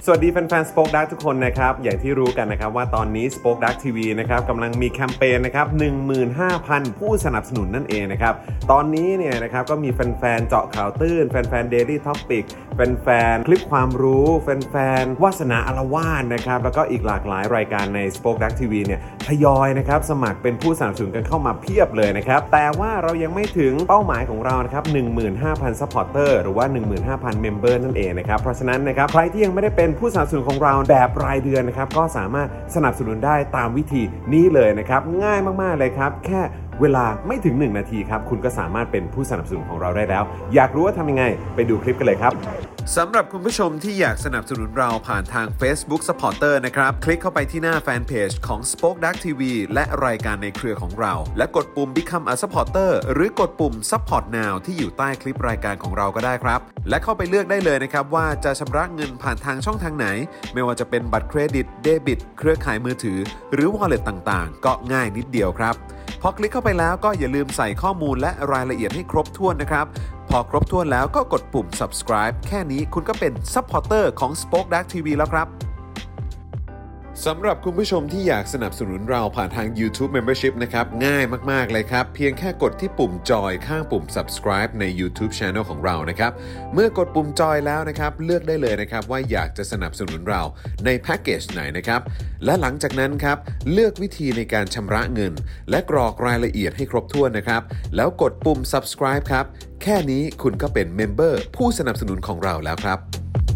สวัสดีแฟนๆ Spoke Dark ทุกคนนะครับอย่างที่รู้กันนะครับว่าตอนนี้ Spoke Dark TV นะครับกำลังมีแคมเปญนะครับ 15,000 ผู้สนับสนุนนั่นเองนะครับตอนนี้เนี่ยนะครับก็มีแฟนๆเจาะข่าวตื้นแฟนๆ Daily Topic แฟนๆคลิปความรู้แฟนๆวาสนาอารวาสนะครับแล้วก็อีกหลากหลายรายการใน Spoke Dark TV เนี่ยทยอยนะครับสมัครเป็นผู้สนับสนุนกันเข้ามาเพียบเลยนะครับแต่ว่าเรายังไม่ถึงเป้าหมายของเรานะครับ 15,000 Supporter หรือว่า 15,000 Member นั่นเองนะครับเพราะฉะนั้นนะครับใครที่ยังไม่ได้เป็นผู้สนับสนุนของเราแบบรายเดือนนะครับก็สามารถสนับสนุนได้ตามวิธีนี้เลยนะครับง่ายมากๆเลยครับแค่เวลาไม่ถึง1นาทีครับคุณก็สามารถเป็นผู้สนับสนุนของเราได้แล้วอยากรู้ว่าทำยังไงไปดูคลิปกันเลยครับสำหรับคุณผู้ชมที่อยากสนับสนุนเราผ่านทาง Facebook Supporter นะครับคลิกเข้าไปที่หน้าแฟนเพจของ Spoke Dark TV และรายการในเครือของเราและกดปุ่ม Become a Supporter หรือกดปุ่ม Support Now ที่อยู่ใต้คลิปรายการของเราก็ได้ครับและเข้าไปเลือกได้เลยนะครับว่าจะชำระเงินผ่านทางช่องทางไหนไม่ว่าจะเป็นบัตรเครดิตเดบิตเครือข่ายมือถือหรือ Wallet ต่างๆก็ง่ายนิดเดียวครับพอคลิกเข้าไปแล้วก็อย่าลืมใส่ข้อมูลและรายละเอียดให้ครบถ้วนนะครับพอครบถ้วนแล้วก็กดปุ่ม subscribe แค่นี้คุณก็เป็น supporter ของ Spoke Dark TV แล้วครับสำหรับคุณผู้ชมที่อยากสนับสนุนเราผ่านทาง YouTube Membership นะครับง่ายมากๆเลยครับเพียงแค่กดที่ปุ่มจอยข้างปุ่ม subscribe ใน YouTube Channel ของเรานะครับเมื่อกดปุ่มจอยแล้วนะครับเลือกได้เลยนะครับว่าอยากจะสนับสนุนเราในแพ็กเกจไหนนะครับและหลังจากนั้นครับเลือกวิธีในการชำระเงินและกรอกรายละเอียดให้ครบถ้วนนะครับแล้วกดปุ่ม subscribe ครับแค่นี้คุณก็เป็นเมมเบอร์ผู้สนับสนุนของเราแล้วครับ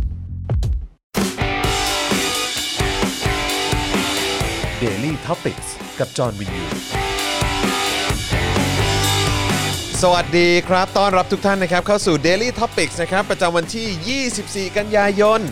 Daily Topics กับจอห์นวินยูสวัสดีครับต้อนรับทุกท่านนะครับเข้าสู่ Daily Topics นะครับประจำวันที่ 24 กันยายน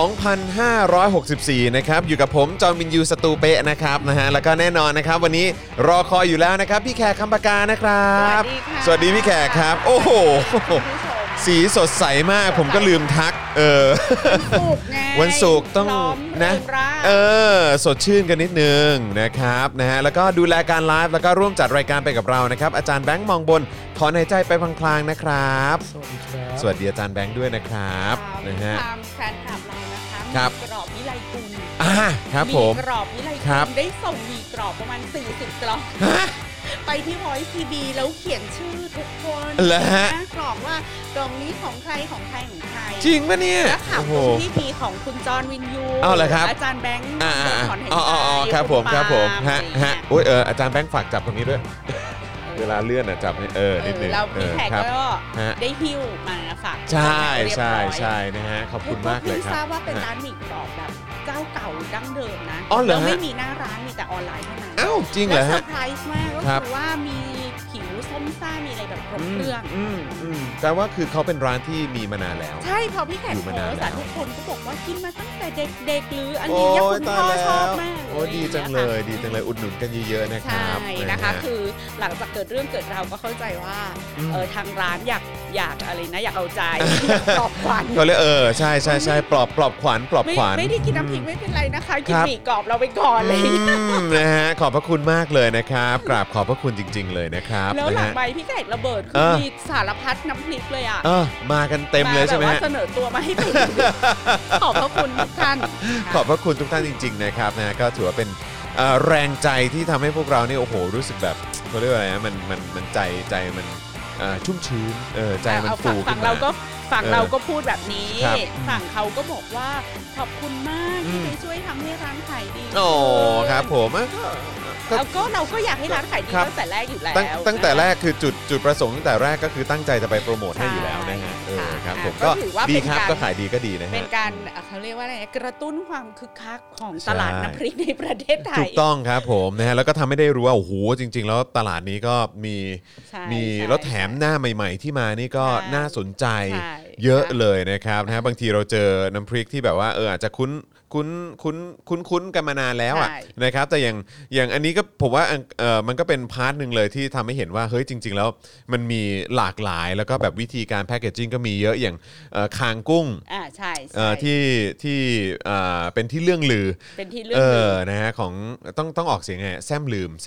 2564 นะครับอยู่กับผมจอห์นวินยูสตูเป๊ะนะครับนะฮะแล้วก็แน่นอนนะครับวันนี้รอคอยอยู่แล้วนะครับพี่แขกคำปากานะครับสวัสดีพี่แขกครับโอ้โหสีสดใสมากผมก็ลืมทักวันศุกร์ต้องนะสดชื่นกันนิดนึงนะครับนะฮะแล้วก็ดูแลการไลฟ์แล้วก็ร่วมจัดรายการไปกับเรานะครับอาจารย์แบงค์มองบนถอนหายใจไปพลางๆนะครับสวัสดีอาจารย์แบงค์ด้วยนะครับนะฮะแฟนคลับเรานะคะมีกรอบวิไลกุลครับผมมีกรอบวิไลกุลได้ส่งมีกรอบประมาณ40กล่องไปที่ Voice TV แล้วเขียนชื่อทุกคนนะกล่องว่ากล่องนี้ของใครของใครของใครจริงปะเนี่ยแล้วข่าวที่มีของคุณจอห์นวินยูอาจารย์แบงค์ถอนหายใจครับผมฮะโอ้ยอาจารย์แบงค์ฝากจับตรงนี้ด้วยเวลาเลื่อนจับนิดนึงแล้วพี่แขกก็ได้ฮิ้วมาฝากใช่นะฮะขอบคุณมากเลยครับทราบว่าเป็นร้านหมี่กรอบแบบเจ้าเก่าดั้งเดิมนะแล้วไม่มีหน้าร้านมีแต่ออนไลน์เท่านั้นจริงเหรอฮะเซอร์ไพรส์มากก็คือว่ามีผิวส้มซ่ามีอะไรแบบครบเครื่องแต่ว่าคือเขาเป็นร้านที่มีมานานแล้วใช่พอพี่แขกโพสต์ทุกคนก็บอกว่ากินมาตั้งแต่เด็กๆหรืออันนี้คุณพ่อชอบมากโอ้ดีจังเลยอุดหนุนกันเยอะๆนะครับใช่นะคะคือหลังจากเกิดเรื่องเกิดราวก็เข้าใจว่าทางร้านอยากอะไรนะอยากเอาใจปลอบขวัญก็เลยใช่ปลอบขวัญไม่ได้กินน้ำพริกไม่เป็นไรนะคะกินหมี่กรอบเราไปก่อนเลยนะฮะขอบพระคุณมากเลยนะครับกราบขอบพระคุณจริงๆเลยนะครับแล้วหลังใบพี่แขกระเบิดคือมีสารพัดน้ำพริกเลยมากันเต็มเลยใช่ไหมฮะเสนอตัวมาให้ดูขอบพระคุณทุกท่านขอบพระคุณทุกท่านจริงๆนะครับนะก็ถือว่าเป็นแรงใจที่ทำให้พวกเราเนี่ยโอ้โหรู้สึกแบบเขาเรียกว่าอะไรนะมันใจมันชุ่มชื้นใจมันฟูขึ้นมาฝั่งเราก็พูดแบบนี้ฝั่งเขาก็บอกว่าขอบคุณมากที่ไปช่วยทำให้ร้านขายดีโอ้ครับผมแล้วก็เราก็อยากให้ร้านขายดีตั้งแต่แรกอยู่แล้วตั้งแต่แรกคือจุดประสงค์ตั้งแต่แรกก็คือตั้งใจจะไปโปรโมทให้อยู่แล้วนะฮะครับผมก็ดีครับก็ขายดีก็ดีนะฮะเป็นการเขาเรียกว่าอะไรกระตุ้นความคึกคักของตลาดน้ำพริกในประเทศไทยถูกต้องครับผมนะฮะแล้วก็ทำให้ได้รู้ว่าโอ้โหจริงๆแล้วตลาดนี้ก็มีแล้วแถมหน้าใหม่ๆที่มานี่ก็น่าสนใจเยอะเลยนะครับนะฮะบางทีเราเจอน้ำพริกที่แบบว่าอาจจะคุ้นกันมานานแล้วนะครับแต่อย่างอันนี้ก็ผมว่ามันก็เป็นพาร์ทนึงเลยที่ทำให้เห็นว่าเฮ้ยจริงๆแล้วมันมีหลากหลายแล้วก็แบบวิธีการแพคเกจจิ้งก็มีเยอะอย่างคางกุ้งใช่ที่เป็นที่เรื่องลือนะฮะของต้องออกเสียงไงแซมลืม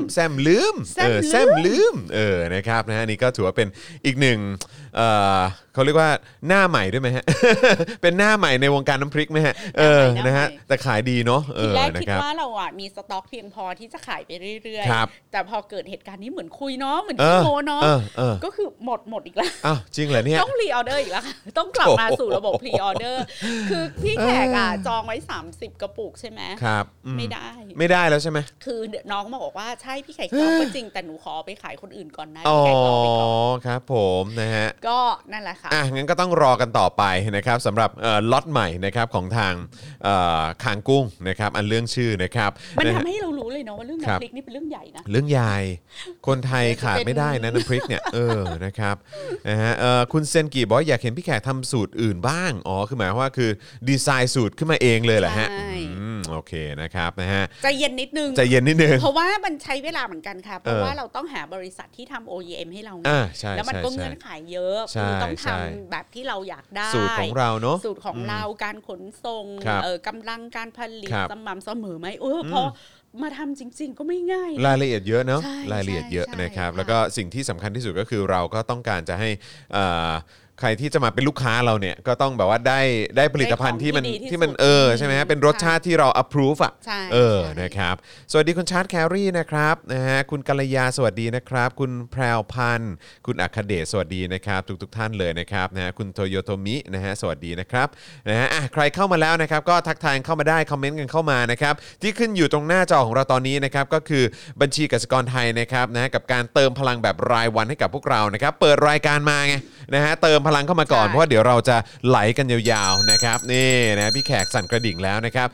นะครับนะฮะนี่ก็ถือว่าเป็นอีกหนึ่งเขาเรียกว่าหน้าใหม่ด้วยไหมฮะ เป็นหน้าใหม่ในวงการน้ำพริกไหมฮะนะฮะแต่ขายดีเนาะทีแรกคิดว่าเราอ่ะมีสต็อกเพียงพอที่จะขายไปเรื่อยๆแต่พอเกิดเหตุการณ์นี้เหมือนคุยเนาะเหมือนขี้โม้เนาะก็คือหมดอีกแล้วอ้าวจริงเหรอเนี่ยต้องพรีออเดอร์อีกแล้วค่ะต้องกลับมาสู่ระบบพรีออเดอร์คือพี่แขกอ่ะจองไว้30กระปุกใช่ไหมครับไม่ได้แล้วใช่ไหมคือน้องบอกว่าใช่พี่แขกจองก็จริงแต่หนูขอไปขายคนอื่นก่อนนะพี่แขกรอไปก่อนครับผมนะฮะก็นั่นแหละค่ะงั้นก็ต้องรอกันต่อไปนะครับสำหรับล็อตใหม่นะครับของทางคางกุ้งนะครับอันเรื่องชื่อนะครับมันทำให้เรารู้เลยเนาะว่าเรื่องน้ำพริกนี่เป็นเรื่องใหญ่นะเรื่องใหญ่คนไทยขาดไม่ได้นะน้ำพริกเนี่ยนะครับนะฮะคุณเซนกีบอกอยากเห็นพี่แขกทำสูตรอื่นบ้างคือหมายว่าคือดีไซน์สูตรขึ้นมาเองเลยแหละฮะโอเคนะครับนะฮะใจเย็นนิดนึงเพราะว่ามันใช้เวลาเหมือนกันค่ะเพราะว่าเราต้องหาบริษัทที่ทำ OEM ให้เราแล้วมันก็เงื่อนไขเยอะคือต้องทำแบบที่เราอยากได้สูตรของเราเนาะสูตรของเราการขนส่งกำลังการผลิตสม่ำเสมอไหมพอมาทำจริงๆก็ไม่ง่ายรายละเอียดเยอะเนาะรายละเอียดเยอะนะครับแล้วก็สิ่งที่สำคัญที่สุดก็คือเราก็ต้องการจะให้ใครที่จะมาเป็นลูกค้าเราเนี่ยก็ต้องแบบว่าได้ผลิตภัณฑ์ที่มันใช่ไหมฮะเป็นรสชาติที่เรา approve อ่ะนะครับสวัสดีคุณชาร์ตแครีนะครับนะฮะคุณกัลยาสวัสดีนะครับคุณแพรวพันธ์คุณอัคเดชสวัสดีนะครับทุกท่านเลยนะครับนะฮะคุณโตโยโตมินะฮะสวัสดีนะครับนะฮะใครเข้ามาแล้วนะครับก็ทักทายเข้ามาได้คอมเมนต์กันเข้ามานะครับที่ขึ้นอยู่ตรงหน้าจอของเราตอนนี้นะครับก็คือบัญชีกสิกรไทยนะครับนะกับการเติมพลังแบบรายวันให้กับพวกเรานะครับเปิดรายการมาไงนะฮะเติมพลังเข้ามาก่อนเพราะว่าเดี๋ยวเราจะไหลกันยาวๆนะครับนี่นะพี่แขกสั่นกระดิ่งแล้วนะครับ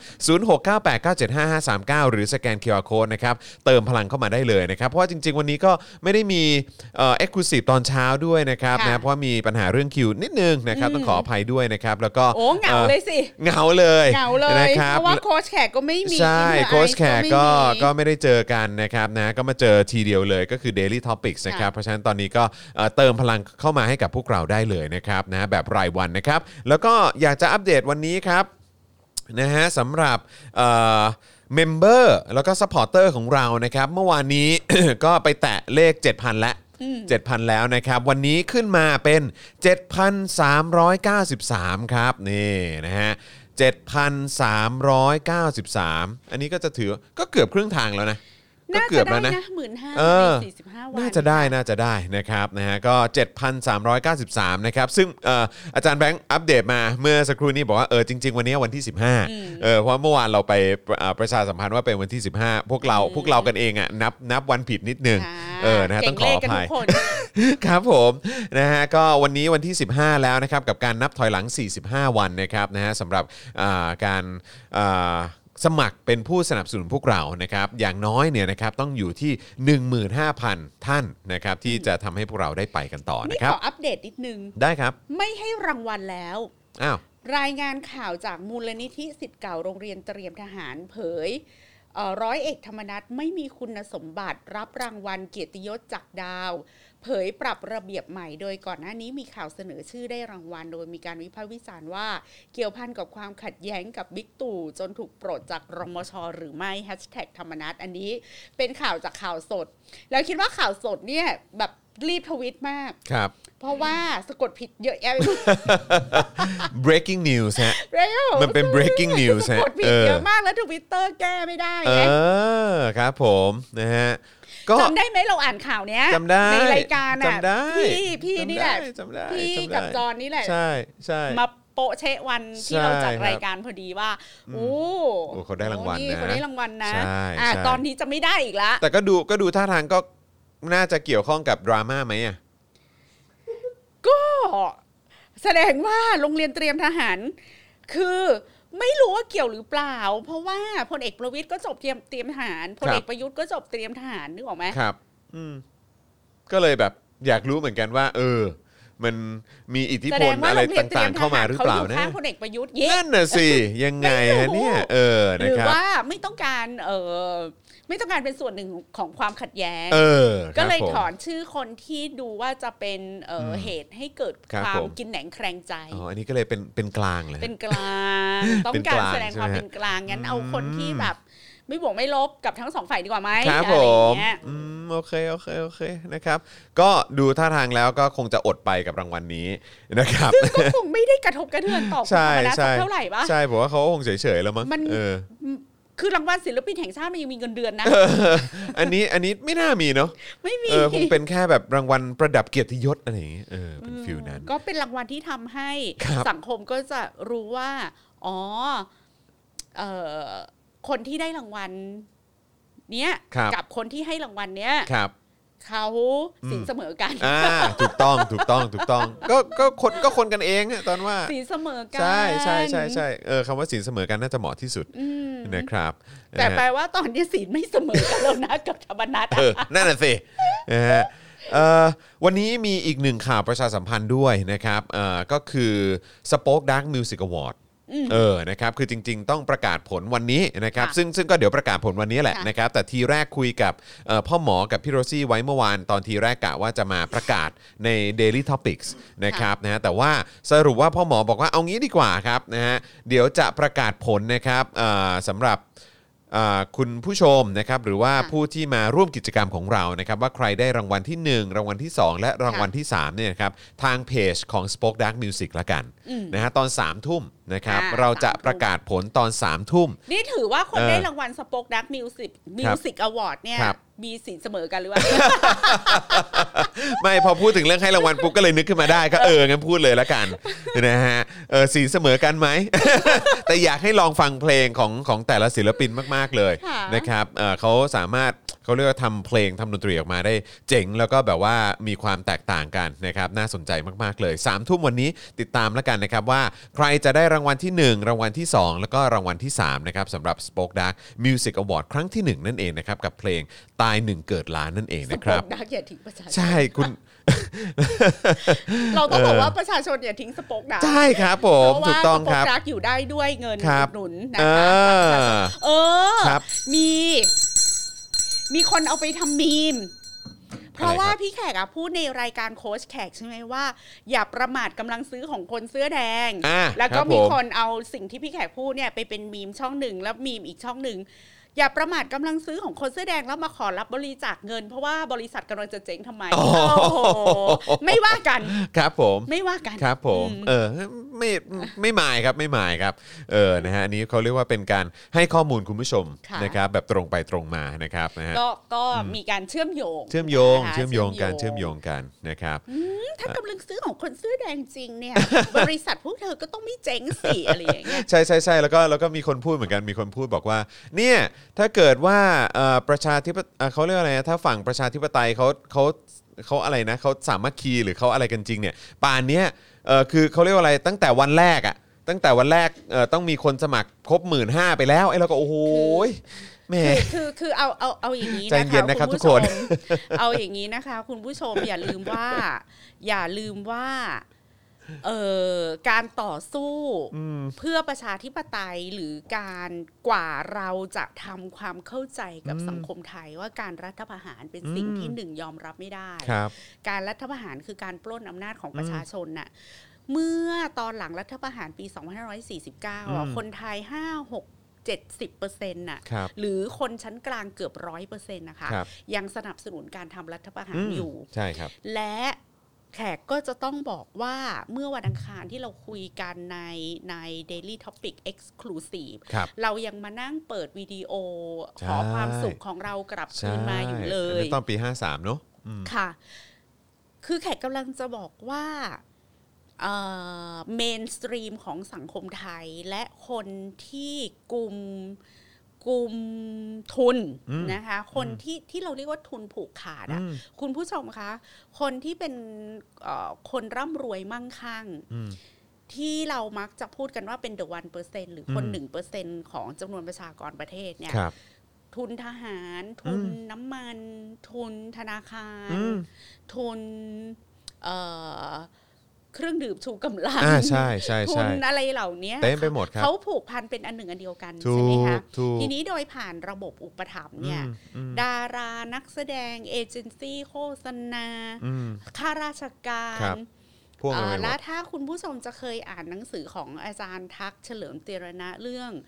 0698975539หรือสแกน QR Code นะครับเติมพลังเข้ามาได้เลยนะครับเพราะว่าจริงๆวันนี้ก็ไม่ได้มีExclusive ตอนเช้าด้วยนะครับนะเพราะมีปัญหาเรื่องคิวนิดนึงนะครับต้องขออภัยด้วยนะครับแล้วก็เหงาเลยสิเหงาเลยนะครับเพราะว่าโค้ชแขกก็ไม่มีใช่โค้ชแขกก็ไม่ได้เจอกันนะครับนะก็มาเจอทีเดียวเลยก็คือ Daily Topics นะครับเพราะฉะนั้นตอนนี้ก็เติมพลังเข้ามาให้กับพวกเราได้เลยนะครับนะแบบรายวันนะครับแล้วก็อยากจะอัปเดตวันนี้ครับนะฮะสำหรับเมมเบอร์แล้วก็ซัพพอร์เตอร์ของเรานะครับเมื่อวานนี้ ก็ไปแตะเลข 7,000 แล้ว 7,000 แล้วนะครับวันนี้ขึ้นมาเป็น 7,393 ครับนี่นะฮะ 7,393 อันนี้ก็จะถือก็เกือบครึ่งทางแล้วนะก็เกือบแล้วนะ 15,000 ใน45วันน่าจะได้นะครับนะฮะก็ 7,393 นะครับซึ่งอาจารย์แบงค์อัปเดตมาเมื่อสักครู่นี้บอกว่าจริงๆวันนี้วันที่15เพราะเมื่อวานเราไปประชาสัมพันธ์ว่าเป็นวันที่15พวกเรากันเองอ่ะนับวันผิดนิดนึงนะฮะต้องขออภัยครับผมนะฮะก็วันนี้วันที่15แล้วนะครับกับการนับถอยหลัง45วันนะครับนะฮะสำหรับการสมัครเป็นผู้สนับสนุนพวกเรานะครับอย่างน้อยเนี่ยนะครับต้องอยู่ที่ 15,000 ท่านนะครับที่จะทำให้พวกเราได้ไปกันต่อนะครับขออัปเดตนิดนึงได้ครับไม่ให้รางวัลแล้วอ้าวรายงานข่าวจากมูลนิธิศิษย์เก่าโรงเรียนเตรียมทหารเผยร้อยเอกธรรมนัสไม่มีคุณสมบัติรับรางวัลเกียรติยศจากดาวเผยปรับระเบียบใหม่โดยก่อนหน้านี้มีข่าวเสนอชื่อได้รางวัลโดยมีการวิพากษ์วิจารณ์ว่าเกี่ยวพันกับความขัดแย้งกับบิ๊กตู่จนถูกปลดจากรมช.หรือไม่#ธรรมนัสอันนี้เป็นข่าวจากข่าวสดแล้วคิดว่าข่าวสดเนี่ยแบบรีบทวิตมากครับเพราะว่าสะกดผิดเยอะแยะ breaking news ฮะมันเป็น breaking news ฮะสะกดผิดเยอะมากแล้ว Twitter แก้ไม่ได้ไงครับผมนะฮะจำได้ไหมเราอ่านข่าวเนี้ยในรายการอ่ะพี่นี่แหละพี่กับจอนนี่แหละใช่ใช่มาโปะเชะวันที่เราจัดรายการพอดีว่าเขาได้รางวัลนะเขาได้รางวัลนะตอนนี้จะไม่ได้อีกละแต่ก็ดูท่าทางก็น่าจะเกี่ยวข้องกับดราม่าไหมอ่ะก็แสดงว่าโรงเรียนเตรียมทหารคือไม่รู้ว่าเกี่ยวหรือเปล่าเพราะว่าพลเอกประวิตรก็จบเตรียมทหารพลเอกประยุทธ์ก็จบเตรียมทหารนึกออกไหมครับก็เลยแบบอยากรู้เหมือนกันว่ามันมีอิทธิพลอะไรต่างๆเข้ามาหรือเปล่านะเขาอยู่ข้างพลเอกประยุทธ์นั่นน่ะสิยังไงฮะเนี่ยหรือว่าไม่ต้องการเป็นส่วนหนึ่งของความขัดแย้งก็เลยถอนชื่อคนที่ดูว่าจะเป็นเหตุให้เกิดความกินแหนงแคลงใจอันนี้ก็เลยเป็นกลางเลยเป็นกลางต้องการแสดงความเป็นกลางงั้นเอาคนที่แบบไม่บวกไม่ลบกับทั้งสองฝ่ายดีกว่าไหมครับอะผไรอย่ามงเงี้ยโอเคนะครับก็ดูท่าทางแล้วก็คงจะอดไปกับรางวัลนี้นะครับซึ่งก็คงไม่ได้กระทบกระเทือนต่อคุณใช่ธรรมนัสใช่เท่าไหร่ปะใช่ผมว่าเขาคงเฉยๆแล้วมั้งมัน คือรางวัลศิลปินแห่งชาติมันยังมีเงินเดือนนะอันนี้ไม่น่ามีเนาะไม่มีคงเป็นแค่แบบรางวัลประดับเกียรติยศอะไรอย่างเงี้ยเป็นฟิลนั้นก็เป็นรางวัลที่ทำให้ครับสังคมก็จะรู้ว่าอ๋อคนที่ได้รางวัลเนี้ยครับกับคนที่ให้รางวัลเนี้ยครับเขาสินเสมอกันถูกต้องก็คนกันเองอะตอนว่าสินเสมอกันใช่คำว่าสินเสมอกันน่าจะเหมาะที่สุดนะครับแต่แปลว่าตอนนี้สินไม่เสมอกันแล้วนะกับธรรมนัสนั่นน่ะสินะฮะวันนี้มีอีกหนึ่งข่าวประชาสัมพันธ์ด้วยนะครับก็คือ Spoke Dark Music Award นะครับคือจริงๆต้องประกาศผลวันนี้นะครับซึ่งก็เดี๋ยวประกาศผลวันนี้แหละนะครับแต่ทีแรกคุยกับพ่อหมอกับพี่โรซี่ไว้เมื่อวานตอนทีแรกกะว่าจะมาประกาศใน Daily Topics นะครับนะฮะแต่ว่าสรุปว่าพ่อหมอบอกว่าเอางี้ดีกว่าครับนะฮะเดี๋ยวจะประกาศผลนะครับสำหรับคุณผู้ชมนะครับหรือว่าผู้ที่มาร่วมกิจกรรมของเรานะครับว่าใครได้รางวัลที่1รางวัลที่2และรางวัลที่3เนี่ยนะครับทางเพจของ Spoke Dark Music ละกันนะฮะตอน 3 ทุ่มนะครับเราจะประกาศผลตอน 3 ทุ่มนี่ถือว่าคนได้รางวัล Spoke Dark Music Award เนี่ยมีสินเสมอกันหรือว่าไม่พอพูดถึงเรื่องให้รางวัลปุ๊บก็เลยนึกขึ้นมาได้ก็งั้นพูดเลยละกันนะฮะสีเสมอกันไหม แต่อยากให้ลองฟังเพลงของแต่ละศิลปินมากๆเลยนะครับเขาสามารถเขาเรียกว่าทำเพลงทำดนตรีออกมาได้เจ๋งแล้วก็แบบว่ามีความแตกต่างกันนะครับน่าสนใจมากๆเลย3 ทุ่มวันนี้ติดตามแล้วกันนะครับว่าใครจะได้รางวัลที่1รางวัลที่2แล้วก็รางวัลที่3นะครับสำหรับ Spoke Dark Music Award ครั้งที่1นั่นเองนะครับกับเพลงตาย1เกิดล้านนั่นเองนะครับ Spoke Dark อย่าทิ้งประชาชนใช่คุณเราต้องบอกว่าประชาชนอย่าทิ้ง Spoke Dark ใช่ครับผมถูกต้องครับ Spoke Dark อยู่ได้ด้วยเงินครับหนุนนะคะครับมีคนเอาไปทำมีมเพราะว่าพี่แขกพูดในรายการโค้ชแขกใช่ไหมว่าอย่าประมาทกำลังซื้อของคนเสื้อแดงแล้วก็มีคนเอาสิ่งที่พี่แขกพูดเนี่ยไปเป็นมีมช่องหนึ่งแล้วมีมอีกช่องหนึ่งอย่าประมาทกำลังซื้อของคนเสื้อแดงแล้วมาขอรับบริจาคเงินเพราะว่าบริษัทกำลังจะเจ๊งทำไมไม่ว่ากันครับผมไม่ว่ากันครับผมไม่หมายครับไม่หมายครับนะฮะอันนี้เขาเรียกว่าเป็นการให้ข้อมูลคุณผู้ชมนะครับแบบตรงไปตรงมานะครับนะฮะก็มีการเชื่อมโยงกันนะครับถ้ากำลังซื้อของคนเสื้อแดงจริงเนี่ยบริษัทพวกเธอก็ต้องไม่เจ๊งสิอะไรอย่างเงี้ยใช่แล้วก็มีคนพูดเหมือนกันมีคนพูดบอกว่าเนี่ยถ้าเกิดว่าประชาธิปไตยเขาเรียกอะไรถ้าฝั่งประชาธิปไตยเขาอะไรนะเขาสามัคคีหรือเขาอะไรกันจริงเนี่ยป่านเนี้ยคือเขาเรียกว่าอะไรตั้งแต่วันแรกต้องมีคนสมัครครบ 15,000 ไปแล้วไอ้เราก็โอ้โหแม่คือเอาอย่างนี้นะคะคุณผู้ชมเอาอย่างนี้นะคะคุณผู้ชมอย่าลืมว่าการต่อสู้เพื่อประชาธิปไตยหรือการกว่าเราจะทำความเข้าใจกับสังคมไทยว่าการรัฐประหารเป็นสิ่งที่ยอมรับไม่ได้การรัฐประหารคือการปล้นอำนาจของประชาชนน่ะเมื่อตอนหลังรัฐประหารปี 2549 คนไทย 70% น่ะหรือคนชั้นกลางเกือบ 100% นะคะยังสนับสนุนการทำรัฐประหารอยู่ใช่ครับและแขกก็จะต้องบอกว่าเมื่อวันอังคารที่เราคุยกันใน Daily Topic Exclusive เรายังมานั่งเปิดวิดีโอขอความสุขของเรากลับคืนมาอยู่เลยตอนปี 53 เนอะค่ะคือแขกกำลังจะบอกว่าเมนสตรีมของสังคมไทยและคนที่กลุ่มทุนนะคะคนที่เราเรียกว่าทุนผูกขาดคุณผู้ชมคะคนที่เป็นคนร่ำรวยมั่งคั่งที่เรามักจะพูดกันว่าเป็น the 1% หรือคน 1% ของจำนวนประชากรประเทศเนี่ยทุนทหารทุนน้ำมันทุนธนาคารทุนเครื่องดื่มชูกำลังใช่ทุนอะไรเหล่านี้เต็มไปหมดครับเขาผูกพันเป็นอันหนึ่งอันเดียวกันใช่ไหมคะทีนี้โดยผ่านระบบอุปถัมภ์เนี่ยดารานักแสดงเอเจนซี่โฆษณาข้าราชการและถ้าคุณผู้ชมจะเคยอ่านหนังสือของอาจารย์ทักษ์เฉลิมเจรณะเรื่อง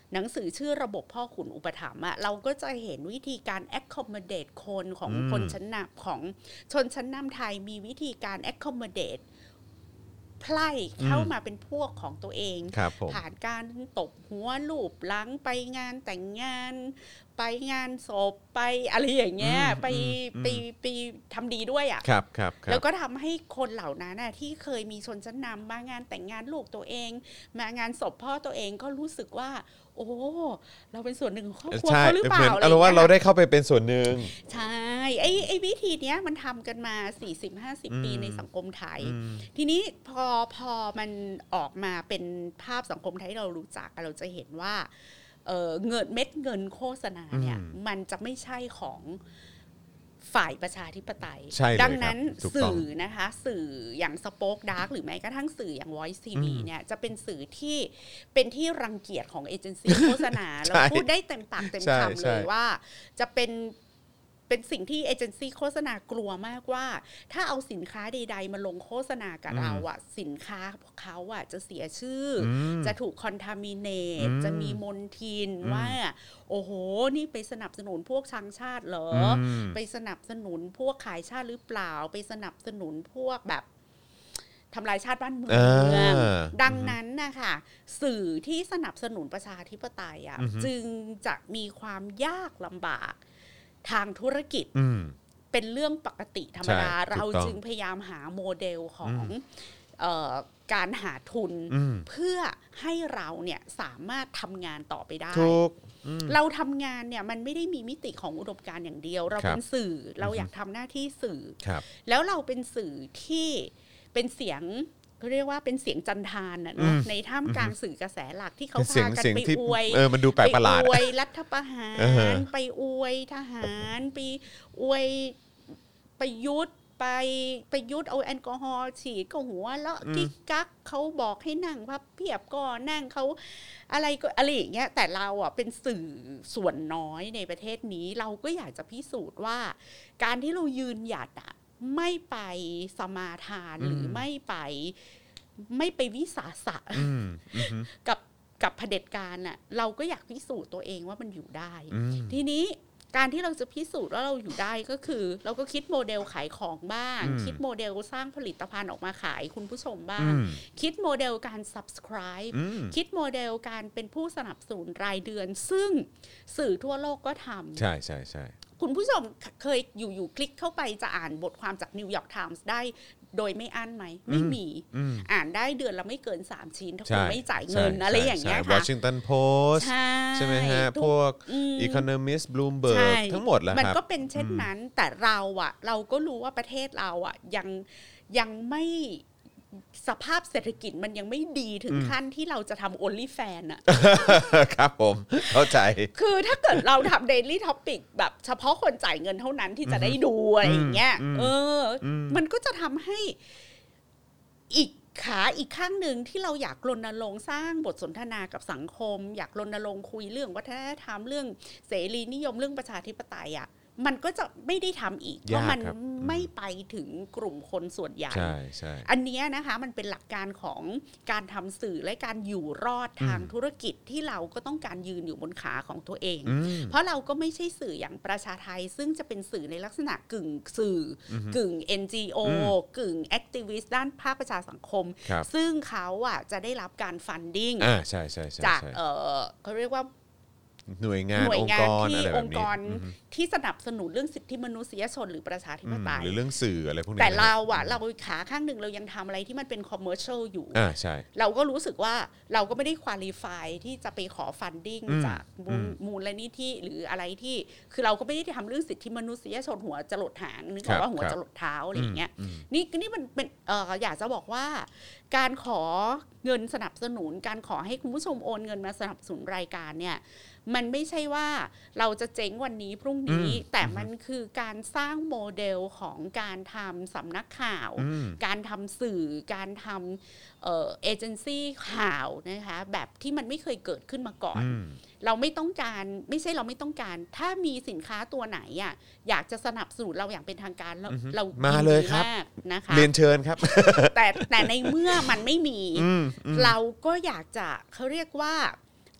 หนังสือชื่อระบบพ่อขุนอุปถัมภ์เราก็จะเห็นวิธีการ accommodate คนของคนชั้นนำของชนชั้นนำไทยมีวิธีการ accommodate ไพร่เข้ามาเป็นพวกของตัวเองผ่านการตบหัวลูบหลังไปงานแต่งงานไปงานศพไปอะไรอย่างเงี้ยไปทำดีด้วยอ่ะแล้วก็ทำให้คนเหล่านั้นที่เคยมีชนชั้นนำมางานแต่งงานลูกตัวเองมางานศพพ่อตัวเองก็รู้สึกว่าโอ้เราเป็นส่วนหนึ่งของครอบครัวเขาหรือเปล่าอะไรว่าเราได้เข้าไปเป็นส่วนหนึ่งใช่ไอ้วิธีเนี้ยมันทำกันมา 40-50 ปีในสังคมไทยทีนี้พอมันออกมาเป็นภาพสังคมไทยเรารู้จักเราจะเห็นว่าเงินโฆษณาเนี่ยมันจะไม่ใช่ของฝ่ายประชาธิปไตยดังนั้นสื่อนะคะสื่ออย่าง Spoke Dark หรือแม้กระทั่งสื่ออย่าง Voice TV เนี่ยจะเป็นสื่อที่เป็นที่รังเกียจของเอเจนซี่โฆษณาเราพูดได้เต็มปากเต็มคำเลยว่าจะเป็นสิ่งที่เอเจนซี่โฆษณากลัวมากว่าถ้าเอาสินค้าใดๆมาลงโฆษณากับเราสินค้าเขาจะเสียชื่อจะถูกคอนทามิเนตจะมีมลทินว่าโอ้โหนี่ไปสนับสนุนพวกชังชาติเหรอไปสนับสนุนพวกขายชาติหรือเปล่าไปสนับสนุนพวกแบบทำลายชาติบ้านเมืองดังนั้นนะคะสื่อที่สนับสนุนประชาธิปไตยจึงจะมีความยากลำบากทางธุรกิจเป็นเรื่องปกติธรรมดาเราจึงพยายามหาโมเดลของการหาทุนเพื่อให้เราเนี่ยสามารถทำงานต่อไปได้เราทำงานเนี่ยมันไม่ได้มีมิติของอุดมการณ์อย่างเดียวเราเป็นสื่อเราอยากทำหน้าที่สื่อแล้วเราเป็นสื่อที่เป็นเสียงเขาเรียกว่าเป็นเสียงจันทานนะในท่ามกลางสื่อกระแสหลักที่เขาพากันไปอวยมันดูแปลกประหลาดไปอวยรัฐประหารไปอวยทหารไปอวยประยุทธ์เอาแอลกอฮอล์ฉีดก็หัวแล้วกิ๊กกักเขาบอกให้นั่งพับเพียบก็นั่งเขาอะไรอย่างเงี้ยแต่เราเป็นสื่อส่วนน้อยในประเทศนี้เราก็อยากจะพิสูจน์ว่าการที่เรายืนหยัดไม่ไปสมาทานหรือไม่ไปวิสาสะกับเผด็จการเราก็อยากพิสูจน์ตัวเองว่ามันอยู่ได้ทีนี้การที่เราจะพิสูจน์ว่าเราอยู่ได้ก็คือเราก็คิดโมเดลขายของบ้างคิดโมเดลสร้างผลิตภัณฑ์ออกมาขายคุณผู้ชมบ้างคิดโมเดลการ subscribe คิดโมเดลการเป็นผู้สนับสนุนรายเดือนซึ่งสื่อทั่วโลกก็ทำใช่คุณผู้ชมเคยอยู่คลิกเข้าไปจะอ่านบทความจาก New York Times ได้โดยไม่อั้นไหมไม่มีอ่านได้เดือนละไม่เกิน3ชิ้นถ้าคุณไม่จ่ายเงินอะไรอย่างเงี้ยค่ะ Washington Post ใช่ไหมฮะพวก Economist Bloomberg ทั้งหมดแหละครับมันก็เป็นเช่นนั้นแต่เราก็รู้ว่าประเทศเรายังไม่สภาพเศรษฐกิจมันยังไม่ดีถึงขั้นที่เราจะทำ OnlyFans ครับผมเข้าใจคือถ้าเกิดเราทำ Daily Topic แบบเฉพาะคนจ่ายเงินเท่านั้นที่จะได้ดูอะไรอย่างเงี้ยมันก็จะทำให้อีกข้างหนึ่งที่เราอยากรณรงค์สร้างบทสนทนากับสังคมอยากรณรงค์คุยเรื่องวัฒนธรรมเรื่องเสรีนิยมเรื่องประชาธิปไตยมันก็จะไม่ได้ทำอีกเพราะมันไม่ไปถึงกลุ่มคนส่วนใหญ่อันนี้นะคะมันเป็นหลักการของการทำสื่อและการอยู่รอดทางธุรกิจที่เราก็ต้องการยืนอยู่บนขาของตัวเองเพราะเราก็ไม่ใช่สื่ออย่างประชาไทยซึ่งจะเป็นสื่อในลักษณะกึ่งสื่อกึ่ง NGO กึ่งแอคทิวิสต์ด้านภาคประชาสังคมซึ่งเขาจะได้รับการฟันดิ้งจากเขาเรียกว่าหน่วยงานองค์กรอะไรแบบนี้ที่สนับสนุนเรื่องสิทธิมนุษยชนหรือประชาธิปไตยหรือเรื่องสื่ออะไรพวกนี้แต่เราขาข้างหนึ่งเรายังทำอะไรที่มันเป็นคอมเมอร์เชียลอยู่ใช่เราก็รู้สึกว่าเราก็ไม่ได้ควอลิฟายที่จะไปขอฟันดิ้งจากมูลนิธิหรืออะไรที่คือเราก็ไม่ได้ทำเรื่องสิทธิมนุษยชนหัวจรดหางนึกออกว่าหัวจรดเท้าอะไรอย่างเงี้ยนี่มันเป็นอยากจะบอกว่าการขอเงินสนับสนุนการขอให้คุณผู้ชมโอนเงินมาสนับสนุนรายการเนี่ยมันไม่ใช่ว่าเราจะเจ๊งวันนี้พรุ่งนี้แต่มันคือการสร้างโมเดลของการทำสำนักข่าวการทำสื่อการทำเอเจนซี่ข่าวนะคะแบบที่มันไม่เคยเกิดขึ้นมาก่อนเราไม่ต้องการไม่ใช่เราไม่ต้องการถ้ามีสินค้าตัวไหนอยากจะสนับสนุนเราอย่างเป็นทางการเรามาเลยครับนะคะเรียนเชิญครับแต่ในเมื่อมันไม่มีเราก็อยากจะเขาเรียกว่า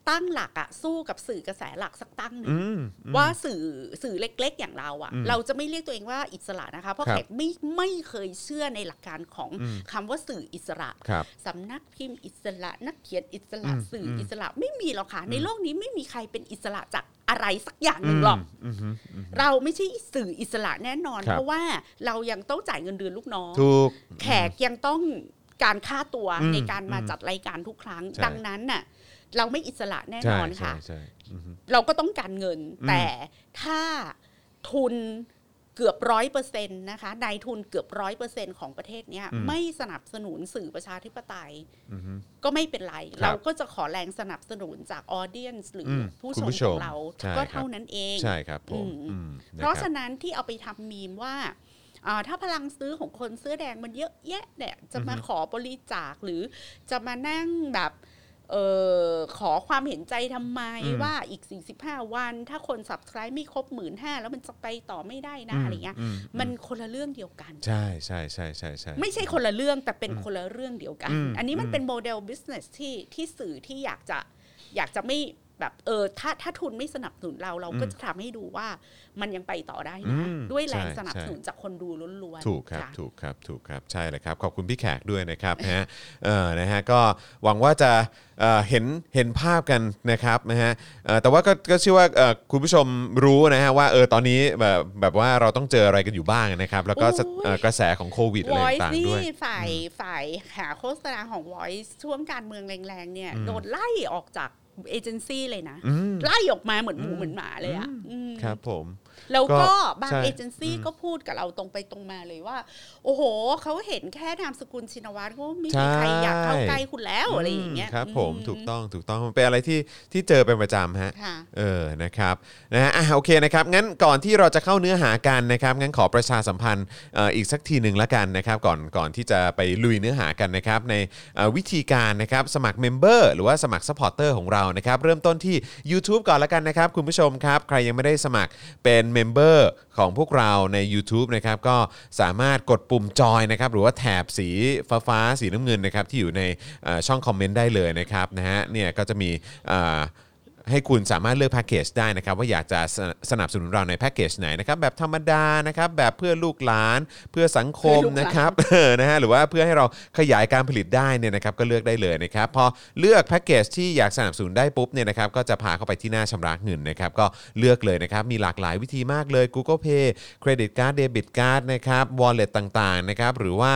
ตั้งหลักอะสู้กับสื่อกระแสหลักสักตั้งหนึ่งว่าสื่อเล็กๆอย่างเราอะเราจะไม่เรียกตัวเองว่าอิสระนะคะเพราะแขกไม่เคยเชื่อในหลักการของคำว่าสื่ออิสระสำนักพิมพ์อิสระนักเขียนอิสระสื่ออิสระไม่มีหรอกค่ะในโลกนี้ไม่มีใครเป็นอิสระจากอะไรสักอย่างหนึ่งหรอกเราไม่ใช่สื่ออิสระแน่นอนเพราะว่าเรายังต้องจ่ายเงินเดือนลูกน้องแขกยังต้องการค่าตัวในการมาจัดรายการทุกครั้งดังนั้นน่ะเราไม่อิสระแน่นอนค่ะเราก็ต้องการเงินแต่ถ้าทุนเกือบ 100% นะคะนายทุนเกือบ 100% ของประเทศเนี้ยไม่สนับสนุนสื่อประชาธิปไตยก็ไม่เป็นไรเราก็จะขอแรงสนับสนุนจากออเดียนซ์หรือผู้ชมของเราก็เท่านั้นเองใช่ครับผมเพราะฉะนั้นที่เอาไปทำมีมว่าถ้าพลังซื้อของคนเสื้อแดงมันเยอะแยะเนี่ยจะมาขอบริจาคหรือจะมานั่งแบบขอความเห็นใจทำไมว่าอีก45วันถ้าคน Subscribe ไม่ครบ 15,000 แล้วมันจะไปต่อไม่ได้นะอะไรเงี้ยมันคนละเรื่องเดียวกันใช่ไม่ใช่คนละเรื่องแต่เป็นคนละเรื่องเดียวกันอันนี้มันเป็นโมเดล business ที่สื่อที่อยากจะไม่แบบถ้าทุนไม่สนับสนุนเราก็จะทำให้ดูว่ามันยังไปต่อได้นะด้วยแรงสนับสนุนจากคนดูล้วนๆถูกครับใช่เลยครับขอบคุณพี่แขกด้วยนะครับนะฮะก็หวังว่าจะเห็นภาพกันนะครับนะฮะแต่ว่าก็เชื่อว่าคุณผู้ชมรู้นะฮะว่าตอนนี้แบบว่าเราต้องเจออะไรกันอยู่บ้างนะครับแล้วก็กระแสของโควิดอะไรต่างๆด้วยฝ่ายหาโฆษณาของ Voice ช่วงการเมืองแรงๆเนี่ยโดนไล่ออกจากเอเจนซี่เลยนะไล่ออกมาเหมือนหมูเหมือนหมาเลยอ่ะครับผมแล้วก็บางเอเจนซี่ก็พูดกับเราตรงไปตรงมาเลยว่าโอ้โหเขาเห็นแค่นามสกุลชินวัตรก็ไม่มีใครอยากเข้าใกล้คุณแล้วอะไรอย่างเงี้ยครับผมถูกต้องมันเป็นอะไรที่เจอเป็นประจำฮะนะครับนะฮะโอเคนะครับงั้นก่อนที่เราจะเข้าเนื้อหากันนะครับงั้นขอประชาสัมพันธ์อีกสักทีหนึ่งละกันนะครับก่อนที่จะไปลุยเนื้อหากันนะครับในวิธีการนะครับสมัครเมมเบอร์หรือว่าสมัครซัพพอร์เตอร์ของเรานะครับเริ่มต้นที่ YouTube ก่อนละกันนะครับคุณผู้ชมครับใครยังไม่ได้สมัครเป็นเมมเบอร์ของพวกเราใน YouTube นะครับก็สามารถกดปุ่มจอยนะครับหรือว่าแถบสีฟ้าสีน้ำเงินนะครับที่อยู่ในช่องคอมเมนต์ได้เลยนะครับนะฮะเนี่ยก็จะมีให้คุณสามารถเลือกแพ็กเกจได้นะครับว่าอยากจะสนับสนุนเราในแพ็กเกจไหนนะครับแบบธรรมดานะครับแบบเพื่อลูกหลานเพื่อสังคมนะครับนะฮะหรือว่าเพื่อให้เราขยายการผลิตได้เนี่ยนะครับก็เลือกได้เลยนะครับพอเลือกแพ็กเกจที่อยากสนับสนุนได้ปุ๊บเนี่ยนะครับก็จะพาเข้าไปที่หน้าชำระเงินนะครับก็เลือกเลยนะครับมีหลากหลายวิธีมากเลย Google Pay Credit Card Debit Card นะครับ Wallet ต่างๆนะครับหรือว่า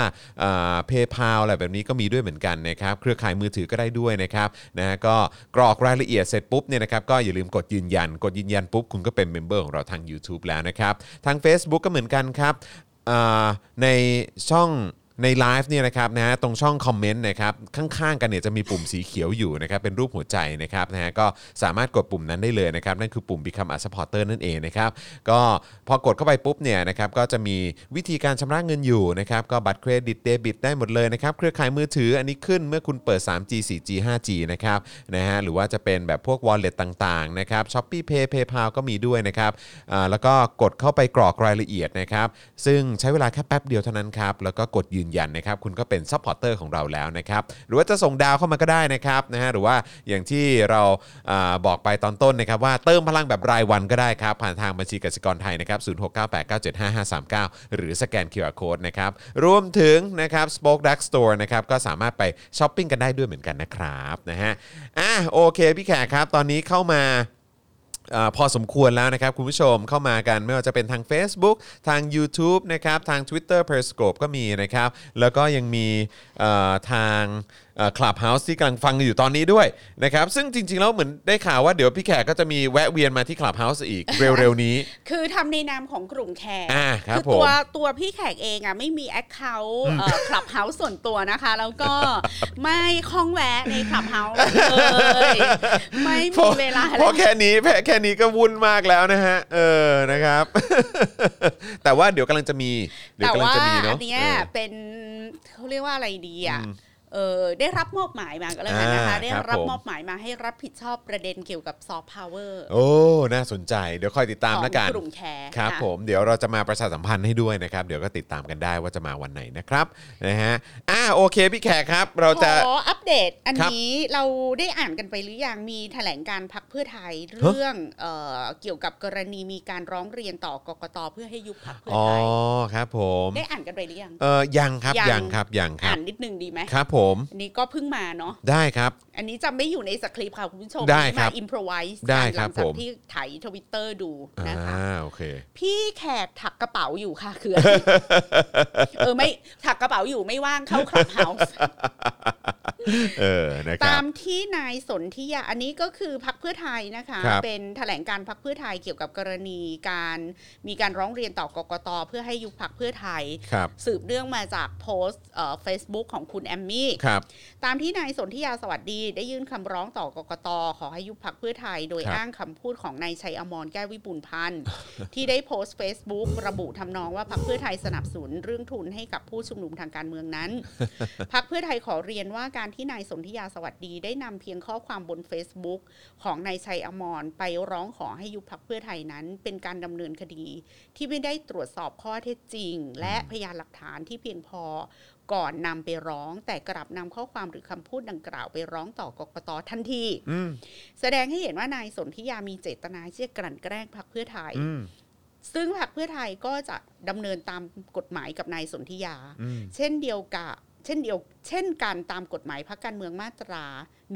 PayPal อะไรแบบนี้ก็มีด้วยเหมือนกันนะครับเครือข่ายมือถือก็ได้ด้วยนะครับนะฮะก็กรอกรายละเอียดเสร็จปุ๊บนะครับก็อย่าลืมกดยืนยันปุ๊บคุณก็เป็นเมมเบอร์ของเราทาง YouTube แล้วนะครับทาง Facebook ก็เหมือนกันครับในช่องในไลฟ์เนี่ยนะครับนะตรงช่องคอมเมนต์นะครับข้างๆกันเนี่ยจะมีปุ่มสีเขียวอยู่นะครับเป็นรูปหัวใจนะครับนะฮะก็สามารถกดปุ่มนั้นได้เลยนะครับนั่นคือปุ่ม Become a Supporter นั่นเองนะครับก็พอกดเข้าไปปุ๊บเนี่ยนะครับก็จะมีวิธีการชำระเงินอยู่นะครับก็บัตรเครดิตเดบิตได้หมดเลยนะครับเครือข่ายมือถืออันนี้ขึ้นเมื่อคุณเปิด 3G 4G 5G นะครับนะฮะหรือว่าจะเป็นแบบพวก Wallet ต่างๆนะครับ Shopee Pay PayPal ก็มีด้วยนะครับแล้วก็กดเข้าไปกรอกรายละเอียดนะครับซึ่งใช้เวลาแค่แป๊บเดียวเท่านั้นครับแล้วก็กดยืนยันนะครับคุณก็เป็นซัพพอร์เตอร์ของเราแล้วนะครับหรือว่าจะส่งดาวเข้ามาก็ได้นะครับนะฮะหรือว่าอย่างที่เราบอกไปตอนต้นนะครับว่าเติมพลังแบบรายวันก็ได้ครับผ่านทางบัญชีกสิกรไทยนะครับ0698975539หรือสแกน QR Code นะครับรวมถึงนะครับ Spoke Dark Store นะครับก็สามารถไปช้อปปิ้งกันได้ด้วยเหมือนกันนะครับนะฮะโอเคพี่แขกครับตอนนี้เข้ามาพอสมควรแล้วนะครับคุณผู้ชมเข้ามากันไม่ว่าจะเป็นทาง Facebook ทาง YouTube นะครับทาง Twitter Periscope ก็มีนะครับแล้วก็ยังมีทางClubhouse ที่กำลังฟังอยู่ตอนนี้ด้วยนะครับซึ่งจริงๆแล้วเหมือนได้ข่าวว่าเดี๋ยวพี่แขกก็จะมีแวะเวียนมาที่ Clubhouse อีกเร็วๆนี้คือทำในนามของกลุ่มแขกคือตัวพี่แขกเองอ่ะไม่มี Account Clubhouse ส่วนตัวนะคะแล้วก็ไม่คล้องแวะใน Clubhouse เลยไม่มีเวลาเพราะแค่นี้ก็วุ่นมากแล้วนะฮะนะครับแต่ว่าเดี๋ยวกำลังจะมีเนาะอันนี้เป็นเขาเรียกว่าอะไรดีอ่ะได้รับมอบหมายมาก็แล้วกันนะคะได้รับมอบหมายมาให้รับผิดชอบประเด็นเกี่ยวกับซอฟต์พาวเวอร์โอ้น่าสนใจเดี๋ยวคอยติดตามแล้วกันกลุ่มแคร์ครับผมเดี๋ยวเราจะมาประชาสัมพันธ์ให้ด้วยนะครับเดี๋ยวก็ติดตามกันได้ว่าจะมาวันไหนนะครับนะฮะโอเคพี่แขกครับเราจะขออัปเดตอันนี้เราได้อ่านกันไปหรือยังมีแถลงการพรรคเพื่อไทยเรื่องเกี่ยวกับกรณีมีการร้องเรียนต่อกกต.เพื่อให้ยุบพรรคเพื่อไทยครับผมได้อ่านกันไปหรือยังยังครับยังครับอ่านนิดนึงดีไหมครับผมอันนี้ก็เพิ่งมาเนาะได้ครับอันนี้จะไม่อยู่ในสคริปต์ค่ะคุณผู้ชมได้ครับมาอิมพรไวส์ได้ครับหลังจากที่ไถ Twitter ดูนะคะโอเคพี่แขกถักกระเป๋าอยู่ค่ะคือไม่ถักกระเป๋าอยู่ไม่ว่างเข้าคลับเฮาส์ตามที่นายสนธิยาอันนี้ก็คือพรรคเพื่อไทยนะคะเป็นแถลงการพรรคเพื่อไทยเกี่ยวกับกรณีมีการร้องเรียนต่อกกต.เพื่อให้ยุบพรรคเพื่อไทยสืบเนื่องมาจากโพสต์Facebook ของคุณแอมมี่ตามที่นายสนธิยาสวัสดีได้ยื่นคำร้องต่อกกต.ขอให้ยุบพรรคเพื่อไทยโดยอ้างคำพูดของนายชัยอมรแก้ววิบูลย์พันธ์ที่ได้โพสต์ Facebook ระบุทำนองว่าพรรคเพื่อไทยสนับสนุนเรื่องทุนให้กับผู้ชุมนุมทางการเมืองนั้นพรรคเพื่อไทยขอเรียนว่าการที่นายสนธิยาสวัสดีได้นำเพียงข้อความบน Facebook ของนายชัยอมรไปร้องขอให้ยุบพรรคเพื่อไทยนั้นเป็นการดำเนินคดีที่ไม่ได้ตรวจสอบข้อเท็จจริงและพยานหลักฐานที่เพียงพอก่อนนำไปร้องแต่กลับนำข้อความหรือคำพูดดังกล่าวไปร้องต่อกกต.ทันทีแสดงให้เห็นว่านายสนธิยามีเจตนาที่จะกลั่นแกล้งพรรคเพื่อไทยซึ่งพรรคเพื่อไทยก็จะดำเนินตามกฎหมายกับนายสนธิยาเช่นกันตามกฎหมายพรรคการเมืองมาตรา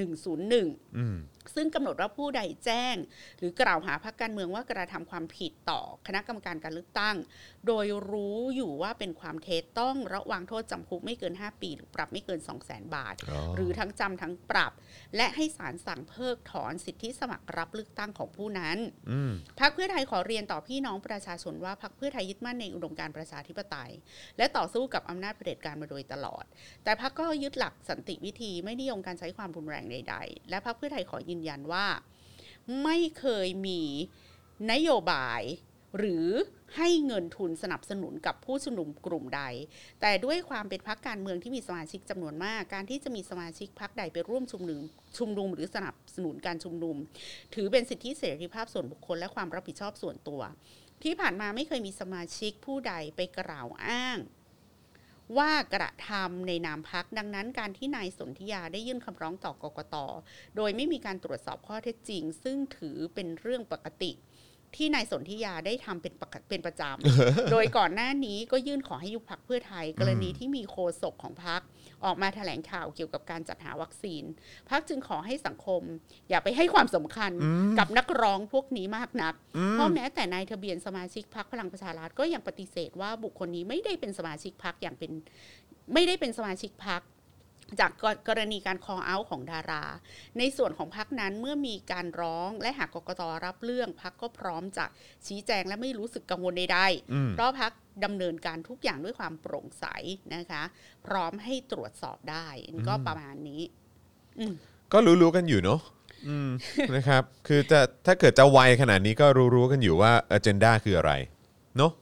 101ซึ่งกำหนดว่าผู้ใดแจ้งหรือกล่าวหาพรรคการเมืองว่ากระทำความผิดต่อคณะกรรมการการเลือกตั้งโดยรู้อยู่ว่าเป็นความเท็จต้องระวางโทษจำคุกไม่เกิน5ปีหรือปรับไม่เกิน 200,000 บาทหรือทั้งจำทั้งปรับและให้ศาลสั่งเพิกถอนสิทธิสมัครรับเลือกตั้งของผู้นั้นพรรคเพื่อไทยขอเรียนต่อพี่น้องประชาชนว่าพรรคเพื่อไทยยึดมั่นในอุดมการณ์ประชาธิปไตยและต่อสู้กับอำนาจเผด็จการมาโดยตลอดแต่พรรคก็ยึดหลักสันติวิธีไม่นิยมการใช้ความรุนแรงใดๆและพรรคเพื่อไทยขอยืนยันว่าไม่เคยมีนโยบายหรือให้เงินทุนสนับสนุนกับผู้ชุมนุมกลุ่มใดแต่ด้วยความเป็นพรรคการเมืองที่มีสมาชิกจำนวนมากการที่จะมีสมาชิกพรรคใดไปร่วมชุมนุมหรือสนับสนุนการชุมนุมถือเป็นสิทธิเสรีภาพส่วนบุคคลและความรับผิดชอบส่วนตัวที่ผ่านมาไม่เคยมีสมาชิกผู้ใดไปกล่าวอ้างว่ากระทำในนามพรรคดังนั้นการที่นายสนธิยาได้ยื่นคำร้องต่อกกต.โดยไม่มีการตรวจสอบข้อเท็จจริงซึ่งถือเป็นเรื่องปกติที่นายสนธิยาได้ทำเป็นประจำ โดยก่อนหน้านี้ก็ยื่นขอให้ยุบพรรคเพื่อไทยกรณีที่มีโฆษกของพรรคออกมาแถลงข่าวเกี่ยวกับการจัดหาวัคซีนพรรคจึงขอให้สังคมอย่าไปให้ความสำคัญกับนักร้องพวกนี้มากนักเพราะแม้แต่นายทะเบียนสมาชิกพรรคพลังประชารัฐก็ยังปฏิเสธว่าบุคคลนี้ไม่ได้เป็นสมาชิกพรรคไม่ได้เป็นสมาชิกพรรคจากกรณีการคอลเอาท์ของดาราในส่วนของพรรคนั้นเมื่อมีการร้องและหากกกต.รับเรื่องพรรคก็พร้อมจะชี้แจงและไม่รู้สึกกังวลใดๆเพราะพรรคดำเนินการทุกอย่างด้วยความโปร่งใสนะคะพร้อมให้ตรวจสอบได้ก็ประมาณนี้ก็รู้ๆกันอยู่เนาะนะครับคือถ้าเกิดจะไวขนาดนี้ก็รู้ๆกันอยู่ว่าอเจนดาคืออะไรเนาะ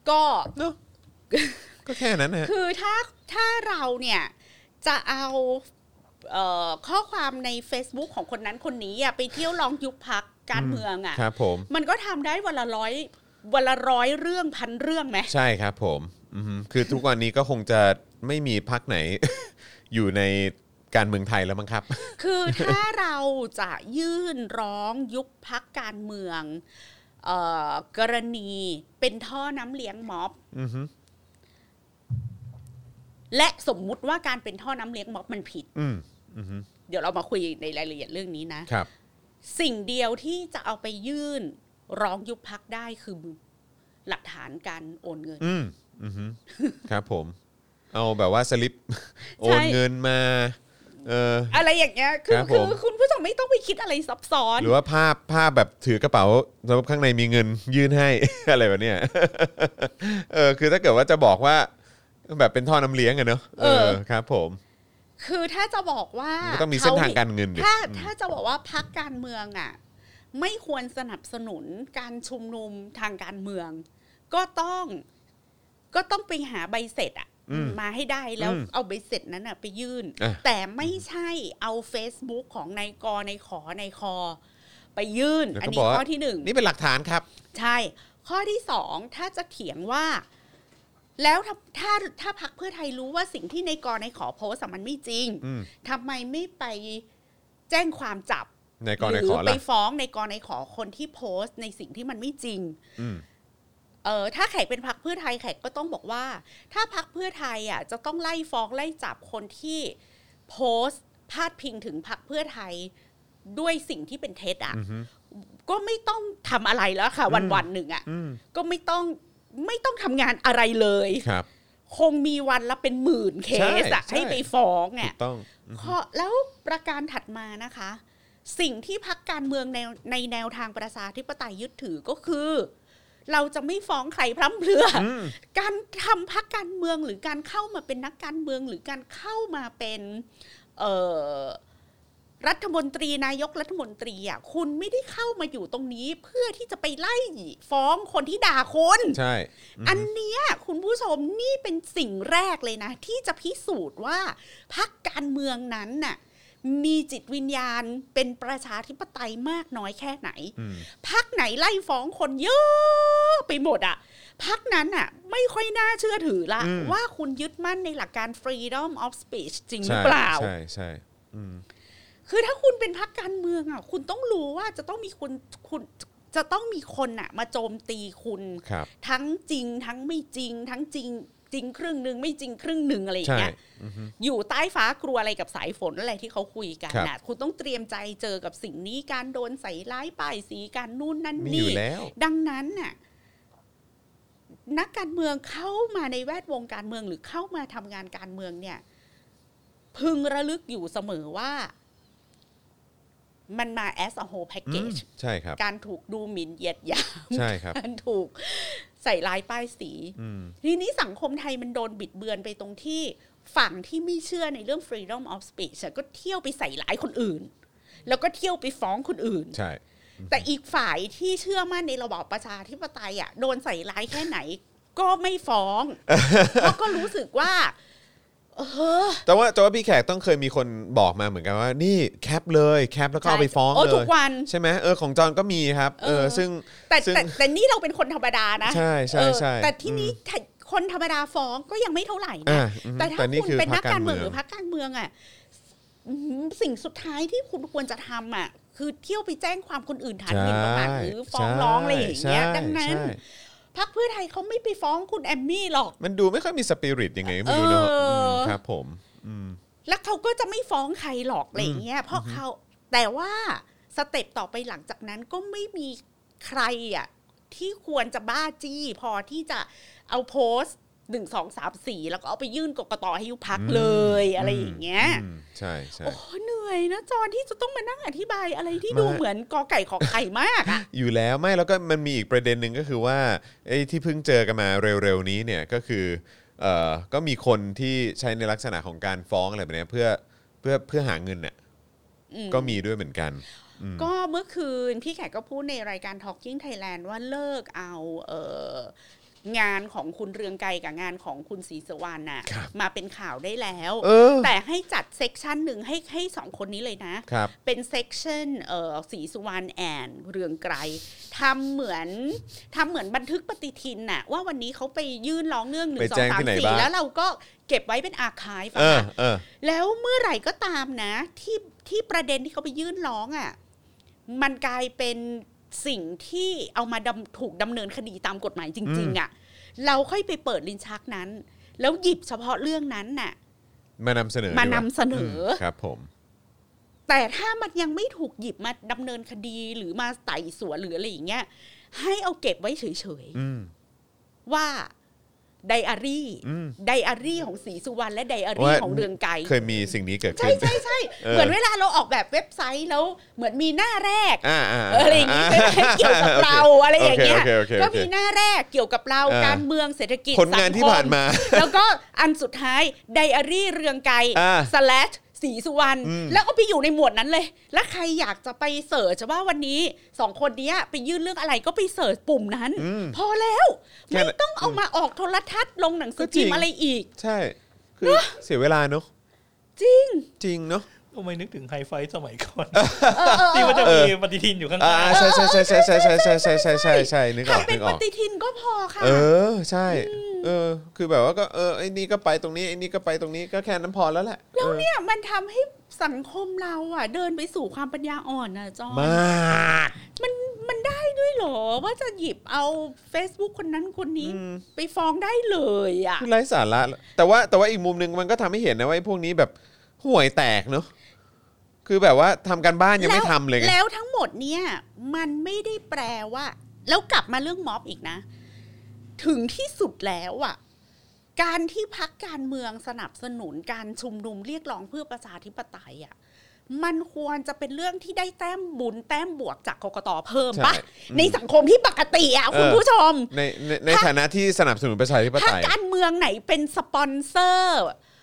ก็แค่นั้นนะคือถ้าเราเนี่ยจะเอาข้อความใน Facebook ของคนนั้นคนนี้ไปเที่ยวลองยุบพรรคการเมืองอ่ะครับผมมันก็ทำได้วันละร้อยเรื่องพันเรื่องไหมใช่ครับผมคือทุกวันนี้ก็คงจะไม่มีพรรคไหน อยู่ในการเมืองไทยแล้วมั้งครับคือถ้าเราจะยื่นร้องยุบพรรคการเมืองกรณีเป็นท่อน้ำเลี้ยงม็อบและสมมุติว่าการเป็นท่อน้ำเลี้ยงม็อบมันผิดเดี๋ยวเรามาคุยในรายละเอียดเรื่องนี้นะครับสิ่งเดียวที่จะเอาไปยื่นร้องยุบพรรคได้คือหลักฐานการโอนเงินครับผมเอาแบบว่าสลิปโอนเงินมาอะไรอย่างเงี้ยคือคุณผู้ชมไม่ต้องไปคิดอะไรซับซ้อนหรือว่าภาพแบบถือกระเป๋าแล้วข้างในมีเงินยื่นให้ อะไรแบบเนี้ยคือถ้าเกิดว่าจะบอกว่าแบบเป็นท่อน้ำเลี้ยงอะเนอะครับผมคือถ้าจะบอกว่าต้องมีเส้นทางการเงินดิถ้าจะบอกว่าพรรคการเมืองอ่ะไม่ควรสนับสนุนการชุมนุมทางการเมืองก็ต้องไปหาใบเสร็จอ่ะมาให้ได้แล้วเอาใบเสร็จนั้นไปยื่นแต่ไม่ใช่เอา Facebook ของนายกนายขอนายคอไปยื่นอันนี้ข้อที่1 นี่เป็นหลักฐานครับใช่ข้อที่2ถ้าจะเถียงว่าแล้วถ้าพรรคเพื่อไทยรู้ว่าสิ่งที่นายกนายขอโพสต์มันไม่จริงทำไมไม่ไปแจ้งความจับนายกนายขอหรือไปฟ้องนายกนายขอคนที่โพสต์ในสิ่งที่มันไม่จริงถ้าแขกเป็นพรรคเพื่อไทยแขกก็ต้องบอกว่าถ้าพรรคเพื่อไทยจะต้องไล่ฟ้องไล่จับคนที่โพสต์พาดพิงถึงพรรคเพื่อไทยด้วยสิ่งที่เป็นเท็จก็ไม่ต้องทำอะไรแล้วค่ะวันๆหนึ่งก็ไม่ต้องทำงานอะไรเลยคงมีวันละเป็นหมื่นเคสให้ไปฟ้องแล้วประการถัดมานะคะสิ่งที่พรรคการเมืองในแนวทางประชาธิปไตยยึดถือก็คือเราจะไม่ฟ้องใครพร่ำเพรื่อการทำพรรคการเมืองหรือการเข้ามาเป็นนักการเมืองหรือการเข้ามาเป็นรัฐมนตรีนายกรัฐมนตรีคุณไม่ได้เข้ามาอยู่ตรงนี้เพื่อที่จะไปไล่ฟ้องคนที่ด่าคุณใช่อันเนี้ยคุณผู้ชมนี่เป็นสิ่งแรกเลยนะที่จะพิสูจน์ว่าพรรคการเมืองนั้นน่ะมีจิตวิญญาณเป็นประชาธิปไตยมากน้อยแค่ไหนพรรคไหนไล่ฟ้องคนเยอะไปหมดพรรคนั้นไม่ค่อยน่าเชื่อถือละว่าคุณยึดมั่นในหลักการ freedom of speech จริงหรือเปล่าใช่คือถ้าคุณเป็นพรรคการเมืองคุณต้องรู้ว่าจะต้องมีคุณจะต้องมีคนมาโจมตีคุณทั้งจริงทั้งไม่จริงทั้งจริงครึ่งนึงไม่จริงครึ่งนึงอะไรอย่างเงี้ยอยู่ใต้ฟ้ากลัวอะไรกับสายฝนอะไรที่เขาคุยกันนะคุณต้องเตรียมใจเจอกับสิ่งนี้การโดนใส่ร้ายป้ายสีการนู่นนั่นนี่ดังนั้นน่ะนักการเมืองเข้ามาในแวดวงการเมืองหรือเข้ามาทำงานการเมืองเนี่ยพึงระลึกอยู่เสมอว่ามันมา as a whole package ใช่ครับการถูกดูหมิ่นเหยียดหยามใช่ครับการถูกใส่ร้ายป้ายสีทีนี้สังคมไทยมันโดนบิดเบือนไปตรงที่ฝั่งที่ไม่เชื่อในเรื่อง freedom of speech ก็เที่ยวไปใส่ร้ายคนอื่นแล้วก็เที่ยวไปฟ้องคนอื่นใช่แต่อีกฝ่ายที่เชื่อมั่นในระบอบประชาธิปไตยโดนใส่ร้ายแค่ไหนก็ไม่ฟ้องเพราะก็รู้สึกว่าแต่ว่าพี่แขกต้องเคยมีคนบอกมาเหมือนกันว่านี่แคปเลยแคปแล้วก็เอาไปฟ้องเลยทุกวันใช่ไหมของจอนก็มีครับซึ่งแต่นี่เราเป็นคนธรรมดานะใช่ใช่ใช่แต่ที่นี้คนธรรมดาฟ้องก็ยังไม่เท่าไหร่นะแต่ถ้าคุณเป็นนักการเมืองหรือพรรคการเมืองสิ่งสุดท้ายที่คุณควรจะทำคือเที่ยวไปแจ้งความคนอื่นฐานหมิ่นประมาทหรือฟ้องร้องอะไรอย่างเงี้ยดังนั้นพรรคเพื่อไทยเขาไม่ไปฟ้องคุณแอมมี่หรอกมันดูไม่ค่อยมีสปิริตยังไงไม่รู้เนาะครับผมแล้วเขาก็จะไม่ฟ้องใครหรอกอะไรเงี้ยเพราะเขาแต่ว่าสเต็ปต่อไปหลังจากนั้นก็ไม่มีใครที่ควรจะบ้าจี้พอที่จะเอาโพสต์1 2 3 4แล้วก็เอาไปยื่นกกต.ให้ยุบพรรคเลยอะไรอย่างเงี้ยใช่โอ้เหนื่อยนะจอนที่จะต้องมานั่งอธิบายอะไรที่ดูเหมือนกอไก่ขอไข่มากอยู่แล้วไม่แล้วก็มันมีอีกประเด็นนึงก็คือว่าไอ้ที่เพิ่งเจอกันมาเร็วๆนี้เนี่ยก็คือก็มีคนที่ใช้ในลักษณะของการฟ้องอะไรแบบนี้เพื่อหาเงินเนี่ยก็มีด้วยเหมือนกันก็เมื่อคืนพี่แขกก็พูดในรายการ Talking Thailand ว่าเลิกเอางานของคุณเรืองไกรกับงานของคุณศรีสุวรรณมาเป็นข่าวได้แล้วแต่ให้จัดเซกชันหนึ่งให้สองคนนี้เลยนะเป็นเซกชันศรีสุวรรณแอนเรืองไกรทำเหมือนบันทึกปฏิทินน่ะว่าวันนี้เขาไปยื่นร้องเรื่อง1 2 3 4แล้วเราก็เก็บไว้เป็นอาร์ไคฟ์แล้วเมื่อไหร่ก็ตามนะที่ประเด็นที่เขาไปยื่นร้องมันกลายเป็นสิ่งที่เอามาถูกดำเนินคดีตามกฎหมายจริงๆเราค่อยไปเปิดลิ้นชักนั้นแล้วหยิบเฉพาะเรื่องนั้นน่ะมานำเสนอครับผมแต่ถ้ามันยังไม่ถูกหยิบมาดำเนินคดีหรือมาไต่สวนหรืออะไรอย่างเงี้ยให้เอาเก็บไว้เฉยๆว่าไดอารี่ของศรีสุวรรณและไดอารี่ของเรืองไกรเคยมีสิ่งนี้เกิดขึ้นใช่เหมือนเวลาเราออกแบบเว็บไซต์แล้วเหมือนมีหน้าแรกอะไรอย่างงี้เกี่ยวกับเราอะไรอย่างเงี้ยก็มีหน้าแรกเกี่ยวกับเราการเมืองเศรษฐกิจผลงานที่ผ่านมาแล้วก็อันสุดท้ายไดอารี่เรืองไกรศรีสุวรรณแล้วก็ไปอยู่ในหมวดนั้นเลยแล้วใครอยากจะไปเสิร์ชว่าวันนี้2คนนี้ไปยื่นเรื่องอะไรก็ไปเสิร์ชปุ่มนั้นพอแล้วไม่ต้องเอามาออกโทรทัศน์ลงหนังสือพิมพ์อะไรอีกใช่คือเสียเวลาเนอะจริงเนอะทำไมนึกถึงไฮไฟสมัยก่อนที่มันจะมีปฏิทินอยู่ข้างๆใช่นึกออกเป็นปฏิทินก็พอค่ะใช่คือแบบว่าก็ไอ้นี่ก็ไปตรงนี้ไอ้นี่ก็ไปตรงนี้ก็แค่นั้นพอแล้วแหละแล้วเนี่ยมันทำให้สังคมเราอ่ะเดินไปสู่ความปัญญาอ่อนนะจอนมากมันได้ด้วยเหรอว่าจะหยิบเอา Facebook คนนั้นคนนี้ไปฟ้องได้เลยอ่ะคือไร้สาระแต่ว่าอีกมุมนึงมันก็ทำให้เห็นนะว่าไอ้พวกนี้แบบห่วยแตกเนอะคือแบบว่าทำการบ้านยังไม่ทำเลยแล้วทั้งหมดเนี่ยมันไม่ได้แปลว่าแล้วกลับมาเรื่องม็อบอีกนะถึงที่สุดแล้วอ่ะการที่พรรคการเมืองสนับสนุนการชุมนุมเรียกร้องเพื่อประชาธิปไตยอ่ะมันควรจะเป็นเรื่องที่ได้แต้มบุญแต้มบวกจากกกต.เพิ่มปะในสังคมที่ปกติอ่ะคุณผู้ชมในฐานะที่สนับสนุนประชาธิปไตยพรรคการเมืองไหนเป็นสปอนเซอร์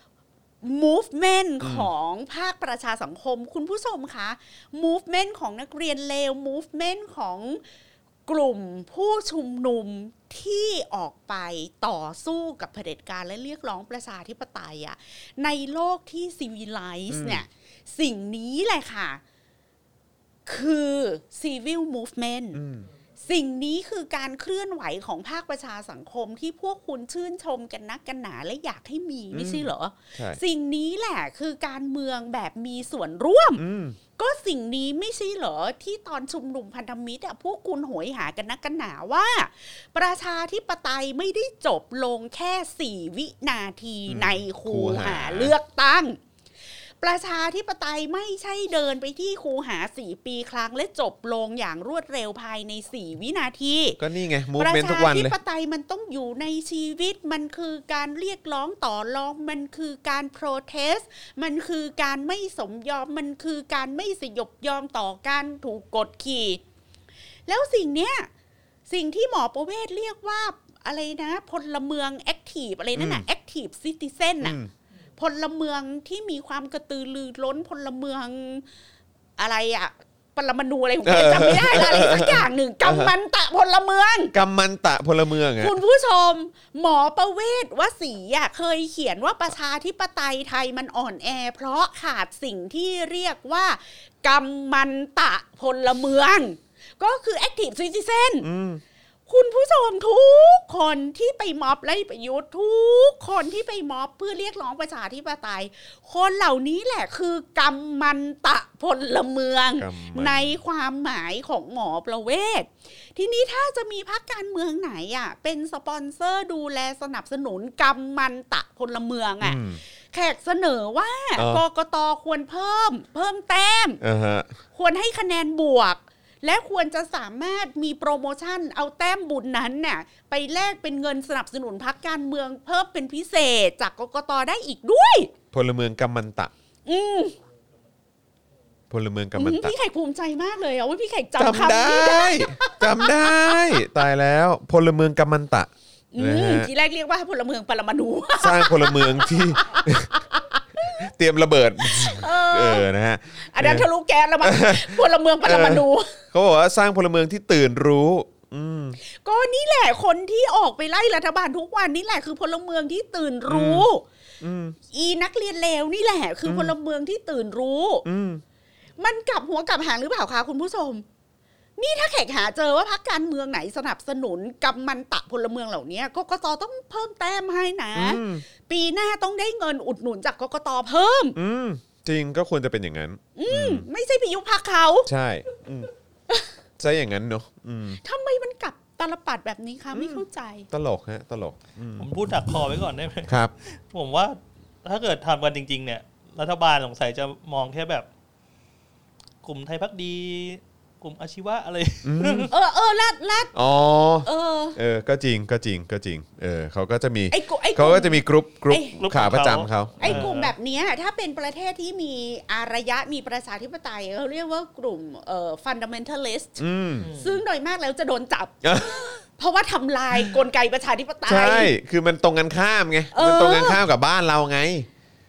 movement ของภาคประชาสังคมคุณผู้ชมคะ movement ของนักเรียนเลว movement ของกลุ่มผู้ชุมนุมที่ออกไปต่อสู้กับเผด็จการและเรียกร้องประชาธิปไตยอ่ะในโลกที่ civilized เนี่ยสิ่งนี้แหละค่ะคือ civil movementสิ่งนี้คือการเคลื่อนไหวของภาคประชาสังคมที่พวกคุณชื่นชมกันนักกันหนาและอยากให้มีไม่ใช่เหรอสิ่งนี้แหละคือการเมืองแบบมีส่วนร่วมก็สิ่งนี้ไม่ใช่เหรอที่ตอนชุมนุมพันธมิตรพวกคุณโหยหากันนักกันหนาว่าประชาธิปไตยไม่ได้จบลงแค่4วินาทีในคูหาเลือกตั้งประชาธิปไตยไม่ใช่เดินไปที่คูหา4ปีครั้งและจบลงอย่างรวดเร็วภายใน4วินาทีก็นี่ไงมูฟเมนต์ทุกวันเลยประชาธิปไตยมันต้องอยู่ในชีวิตมันคือการเรียกร้องต่อรองมันคือการโปรเทสมันคือการไม่สมยอมมันคือการไม่สยบยอมต่อการถูกกดขี่แล้วสิ่งเนี้ยสิ่งที่หมอประเวศเรียกว่าอะไรนะพลเมืองแอคทีฟอะไรนั่นน่ะแอคทีฟซิติเซนน่ะพลเมืองที่มีความกระตือรือร้นพลเมืองอะไรอ่ะปรมาณูอะไรของแกจำไม่ได้อะไรสักอย่างหนึ่งกัมมันตะพลเมืองคุณผู้ชมหมอประเวศวสีอ่ะเคยเขียนว่าประชาธิปไตยไทยมันอ่อนแอเพราะขาดสิ่งที่เรียกว่ากัมมันตะพลเมืองก็คือ active citizenคุณผู้ชมทุกคนที่ไปม็อบไล่ประยุทธ์ทุกคนที่ไปม็อบเพื่อเรียกร้องประชาธิปไตยคนเหล่านี้แหละคือกัมมันตะพลเมืองในความหมายของหมอประเวศทีนี้ถ้าจะมีพรรคการเมืองไหนอ่ะเป็นสปอนเซอร์ดูแลสนับสนุนกัมมันตะพลเมืองอ่ะแขกเสนอว่ากกต.ควรเพิ่มแต้มควรให้คะแนนบวกและควรจะสามารถมีโปรโมชั่นเอาแต้มบุญนั้นน่ะไปแลกเป็นเงินสนับสนุนพรรคการเมืองเพิ่มเป็นพิเศษจากกกต.ได้อีกด้วยพลเมืองกัมมันตะพลเมืองกัมมันตะพี่ไข่ภูมิใจมากเลยอ่ะว่าพี่ไข่จำคำนี้ได้ตายแล้วพลเมืองกัมมันตะทีแรกเรียกว่าพลเมืองปรมาณูสร้างพลเมืองที่เตรียมระเบิดนะฮะอันนั้นทะลุแก๊สแล้วมั้งพลเมืองปรมาณูเขาบอกว่าสร้างพลเมืองที่ตื่นรู้ก็นี่แหละคนที่ออกไปไล่รัฐบาลทุกวันนี่แหละคือพลเมืองที่ตื่นรู้อีนักเรียนเลวนี่แหละคือพลเมืองที่ตื่นรู้มันกลับหัวกลับหางหรือเปล่าคะคุณผู้ชมนี่ถ้าแขกหาเจอว่าพรรคการเมืองไหนสนับสนุนกัมมันตะพลเมืองเหล่านี้กกต.ต้องเพิ่มแต้มให้นะปีหน้าต้องได้เงินอุดหนุนจากกกต.เพิ่มจริงก็ควรจะเป็นอย่างนั้นไม่ใช่ไปยุบพรรคเขาใช่ใช่อย่างนั้นเนอะทำไมมันกลับตลปัดแบบนี้คะไม่เข้าใจตลกฮะตลกผมพูดดักคอไว้ก่อนได้ไหมครับผมว่าถ้าเกิดทำกันจริงๆเนี่ยรัฐบาลสงสัยจะมองแค่แบบกลุ่มไทยพรรคดีกลุ่มอาชีวะอะไรลัดอ๋อก็จริงเขาก็จะมีกรุ๊ปขาประจำเขาไอ้กลุ่มแบบนี้ถ้าเป็นประเทศที่มีอารยะมีประชาธิปไตยเขาเรียกว่ากลุ่มfundamentalist ซึ่งโดยมากแล้วจะโดนจับเพราะว่าทำลายกลไกประชาธิปไตยใช่คือมันตรงกันข้ามไงมันตรงกันข้ามกับบ้านเราไง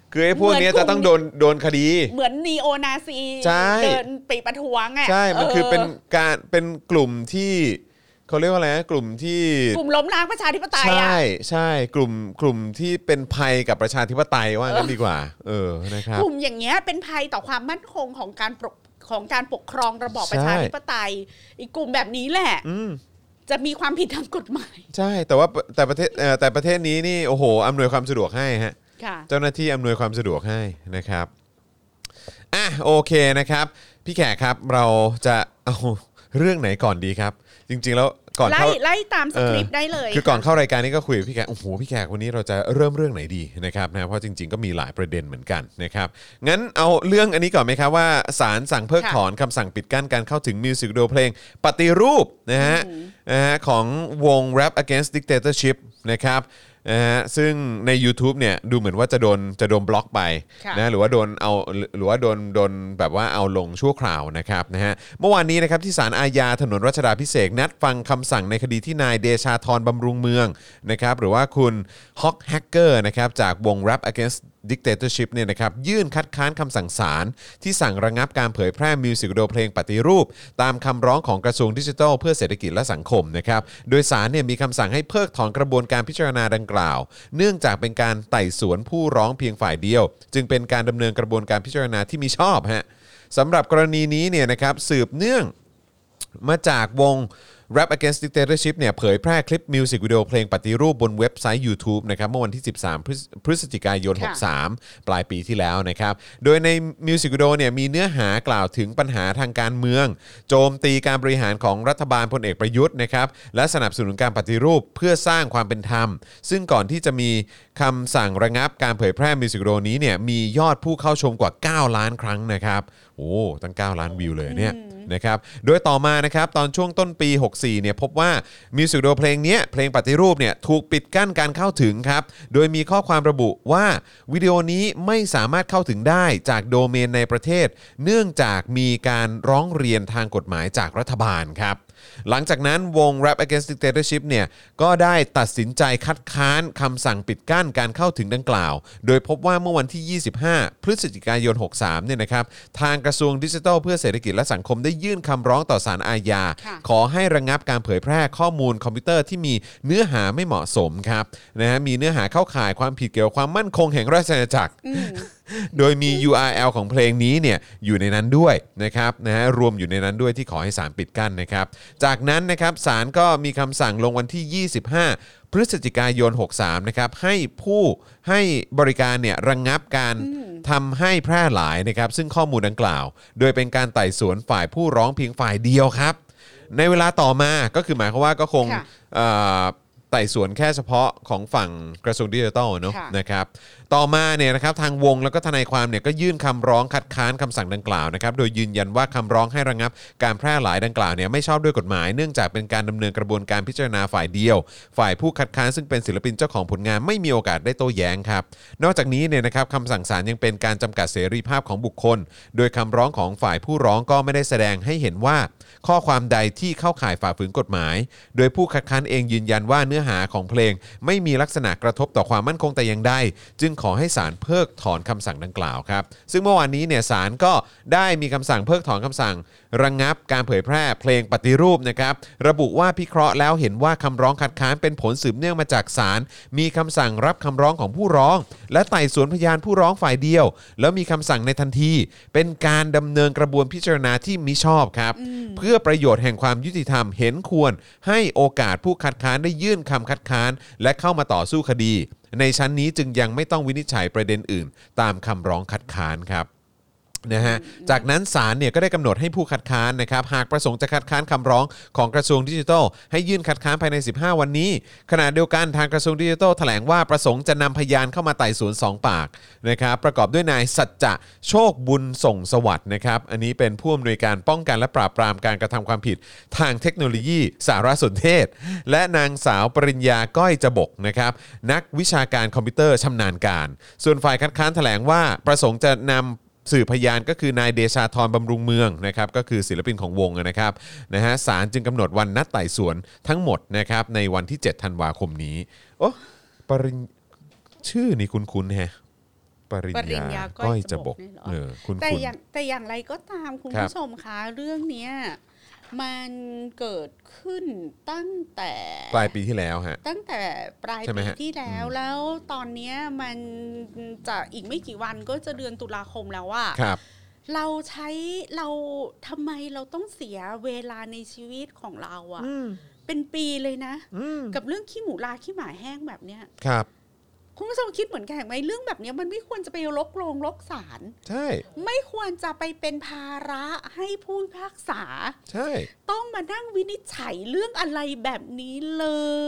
คือไอ้พวกนี้จะต้องโดนคดีเหมือนนีโอนาซีเดินไปประท้วงอ่ะใช่มันคือเป็นกลุ่มที่เขาเรียกว่าอะไรนะกลุ่มล้มล้างประชาธิปไตยอ่ะใช่กลุ่มที่เป็นภัยกับประชาธิปไตยว่างั้นดีกว่านะครับกลุ่มอย่างเงี้ยเป็นภัยต่อความมั่นคงของการปกครองระบอบประชาธิปไตยอีกกลุ่มแบบนี้แหละจะมีความผิดทางกฎหมายใช่แต่ประเทศนี้นี่โอ้โหอำนวยความสะดวกให้ฮะเจ้าหน้าที่อำนวยความสะดวกให้นะครับโอเคนะครับพี่แขกครับเราจะเอาเรื่องไหนก่อนดีครับจริงๆแล้วก่อนเข้าไล่ตามสคริปต์ได้เลยคือก่อนเข้ารายการนี้ก็คุยกับพี่แขกโอ้โหพี่แขกวันนี้เราจะเริ่มเรื่องไหนดีนะครับนะเพราะจริงๆก็มีหลายประเด็นเหมือนกันนะครับงั้นเอาเรื่องอันนี้ก่อนไหมครับว่าศาลสั่งเพิกถอนคำสั่งปิดกั้นการเข้าถึงมิวสิกวิดีโอเพลงปฏิรูปนะฮะของวง Rap Against Dictatorship นะครับซึ่งใน YouTube เนี่ยดูเหมือนว่าจะโดนบล็อกไปนะหรือว่าโดนแบบว่าเอาลงชั่วคราวนะครับนะฮะเมื่อวานนี้นะครับที่ศาลอาญาถนนรัชดาภิเษกนัดฟังคำสั่งในคดีที่นายเดชาธรบำรุงเมืองนะครับหรือว่าคุณฮอกแฮกเกอร์นะครับจากวง Rap Against Dictatorship เนี่ยนะครับยื่นคัดค้านคำสั่งศาลที่สั่งระงับการเผยแพร่มิวสิกวิดีโอเพลงปฏิรูปตามคำร้องของกระทรวงดิจิทัลเพื่อเศรษฐกิจและสังคมนะครับโดยศาลเนี่ยมีคำสั่งให้เพิกถอนกระบวนการพิจารณาดังกล่าวเนื่องจากเป็นการไต่สวนผู้ร้องเพียงฝ่ายเดียวจึงเป็นการดำเนินกระบวนการพิจารณาที่มิชอบฮะสำหรับกรณีนี้เนี่ยนะครับสืบเนื่องมาจากวงRap Against Dictatorship เนี่ยเผยแพร่คลิปมิวสิกวิดีโอเพลงปฏิรูปบนเว็บไซต์ YouTube นะครับเมื่อวันที่13พฤศจิกายน63ปลายปีที่แล้วนะครับโดยในมิวสิกวิดีโอเนี่ยมีเนื้อหากล่าวถึงปัญหาทางการเมืองโจมตีการบริหารของรัฐบาลพลเอกประยุทธ์นะครับและสนับสนุนการปฏิรูปเพื่อสร้างความเป็นธรรมซึ่งก่อนที่จะมีคำสั่งระงับการเผยแพร่มิวสิกวิดีโอนี้เนี่ยมียอดผู้เข้าชมกว่า9ล้านครั้งนะครับโอ้ตั้ง9ล้านวิวเลยเนี่ยนะครับโดยต่อมานะครับตอนช่วงต้นปี64เนี่ยพบว่ามิวสิกวิดีโอเพลงนี้เพลงปฏิรูปเนี่ยถูกปิดกั้นการเข้าถึงครับโดยมีข้อความระบุว่าวิดีโอนี้ไม่สามารถเข้าถึงได้จากโดเมนในประเทศเนื่องจากมีการร้องเรียนทางกฎหมายจากรัฐบาลครับหลังจากนั้นวง Rap Against Dictatorship เนี่ยก็ได้ตัดสินใจคัดค้านคำสั่งปิดกั้นการเข้าถึงดังกล่าวโดยพบว่าเมื่อวันที่25พฤศจิกายน63เนี่ยนะครับทางกระทรวงดิจิทัลเพื่อเศรษฐกิจและสังคมได้ยื่นคำร้องต่อศาลอาญาขอให้ระงับการเผยแพร่ข้อมูลคอมพิวเตอร์ที่มีเนื้อหาไม่เหมาะสมครับนะฮะมีเนื้อหาเข้าข่ายความผิดเกี่ยวกับความมั่นคงแห่งราชอาณาจักรโดยมี URL ของเพลงนี้เนี่ยอยู่ในนั้นด้วยนะครับนะฮะรวมอยู่ในนั้นด้วยที่ขอให้ศาลปิดกั้นนะครับจากนั้นนะครับศาลก็มีคำสั่งลงวันที่25พฤศจิกายน63นะครับให้บริการเนี่ยระงับการทำให้แพร่หลายนะครับซึ่งข้อมูลดังกล่าวโดยเป็นการไต่สวนฝ่ายผู้ร้องเพียงฝ่ายเดียวครับในเวลาต่อมาก็คือหมายความว่าก็คงไต่สวนแค่เฉพาะของฝั่งกระทรวงดิจิทัลเนาะนะครับต่อมาเนี่ยนะครับทางวงแล้วก็ทนายความเนี่ยก็ยื่นคำร้องคัดค้านคำสั่งดังกล่าวนะครับโดยยืนยันว่าคำร้องให้ระงับการแพร่หลายดังกล่าวเนี่ยไม่ชอบด้วยกฎหมายเนื่องจากเป็นการดำเนินกระบวนการพิจารณาฝ่ายเดียวฝ่ายผู้คัดค้านซึ่งเป็นศิลปินเจ้าของผลงานไม่มีโอกาสได้โต้แย้งครับนอกจากนี้เนี่ยนะครับคำสั่งศาลยังเป็นการจำกัดเสรีภาพของบุคคลโดยคำร้องของฝ่ายผู้ร้องก็ไม่ได้แสดงให้เห็นว่าข้อความใดที่เข้าข่ายฝ่าฝืนกฎหมายโดยผู้คัดค้านเองยืนยันว่าเนื้อหาของเพลงไม่มีลักษณะกระทบต่อความมั่นคงแต่อย่างใดจึงขอให้ศาลเพิกถอนคำสั่งดังกล่าวครับซึ่งเมื่อวานนี้เนี่ยศาลก็ได้มีคำสั่งเพิกถอนคำสั่งระงับการเผยแพร่เพลงปฏิรูปนะครับระบุว่าพิเคราะห์แล้วเห็นว่าคำร้องคัดค้านเป็นผลสืบเนื่องมาจากศาลมีคำสั่งรับคำร้องของผู้ร้องและไต่สวนพยานผู้ร้องฝ่ายเดียวแล้วมีคำสั่งในทันทีเป็นการดำเนินกระบวนพิจารณาที่มิชอบครับเพื่อประโยชน์แห่งความยุติธรรมเห็นควรให้โอกาสผู้คัดค้านได้ยื่นคำคัดค้านและเข้ามาต่อสู้คดีในชั้นนี้จึงยังไม่ต้องวินิจฉัยประเด็นอื่นตามคำร้องคัดค้านครับนะฮะจากนั้นศาลเนี่ยก็ได้กำหนดให้ผู้คัดค้านนะครับหากประสงค์จะคัดค้านคำร้องของกระทรวงดิจิทัลให้ยื่นคัดค้านภายใน15วันนี้ขณะเดียวกันทางกระทรวงดิจิทัลแถลงว่าประสงค์จะนำพยานเข้ามาไต่สวน2ปากนะครับประกอบด้วยนายสัจจะโชคบุญส่งสวัสดิ์นะครับอันนี้เป็นผู้อำนวยการป้องกันและปราบปรามการกระทำความผิดทางเทคโนโลยีสารสนเทศและนางสาวปริญญาก้อยจบกนะครับนักวิชาการคอมพิวเตอร์ชำนาญการส่วนฝ่ายคัดค้านแถลงว่าประสงค์จะนำสื่อพยานก็คือนายเดชาธรบำรุงเมืองนะครับก็คือศิลปินของวงนะครับนะฮะศาลจึงกำหนดวันนัดไต่สวนทั้งหมดนะครับในวันที่7ธันวาคมนี้โอ้ชื่อนี่คุ้นๆแฮะปริญปริญญาญาก้อยจะบกเนี่ยเหรอคุณแต่อย่างไรก็ตามคุณครับผู้ชมคะเรื่องเนี้ยมันเกิดขึ้นตั้งแต่ปลายปีที่แล้วฮะตั้งแต่ปลายใช่ไหมปีฮะที่แล้วแล้วตอนเนี้ยมันจะอีกไม่กี่วันก็จะเดือนตุลาคมแล้วว่าครับเราทำไมเราต้องเสียเวลาในชีวิตของเราอะเป็นปีเลยนะ กับเรื่องขี้หมูลาขี้หมาแห้งแบบเนี้ยครับคุณผู้ชมคิดเหมือนกันไหมเรื่องแบบเนี้ยมันไม่ควรจะไปลกโรงลกศาลใช่ไม่ควรจะไปเป็นภาระให้ผู้พิพากษาใช่ต้องมานั่งวินิจฉัยเรื่องอะไรแบบนี้เลย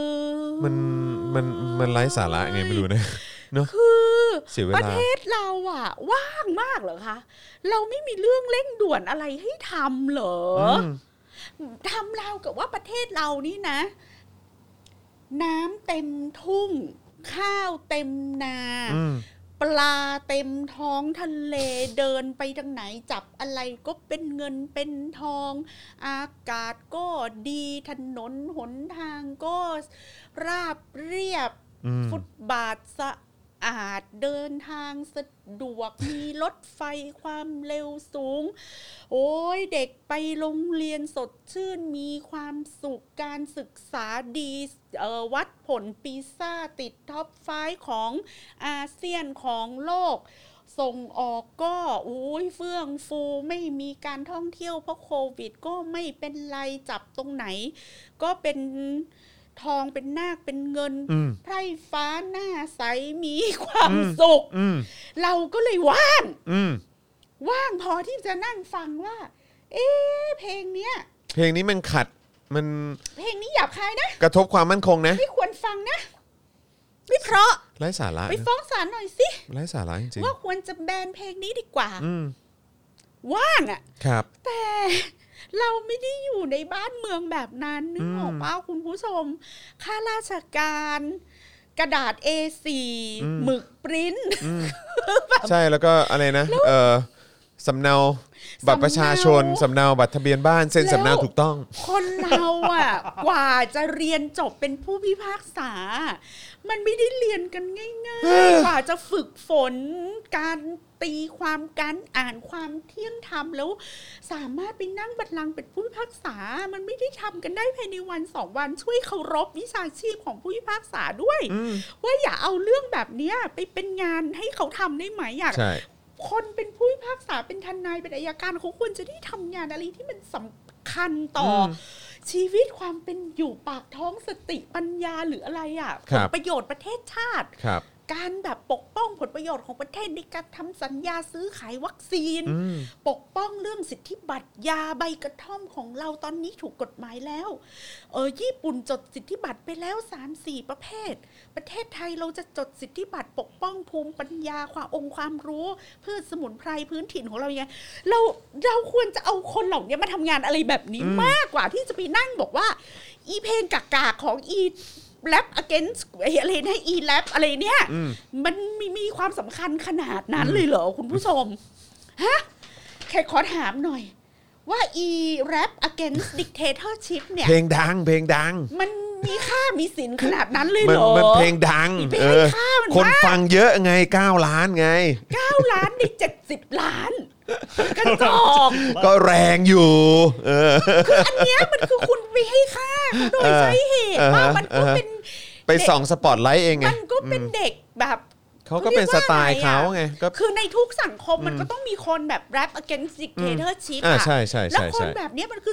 มันไร้สาระไงไม่รู้นะเนาะคือเสียเวประลาเทศเราอะว่างมากเหรอคะเราไม่มีเรื่องเร่งด่วนอะไรให้ทำเหรอทำเรากับว่าประเทศเรานี่นะ น้ำเต็มทุ่ง ข้าวเต็มนาปลาเต็มท้องทะเลเดินไปทางไหนจับอะไรก็เป็นเงินเป็นทอง อากาศก็ดีถนนหนทางก็ราบเรียบฟุตบาทสะอาดเดินทางสะดวกมีรถไฟความเร็วสูงโอ้ยเด็กไปโรงเรียนสดชื่นมีความสุขการศึกษาดีวัดผลปีซ่าติดท็อป5ของอาเซียนของโลกส่งออกก็เฟื่องฟูไม่มีการท่องเที่ยวเพราะโควิดก็ไม่เป็นไรจับตรงไหนก็เป็นทองเป็นนาคเป็นเงินไพร่ฟ้าหน้าใสมีความสุขเราก็เลยว่างพอที่จะนั่งฟังว่าเพลงเนี้ยเพลงนี้มันขัดมันเพลงนี้หยาบคายนะกระทบความมั่นคงนะไม่ควรฟังนะไม่เพราะไร้สาระไปฟ้องศาลหน่อยสิไร้สาระจริงว่าควรจะแบนเพลงนี้ดีกว่าว่างอ่ะครับแต่เราไม่ได้อยู่ในบ้านเมืองแบบนั้นนึกออกป่ะคุณผู้ชมข้าราชการกระดาษ A4 หมึกปริ้นใช่แล้วก็อะไรนะสำเนาบัตรประชาชนสำเนาบัตรทะเบียนบ้านเซ็นสำเนาถูกต้องคนเราอ่ะกว่าจะเรียนจบเป็นผู้พิพากษามันไม่ได้เรียนกันง่ายๆกว่าจะฝึกฝนการตีความการอ่านความเที่ยงธรรมแล้วสามารถไปนั่งบัลลังก์เป็นผู้พิพากษามันไม่ได้ทำกันได้ภายในวัน2วันช่วยเคารพวิชาชีพของผู้พิพากษาด้วยว่าอย่าเอาเรื่องแบบนี้ไปเป็นงานให้เขาทำได้ไหมอยากคนเป็นผู้พิพากษาเป็นทนายเป็นอัยการเขาควรจะได้ทำงานอะไรที่มันสำคัญต่อชีวิตความเป็นอยู่ปากท้องสติปัญญาหรืออะไรผลประโยชน์ประเทศชาติการแบบปกป้องผลประโยชน์ของประเทศในการทำสัญญาซื้อขายวัคซีนปกป้องเรื่องสิทธิบัตรยาใบกระท่อมของเราตอนนี้ถูกกฎหมายแล้วญี่ปุ่นจดสิทธิบัตรไปแล้ว 3-4 ประเภทประเทศไทยเราจะจดสิทธิบัตรปกป้องภูมิปัญญาความรู้พืชสมุนไพรพื้นถิ่นของเราอย่างไรเราควรจะเอาคนเหล่านี้มาทำงานอะไรแบบนี้มากกว่าที่จะไปนั่งบอกว่าอีเพลงกากๆของอีrap against อะไรนะ e-rap อะไรเนี่ยมันมีความสำคัญขนาดนั้นเลยเหรอคุณผู้ชมฮะแค่ขอถามหน่อยว่า e-rap against dictatorship เนี่ยเพลงดังมันมีค่ามีสินขนาดนั้นเลยเหรอมันเพลงดังคนฟังเยอะไง9ล้านไง 9ล้านใน70ล้านกันจอกก็แรงอยู่คืออันเนี้ยมันคือคุณไปให้ค่าโดยใช้เหตุว่ามันก็เป็นไปส่องสปอตไลท์เองไงมันก็เป็นเด็กแบบเขาก็เป็นสไตล์เขาไงก็คือในทุกสังคมมันก็ต้องมีคนแบบ rap against dictatorship ใช่ๆๆแล้วคนแบบนี้มันคือ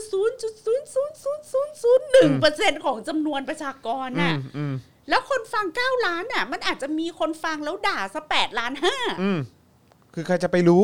0.00001% ของจำนวนประชากรน่ะแล้วคนฟัง9ล้านน่ะมันอาจจะมีคนฟังแล้วด่าซะ8ล้าน5 คือใครจะไปรู้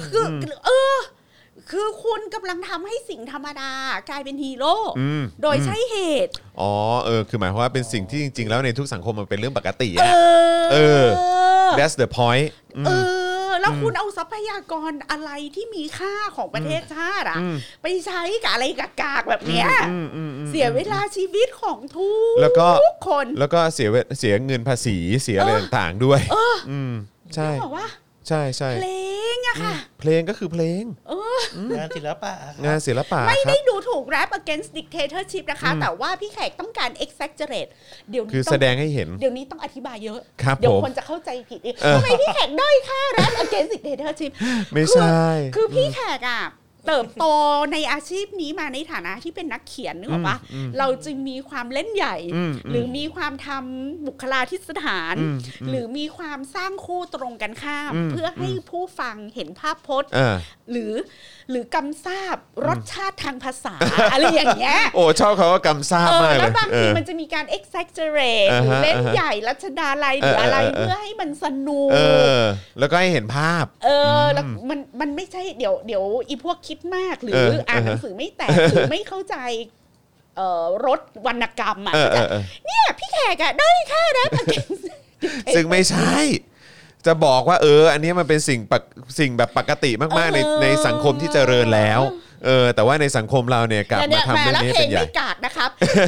คือคุณกำลังทำให้สิ่งธรรมดากลายเป็นฮีโร่โดยใช้เหตุคือหมายความว่าเป็นสิ่งที่จริงๆแล้วในทุกสังคมมันเป็นเรื่องปกติthat's the point แล้วคุณเอาทรัพยากรอะไรที่มีค่าของประเทศชาติไปใช้กับอะไรกากๆแบบเนี้ยเสียเวลาชีวิตของทุกคนแล้วก็เสียเงินภาษีเสียอะไรต่างๆด้วยใช่บอกว่าใช่ใช่เพลงอะค่ะเพลงก็คือเพลงงานศิลปะงานศิลปะไม่ครัได้บดูถูก rap against dictatorship นะคะ แต่ว่าพี่แขกต้องการ exaggerate เดี๋ยวนี้คือแสดงให้เห็นเดี๋ยวนี้ต้องอธิบายเยอะครับเดี๋ยวผมคนจะเข้าใจผิดอีกทำไมพี่แขกด้อยค่า rap against dictatorship ไม่ใช่คือพี่แขกอะเติบโตในอาชีพนี้มาในฐานะที่เป็นนักเขียนนึกออกปะเราจึงมีความเล่นใหญ่ หรือมีความทำบุคลาธิสถาน หรือมีความสร้างคู่ตรงกันข้าม เพื่อให้ผู้ฟังเห็นภาพพจน์ หรือกำซาบรสชาติทางภาษา อะไรอย่างเงี้ยโอ้ชอบเขาว่ากำซาบมากเลยแล้วบางทีมันจะมีการ exaggerate หรือเล่นใหญ่รัชดาลัยหรืออะไรเพื่อให้มันสนุกแล้วก็ให้เห็นภาพแล้วมันไม่ใช่เดี๋ยวอีพวกคิดมากหรืออ่านหนังสือไม่แตกหรือไม่เข้าใจรสวรรณกรรมอ่ะเนี่ยพี่แขกได้ค่านะซึ่งไม่ใช่จะบอกว่าอันนี้มันเป็นสิ่งแบบปกติมากๆในสังคมที่เจริญแล้วแต่ว่าในสังคมเราเนี่ยกลับมาทำเรื่องนี้เป็นใหญ่ไม่กากนะครับ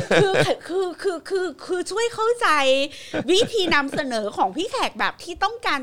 คือช่วยเข้าใจวิธีนำเสนอของพี่แขกแบบที่ต้องการ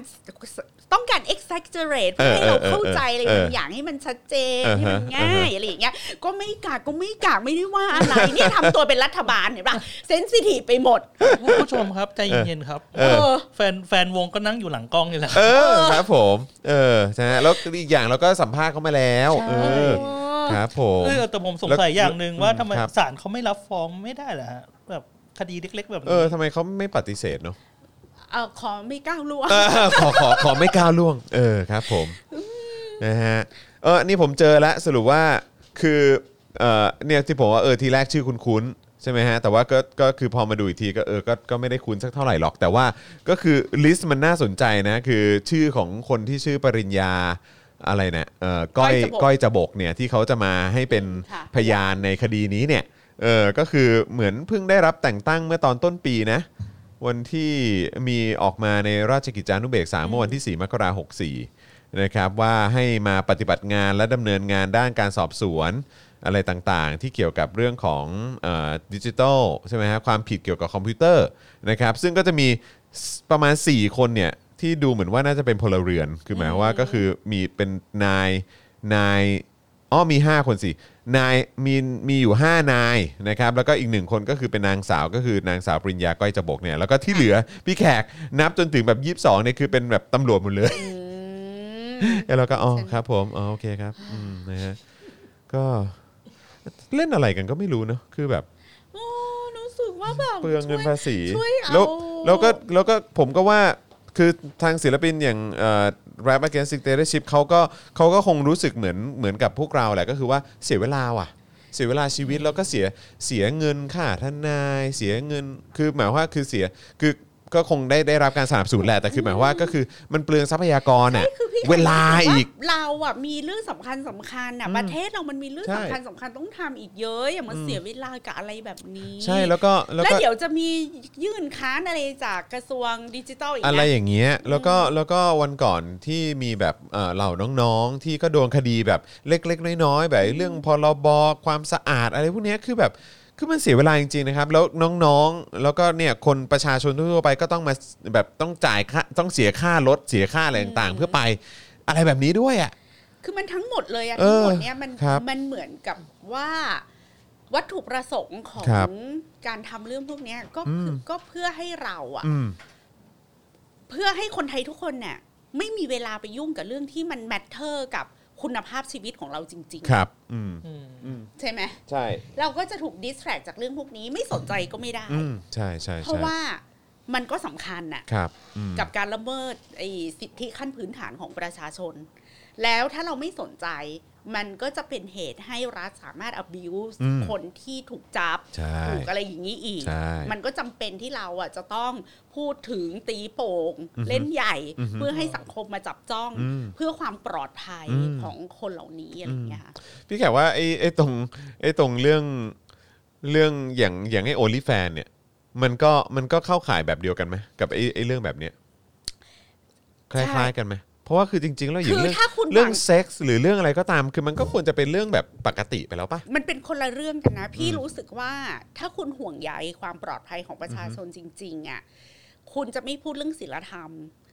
exaggerate เพื่อให้เราเข้าใจอะไรบางอย่างให้มันชัดเจนให้มันง่ายอะไรอย่างเงี้ยก็ไม่กากไม่ได้ว่าอะไรเนี่ยทำตัวเป็นรัฐบาลเห็นป่ะเซนซิทีฟไปหมดผู้ชมครับใจเย็นๆครับแฟนวงก็นั่งอยู่หลังกล้องนี่แหละครับผมใช่แล้วอีกอย่างเราก็สัมภาษณ์เขามาแล้วครับผมแต่ผมสงสัยอย่างนึงว่าทำไมศาลเขาไม่รับฟ้องไม่ได้เหรอฮะแบบคดีเล็กๆแบบนี้ทำไมเขาไม่ปฏิเสธเนาะขอไม่ก้าวล่วงขอไม่ก้าวล่วงครับผมนะฮะนี่ผมเจอแล้วสรุปว่าคือเนี่ยที่ผมว่าทีแรกชื่อคุ้นๆใช่ไหมฮะแต่ว่าก็คือพอมาดูอีกทีก็ไม่ได้คุ้นสักเท่าไหร่หรอกแต่ว่าก็คือลิสต์มันน่าสนใจนะคือชื่อของคนที่ชื่อปริญญาอะไรนะก้อยจบกเนี่ยที่เขาจะมาให้เป็นพยานในคดีนี้เนี่ยก็คือเหมือนเพิ่งได้รับแต่งตั้งเมื่อตอนต้นปีนะวันที่มีออกมาในราชกิจจานุเบกษาเมื่อวันที่4 มกราคม 64นะครับว่าให้มาปฏิบัติงานและดำเนินงานด้านการสอบสวนอะไรต่างๆที่เกี่ยวกับเรื่องของดิจิทัลใช่ไหมครับความผิดเกี่ยวกับคอมพิวเตอร์นะครับซึ่งก็จะมีประมาณ4คนเนี่ยที่ดูเหมือนว่าน่าจะเป็นพลเรือนคือหมายว่าก็คือมีเป็นนายมี5คนสินายมีอยู่5นายนะครับแล้วก็อีก1คนก็คือเป็นนางสาวก็คือนางสาวปริญญาก้อยจบกเนี่ยแล้วก็ที่เหลือพี่แขกนับจนถึงแบบ22เนี่ยคือเป็นแบบตำรวจหมดเลยแล้วก็ครับผมโอเคครับนะฮะก็เล่นอะไรกันก็ไม่รู้เนาะคือแบบรู้สึกว่าแบบเปลืองเงินภาษีแล้วก็ผมก็ว่าคือทางศิลปินอย่างRap Against Dictatorship เขาก็คงรู้สึกเหมือนกับพวกเราแหละก็คือว่าเสียเวลาว่ะเสียเวลาชีวิตแล้วก็เสียเงินค่าทนายเสียเงินคือหมายว่าคือเสียคือก็คงได้รับการสนับสนุนแหละแต่คือหมายว่าก็คือมันเปลืองทรัพยากรน่ะเวลาอีกเราอ่ะมีเรื่องสำคัญอ่ะประเทศเรามันมีเรื่องสำคัญต้องทำอีกเยอะอย่ามาเสียเวลากับอะไรแบบนี้ใช่แล้วเดี๋ยวจะมียื่นค้านอะไรจากกระทรวงดิจิทัลอีกอะไรอย่างเงี้ยแล้วก็วันก่อนที่มีแบบเหล่าน้องๆที่ก็โดนคดีแบบเล็กๆน้อยๆแบบเรื่องพรบความสะอาดอะไรพวกนี้คือมันเสียเวลาจริงๆนะครับแล้วน้องๆแล้วก็เนี่ยคนประชาชนทั่วไปก็ต้องมาแบบต้องจ่ายค่าต้องเสียค่ารถเสียค่าอะไรต่างๆเพื่อไปอะไรแบบนี้ด้วยอ่ะคือมันทั้งหมดเลยอ่ะทั้งหมดเนี่ยมันเหมือนกับว่าวัตถุประสงค์ของการทำเรื่องพวกนี้ก็เพื่อให้เราอ่ะเพื่อให้คนไทยทุกคนเนี่ยไม่มีเวลาไปยุ่งกับเรื่องที่มันแมทเทอร์กับคุณภาพชีวิตของเราจริงๆครับใช่ไหมใช่เราก็จะถูกดิสแทรกจากเรื่องพวกนี้ไม่สนใจก็ไม่ได้ใช่ใช่เพราะว่ามันก็สำคัญน่ะกับการละเมิดสิทธิขั้นพื้นฐานของประชาชนแล้วถ้าเราไม่สนใจมันก็จะเป็นเหตุให้รัฐสามารถ abuse คนที่ถูกจับถูกอะไรอย่างนี้อีกมันก็จำเป็นที่เราอ่ะจะต้องพูดถึงตีโป่งเล่นใหญ่เพื่อให้สังคมมาจับจ้องเพื่อความปลอดภัยของคนเหล่านี้อะไรอย่างเงี้ยค่ะพี่แขกว่าไอ้ตรงเรื่องอย่างไอ้ OnlyFans เนี่ยมันก็เข้าข่ายแบบเดียวกันไหมกับไอ้เรื่องแบบเนี้ยคล้ายๆกันไหมเพราะว่าคือจริงๆแล้วอย่างเรื่องเซ็กส์หรือเรื่องอะไรก็ตามคือมันก็ควรจะเป็นเรื่องแบบปกติไปแล้วป่ะมันเป็นคนละเรื่องกันนะพี่รู้สึกว่าถ้าคุณห่วงใยความปลอดภัยของประชาชนจริงๆอ่ะคุณจะไม่พูดเรื่องศีลธรรม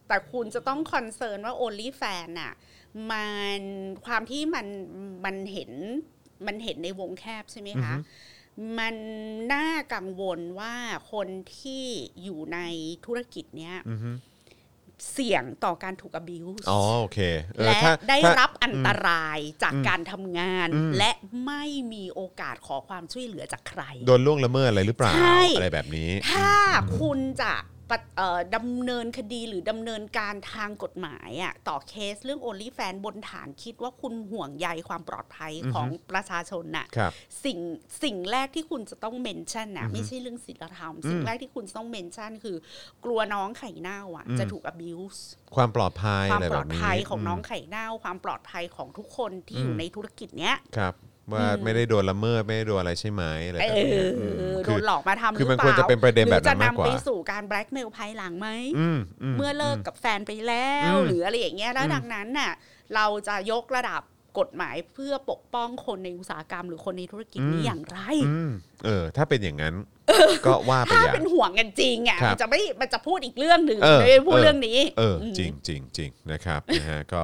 แต่คุณจะต้องคอนเซิร์นว่า OnlyFans น่ะมันความที่มันเห็นในวงแคบใช่ไหมคะมันน่ากังวลว่าคนที่อยู่ในธุรกิจเนี้ยเสี่ยงต่อการถูก abuse อ๋อโอเคและได้รับอันตรายจากการทำงานและไม่มีโอกาสขอความช่วยเหลือจากใครโดนล่วงละเมิดอะไรหรือเปล่าอะไรแบบนี้ถ้าคุณจะดำเนินคดีหรือดำเนินการทางกฎหมายอ่ะต่อเคสเรื่อง OnlyFans บนฐานคิดว่าคุณห่วงใยความปลอดภัยของประชาชนน่ะสิ่งแรกที่คุณจะต้องเมนชั่นน่ะไม่ใช่เรื่องศีลธรรมสิ่งแรกที่คุณต้องเมนชั่นคือกลัวน้องไข่เน่าอ่ะจะถูก abuse ความปลอดภัยความปลอดภัยของน้องไข่เน่าความปลอดภัยของทุกคนที่อยู่ในธุรกิจเนี้ยครับว่าไม่ได้โดนละเมิดไม่ได้โดนอะไรใช่ไหมอะไรแบบนี้โดนหลอกมาทำหรือเปล่าคือมันควรจะเป็นประเด็นแบบนั้นมากกว่าหรือจะนำไปสู่การแบล็กเมลภายหลังไหมเมื่อเลิกกับแฟนไปแล้วหรืออะไรอย่างเงี้ยแล้วดังนั้นน่ะเราจะยกระดับกฎหมายเพื่อปกป้องคนในอุตสาหกรรมหรือคนในธุรกิจนี้อย่างไรถ้าเป็นอย่างนั้นก็ว่าไปอย่างถ้าเป็นห่วงกันจริงอ่ะมันจะพูดอีกเรื่องนึงไม่พูดเรื่องนี้จริงนะครับนะฮะก็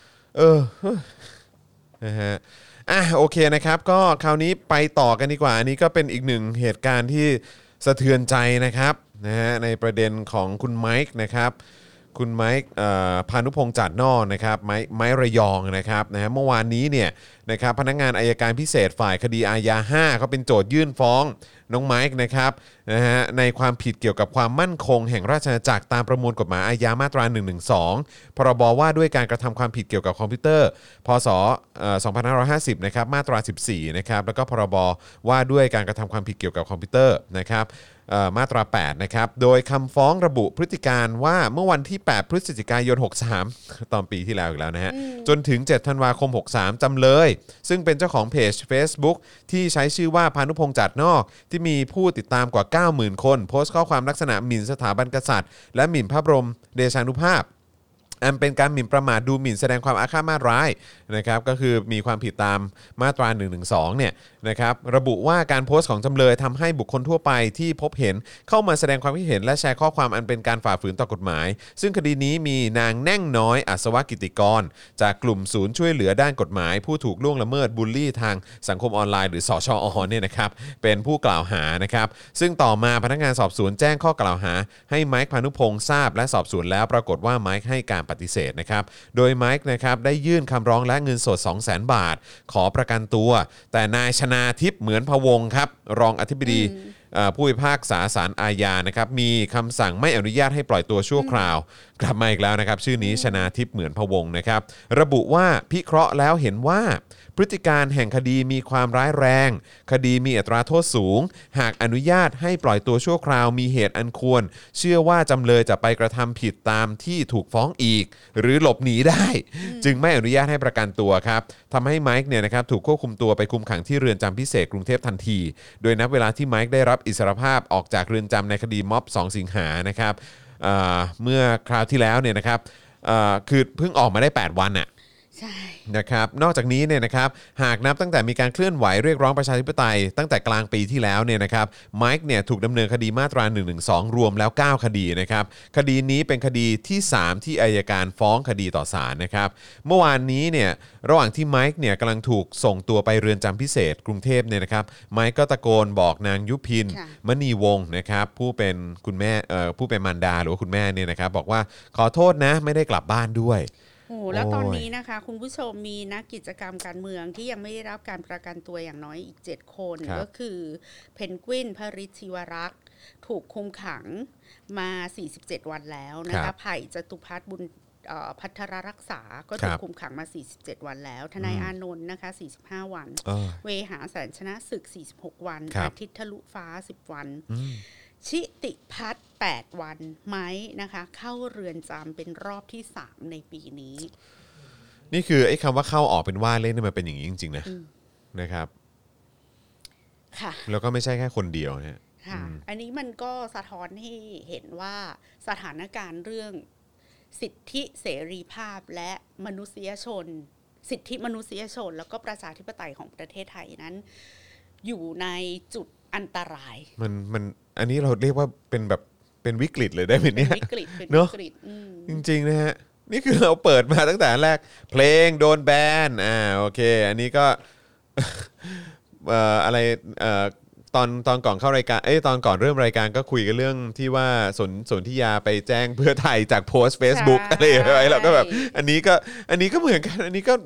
นะฮะโอเคนะครับก็คราวนี้ไปต่อกันดีกว่าอันนี้ก็เป็นอีกหนึ่งเหตุการณ์ที่สะเทือนใจนะครับนะฮะในประเด็นของคุณไมค์นะครับคุณไมค์พานุพงษ์จัดนอกนะครับไมค์ระยองนะครับนะฮะเมื่อวานนี้เนี่ยนะครับพนักงานอัยการพิเศษฝ่ายคดีอาญา5เขาเป็นโจทยื่นฟ้องน้องไมค์นะครับนะฮะในความผิดเกี่ยวกับความมั่นคงแห่งราชอาณาจักรตามประมวลกฎหมายอาญามาตรา112พรบว่าด้วยการกระทำความผิดเกี่ยวกับคอมพิวเตอร์พศ2550นะครับมาตรา14นะครับแล้วก็พรบว่าด้วยการกระทำความผิดเกี่ยวกับคอมพิวเตอร์นะครับมาตรา8นะครับโดยคำฟ้องระบุพฤติการว่าเมื่อวันที่8พฤศจิกายน63ตอนปีที่แล้วอีกแล้วนะฮะจนถึง7ธันวาคม63จำเลยซึ่งเป็นเจ้าของเพจ Facebook ที่ใช้ชื่อว่าพานุพงษ์จัดนอกที่มีผู้ติดตามกว่า 90,000 คนโพสต์ข้อความลักษณะหมิ่นสถาบันกษัตริย์และหมิ่นพระบรมเดชานุภาพอันเป็นการหมิ่นประมาทดูหมิ่นแสดงความอาฆาตมาร้ายนะครับก็คือมีความผิดตามมาตรา112เนี่ยนะครับระบุว่าการโพสต์ของจำเลยทำให้บุคคลทั่วไปที่พบเห็นเข้ามาแสดงความคิดเห็นและแชร์ข้อความอันเป็นการฝ่าฝืนต่อกฎหมายซึ่งคดีนี้มีนางแน่งน้อยอัศวกิติกรจากกลุ่มศูนย์ช่วยเหลือด้านกฎหมายผู้ถูกล่วงละเมิดบูลลี่ทางสังคมออนไลน์หรือสชอ.เนี่ยนะครับเป็นผู้กล่าวหานะครับซึ่งต่อมาพนักงานสอบสวนแจ้งข้อกล่าวหาให้ไมค์พานุพงษ์ทราบและสอบสวนแล้วปรากฏว่าไมค์ให้การปฏิเสธนะครับโดยไมค์นะครับได้ยื่นคำร้องและเงินสด 200,000 บาทขอประกันตัวแต่นายชนาทิพย์เหมือนพวงครับรองอธิบดีผู้พิพากษาศาลอาญานะครับมีคำสั่งไม่อนุญาตให้ปล่อยตัวชั่วคราวกลับมาอีกแล้วนะครับชื่อนี้ชนาทิพย์เหมือนพวงนะครับระบุว่าพิเคราะห์แล้วเห็นว่าพฤติการแห่งคดีมีความร้ายแรงคดีมีอัตราโทษสูงหากอนุญาตให้ปล่อยตัวชั่วคราวมีเหตุอันควรเชื่อว่าจำเลยจะไปกระทำผิดตามที่ถูกฟ้องอีกหรือหลบหนีได้จึงไม่อนุญาตให้ประกันตัวครับทำให้ไมค์เนี่ยนะครับถูกควบคุมตัวไปคุมขังที่เรือนจำพิเศษกรุงเทพทันทีโดยนับเวลาที่ไมค์ได้รับอิสรภาพออกจากเรือนจำในคดีม็อบ2 สิงหานะครับเมื่อคราวที่แล้วเนี่ยนะครับคือเพิ่งออกมาได้8 วันน่ะนะครับนอกจากนี้เนี่ยนะครับหากนับตั้งแต่มีการเคลื่อนไหวเรียกร้องประชาธิปไตยตั้งแต่กลางปีที่แล้วเนี่ยนะครับไมค์เนี่ยถูกดำเนินคดีมาตรา112รวมแล้ว9คดีนะครับคดีนี้เป็นคดีที่3ที่อัยการฟ้องคดีต่อศาลนะครับเมื่อวานนี้เนี่ยระหว่างที่ไมค์เนี่ยกำลังถูกส่งตัวไปเรือนจำพิเศษกรุงเทพเนี่ยนะครับไมค์ก็ตะโกนบอกนางยุพินมณีวงศ์นะครับผู้เป็นคุณแม่ผู้เป็นมารดาหรือว่าคุณแม่เนี่ยนะครับบอกว่าขอโทษนะไม่ได้กลับบ้านด้วยโอ้แล้วตอนนี้นะคะคุณผู้ชมมีนักกิจกรรมการเมืองที่ยังไม่ได้รับการประกันตัวอย่างน้อยอีก7 คนก็คือเพนกวินพริชชีวรักษ์ถูกคุมขังมา47 วันแล้วนะคะไผ่จตุพัฒน์บุญพัทรรักษาก็ถูกคุมขังมา47 วันแล้วทนายอานนท์นะคะ45 วันเวหาแสนชนะศึก46 วันอาทิตย์ทะลุฟ้า10 วันชิติพัฒน์8 วันไหมนะคะเข้าเรือนจำเป็นรอบที่3ในปีนี้นี่คือไอ้คำว่าเข้าออกเป็นว่าเล่นมันเป็นอย่างนี้จริงๆนะนะครับค่ะแล้วก็ไม่ใช่แค่คนเดียวนะค่ะอันนี้มันก็สะท้อนให้เห็นว่าสถานการณ์เรื่องสิทธิเสรีภาพและมนุษยชนสิทธิมนุษยชนแล้วก็ประชาธิปไตยของประเทศไทยนั้นอยู่ในจุดอันตรายมันอันนี้เราเรียกว่าเป็นแบบเเป็นวิกฤตเลยได้ไหมเป็นเนี่ยวิกฤตเป็นเนวิอะกฤตจริงๆนะฮะนี่คือเราเปิดมาตั้งแต่แรกเพลงโดนแบนโอเคอันนี้ก็ อะไรตอนก่อนเข้ารายการตอนก่อนเริ่มรายการก็คุยกันเรื่องที่ว่าสนธิยาไปแจ้งเพื่อไทยจากโพสต์ Facebook อะไรอย่างเงี้ยเราก็แบบอันนี้ก็เหมือนกันอันนี้ก็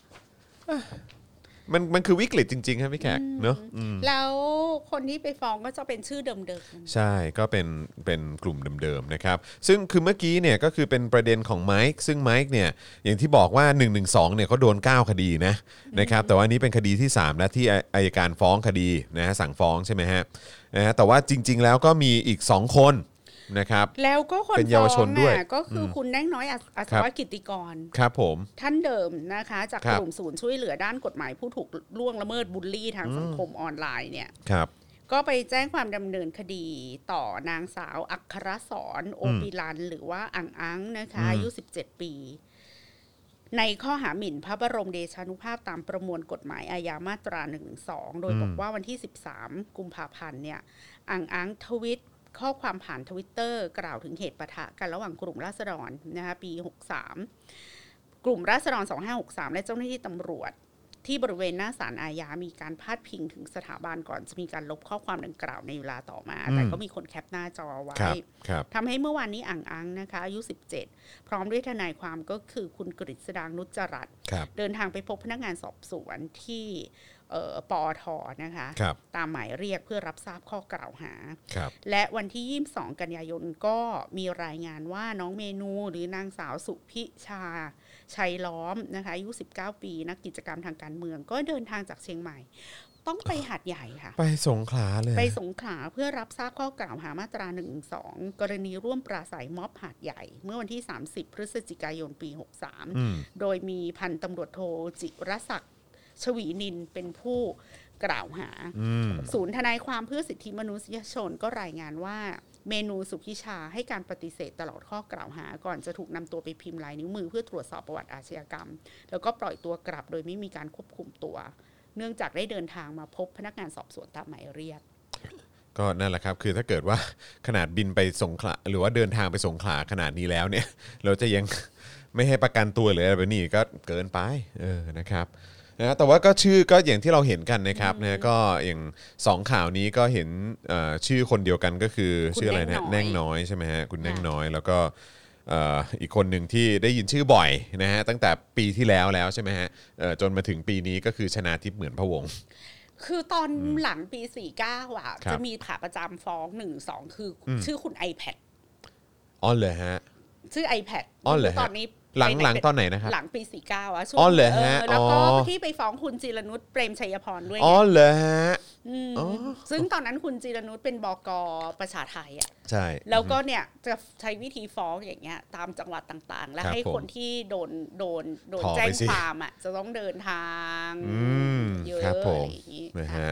มันคือวิกฤตจริงๆครับพี่แขกเนอะแล้วคนที่ไปฟ้องก็จะเป็นชื่อเดิมๆใช่ก็เป็นกลุ่มเดิมๆนะครับซึ่งคือเมื่อกี้เนี่ยก็คือเป็นประเด็นของไมค์ซึ่งไมค์เนี่ยอย่างที่บอกว่า112เนี่ยเขาโดน9คดีนะครับแต่ว่านี้เป็นคดีที่3และที่อัยการฟ้องคดีนะสั่งฟ้องใช่ไหมฮะแต่ว่าจริงๆแล้วก็มีอีก2คนนะครับแล้วก็คนเป็นเยาวชนด้วยก็คือคุณแน่งน้อยอัศวกิตติกรครับผมท่านเดิมนะคะจากกลุ่มศูนย์ช่วยเหลือด้านกฎหมายผู้ถูกล่วงละเมิดบูลลี่ทางสังคมออนไลน์เนี่ยก็ไปแจ้งความดำเนินคดีต่อนางสาวอัครสรโอปิลันหรือว่าอังนะคะอายุ17ปีในข้อหาหมิ่นพระบรมเดชานุภาพตามประมวลกฎหมายอาญามาตรา112โดยบอกว่าวันที่13กุมภาพันธ์เนี่ยอังทวิตข้อความผ่าน Twitter กล่าวถึงเหตุปะทะกันระหว่างกลุ่มราษฎรนะคะปี63กลุ่มราษฎร2563และเจ้าหน้าที่ตำรวจที่บริเวณหน้าศาลอาญามีการพาดพิงถึงสถาบันก่อนจะมีการลบข้อความดังกล่าวในเวลาต่อมาแต่ก็มีคนแคปหน้าจอไว้ทำให้เมื่อวานนี้อังนะคะอายุ17พร้อมด้วยทนายความก็คือคุณกฤษดางนุจจรัตน์เดินทางไปพบพนักงานสอบสวนที่ปอท.นะคะตามหมายเรียกเพื่อรับทราบข้อกล่าวหาและวันที่22กันยายนก็มีรายงานว่าน้องเมนูหรือนางสาวสุพิชาชัยล้อมนะคะอายุ19ปีนักกิจกรรมทางการเมืองก็เดินทางจากเชียงใหม่ต้องไปหาดใหญ่ค่ะไปสงขลาเลยไปสงขลาเพื่อรับทราบข้อกล่าวหามาตรา112กรณีร่วมปราศัยม็อบหาดใหญ่เมื่อวันที่30พฤศจิกายนปี63โดยมีพันตำรวจโทจิรศักดิ์ชวีนินเป็นผู้กล่าวหาศูนย์ทนายความเพื่อสิทธิมนุษยชนก็รายงานว่าเมนูสุพิชาให้การปฏิเสธตลอดข้อกล่าวหาก่อนจะถูกนำตัวไปพิมพ์ลายนิ้วมือเพื่อตรวจสอบประวัติอาชญากรรมแล้วก็ปล่อยตัวกลับโดยไม่มีการควบคุมตัวเนื่องจากได้เดินทางมาพบพนักงานสอบสวนตามหมายเรียกก็นั่นแหละครับคือถ้าเกิดว่าขนาดบินไปสงขลาหรือว่าเดินทางไปสงขลาขนาดนี้แล้วเนี่ยเราจะยังไม่ให้ประกันตัวหรืออะไรแบบนี้ก็เกินไปนะครับนะแต่ว่าก็ชื่อก็อย่างที่เราเห็นกันนะครับนะก็อย่าง2ข่าวนี้ก็เห็นชื่อคนเดียวกันก็คือชื่ออะไรนะแน่งน้อยใช่ไหมฮะคุณแน่งน้อยแล้วก็อีกคนหนึ่งที่ได้ยินชื่อบ่อยนะฮะตั้งแต่ปีที่แล้วใช่ไหมฮะจนมาถึงปีนี้ก็คือชนาทิพย์เหมือนพะวงคือตอนหลังปี49อ่ะจะมีขาประจำฟ้อง1-2คือชื่อคุณ iPad อ๋อเลยฮะชื่อ iPad อ๋อเลยตอนนี้หลังตอนไหนนะครับหลังปี49อ่ะช่วงแล้วก็ที่ไปฟ้องคุณจิรนุชเปรมชัยพรด้วยอ๋อเหรอฮะซึ่งตอนนั้นคุณจิรนุชเป็นบก.ประชาไทยอ่ะใช่แล้วก็เนี่ยจะใช้วิธีฟ้องอย่างเงี้ยตามจังหวัดต่างๆและให้คนที่โดนแจ้งความอ่ะจะต้องเดินทางเยอะอย่างงี้นะฮะ